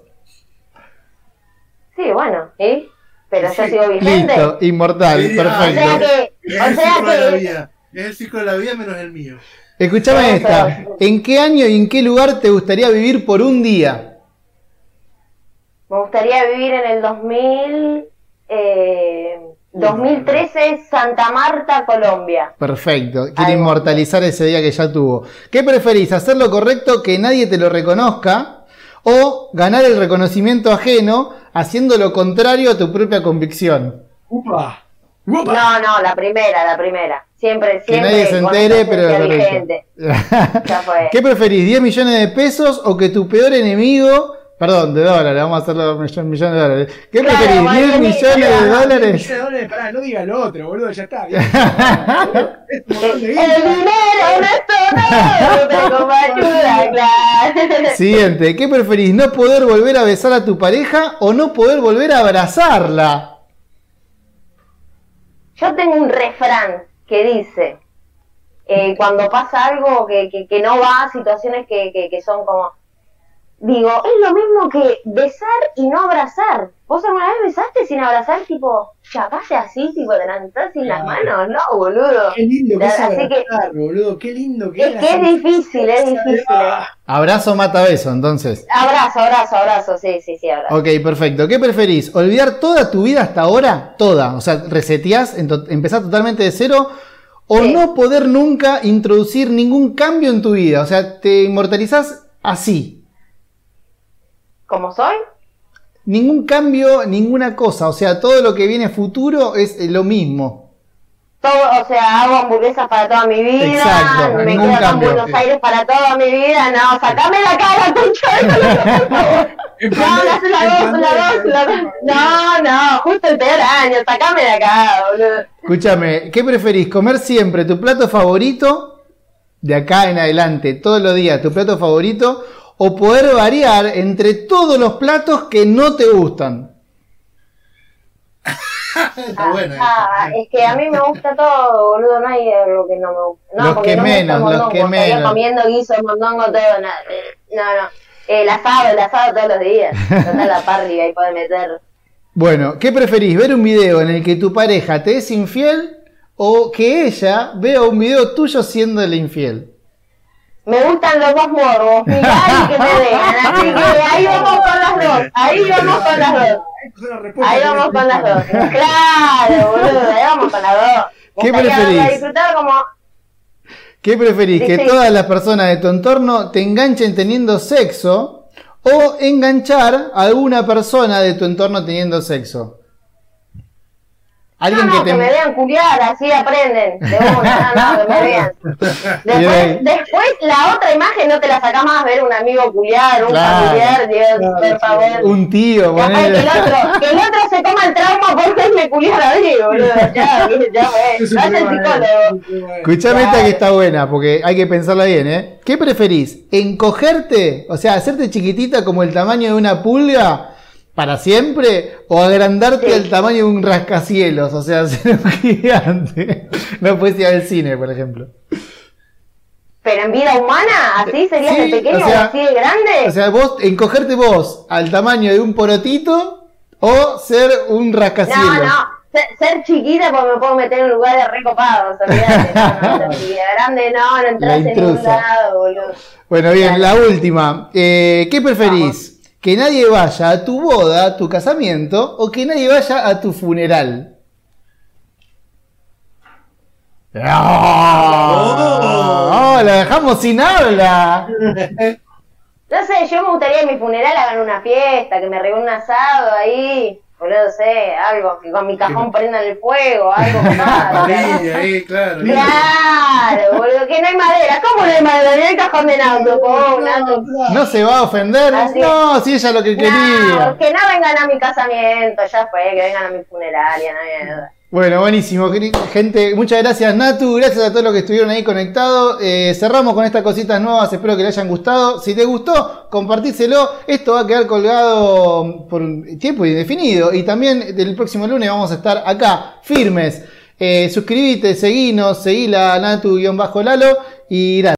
Sí, bueno, ¿y? Pero yo sigo vigente. Listo, inmortal, Sí, perfecto. Es el ciclo de la vida. Es el ciclo de la vida menos el mío. Escuchame esta. ¿En qué año y en qué lugar te gustaría vivir por un día? Me gustaría vivir en el 2013, Santa Marta, Colombia. Perfecto. Quiere Ahí va. inmortalizar ese día que ya tuvo. ¿Qué preferís? ¿Hacer lo correcto que nadie te lo reconozca? ¿O ganar el reconocimiento ajeno haciendo lo contrario a tu propia convicción? ¡Upa! No, la primera. Siempre, Que nadie se con entere, esa pero lo esencia correcto. vigente. Ya fue. ¿Qué preferís? ¿10 millones de pesos o que tu peor enemigo... Perdón, de dólares, vamos a hacerlo millones de dólares. ¿Qué Claro, preferís? bueno, ¿10 millones de dólares? $10 pará, no diga lo otro, boludo, ya está. Bien. Es un montón de El guita. dinero no es todo, pero me ayuda, claro. Siguiente, ¿qué preferís? ¿No poder volver a besar a tu pareja o no poder volver a abrazarla? Yo tengo un refrán que dice, cuando pasa algo que no va, situaciones que son como, digo, es lo mismo que besar y no abrazar. ¿Vos alguna vez besaste sin abrazar? Tipo, chapaste así, tipo, te lanzás sin las manos, no, boludo. Qué lindo que es Así que abrazar, boludo, qué lindo que es que es difícil, Abrazo mata beso, entonces. Abrazo, sí, abrazo. Ok, perfecto. ¿Qué preferís? ¿Olvidar toda tu vida hasta ahora? Toda. O sea, reseteás, empezás totalmente de cero. ¿O Sí. no poder nunca introducir ningún cambio en tu vida? O sea, te inmortalizás así. ¿Cómo soy? Ningún cambio, ninguna cosa. O sea, todo lo que viene futuro es lo mismo. Todo, o sea, hago hamburguesas para toda mi vida, Exacto, me ningún quedo acá en cambio. Buenos Aires para toda mi vida, no, sacame la cara, concha de tu madre. No, la dos. No, justo el peor año, sacame de acá, boludo. Escúchame, ¿qué preferís? ¿Comer siempre tu plato favorito? De acá en adelante, todos los días, tu plato favorito. ¿O poder variar entre todos los platos que no te gustan? Está buena. Es que a mí me gusta todo, boludo, no hay algo que no me gusta. No, Los porque que no me gusta menos, el los mondongo, que estaría menos. comiendo guisos, mondongo, todo, no. El asado todos los días. Total la parrilla ahí puede meter. Bueno, ¿qué preferís? ¿Ver un video en el que tu pareja te es infiel o que ella vea un video tuyo siéndole infiel? Me gustan los dos morbos, mirá y que me vean, así que ahí vamos con las dos, Ahí vamos con las dos. Claro, boludo, ahí vamos con las dos. ¿Qué Me gustaría preferís? disfrutar como... ¿Qué preferís? ¿Que Sí. todas las personas de tu entorno te enganchen teniendo sexo o enganchar a alguna persona de tu entorno teniendo sexo? Alguien No, que que te... me vean culiar, así aprenden. De una, no, que me vean. Después la otra imagen no te la sacás más, ver un amigo culiar, un Claro. familiar, Dios, por favor. Un tío, Capaz ponele. que el otro se toma el trauma por verme culiar a mí, boludo. Ya fue. Vaya el psicólogo. Escuchame esta que está buena, porque hay que pensarla bien, ¿eh? ¿Qué preferís? ¿Encogerte? O sea, hacerte chiquitita como el tamaño de una pulga para siempre, o agrandarte Sí. al tamaño de un rascacielos, o sea, ser un gigante. No puedes ir al cine, por ejemplo. Pero en vida humana, así serías Sí, de pequeño o sea, o así de grande. O sea, vos, encogerte vos al tamaño de un porotito, o ser un rascacielos. No. Ser chiquita porque me puedo meter en lugares recopados, olvidate. No, ser grande no entras en ningún intrusa. lado, boludo. Bueno, bien, Claro. la última. ¿Qué preferís? ¿Que nadie vaya a tu boda, a tu casamiento, o que nadie vaya a tu funeral? ¡Oh! La dejamos sin habla. No sé, yo me gustaría que en mi funeral hagan una fiesta, que me regalen un asado ahí, boludo, no sé, algo, que con mi cajón prendan el fuego, algo que nada. Claro. Claro, boludo, que no hay madera. ¿Cómo no hay madera? No hay cajón de auto, un auto. No se va a ofender. Así No, si ella lo que quería. No, que no vengan a mi casamiento, ya fue, que vengan a mi funeraria, no mierda. Bueno, buenísimo, gente. Muchas gracias, Natu. Gracias a todos los que estuvieron ahí conectados. Cerramos con estas cositas nuevas. Espero que les hayan gustado. Si te gustó, compartíselo. Esto va a quedar colgado por un tiempo indefinido. Y también del próximo lunes vamos a estar acá, firmes. Suscríbete, seguinos, seguí la Natu-Lalo. Y nada.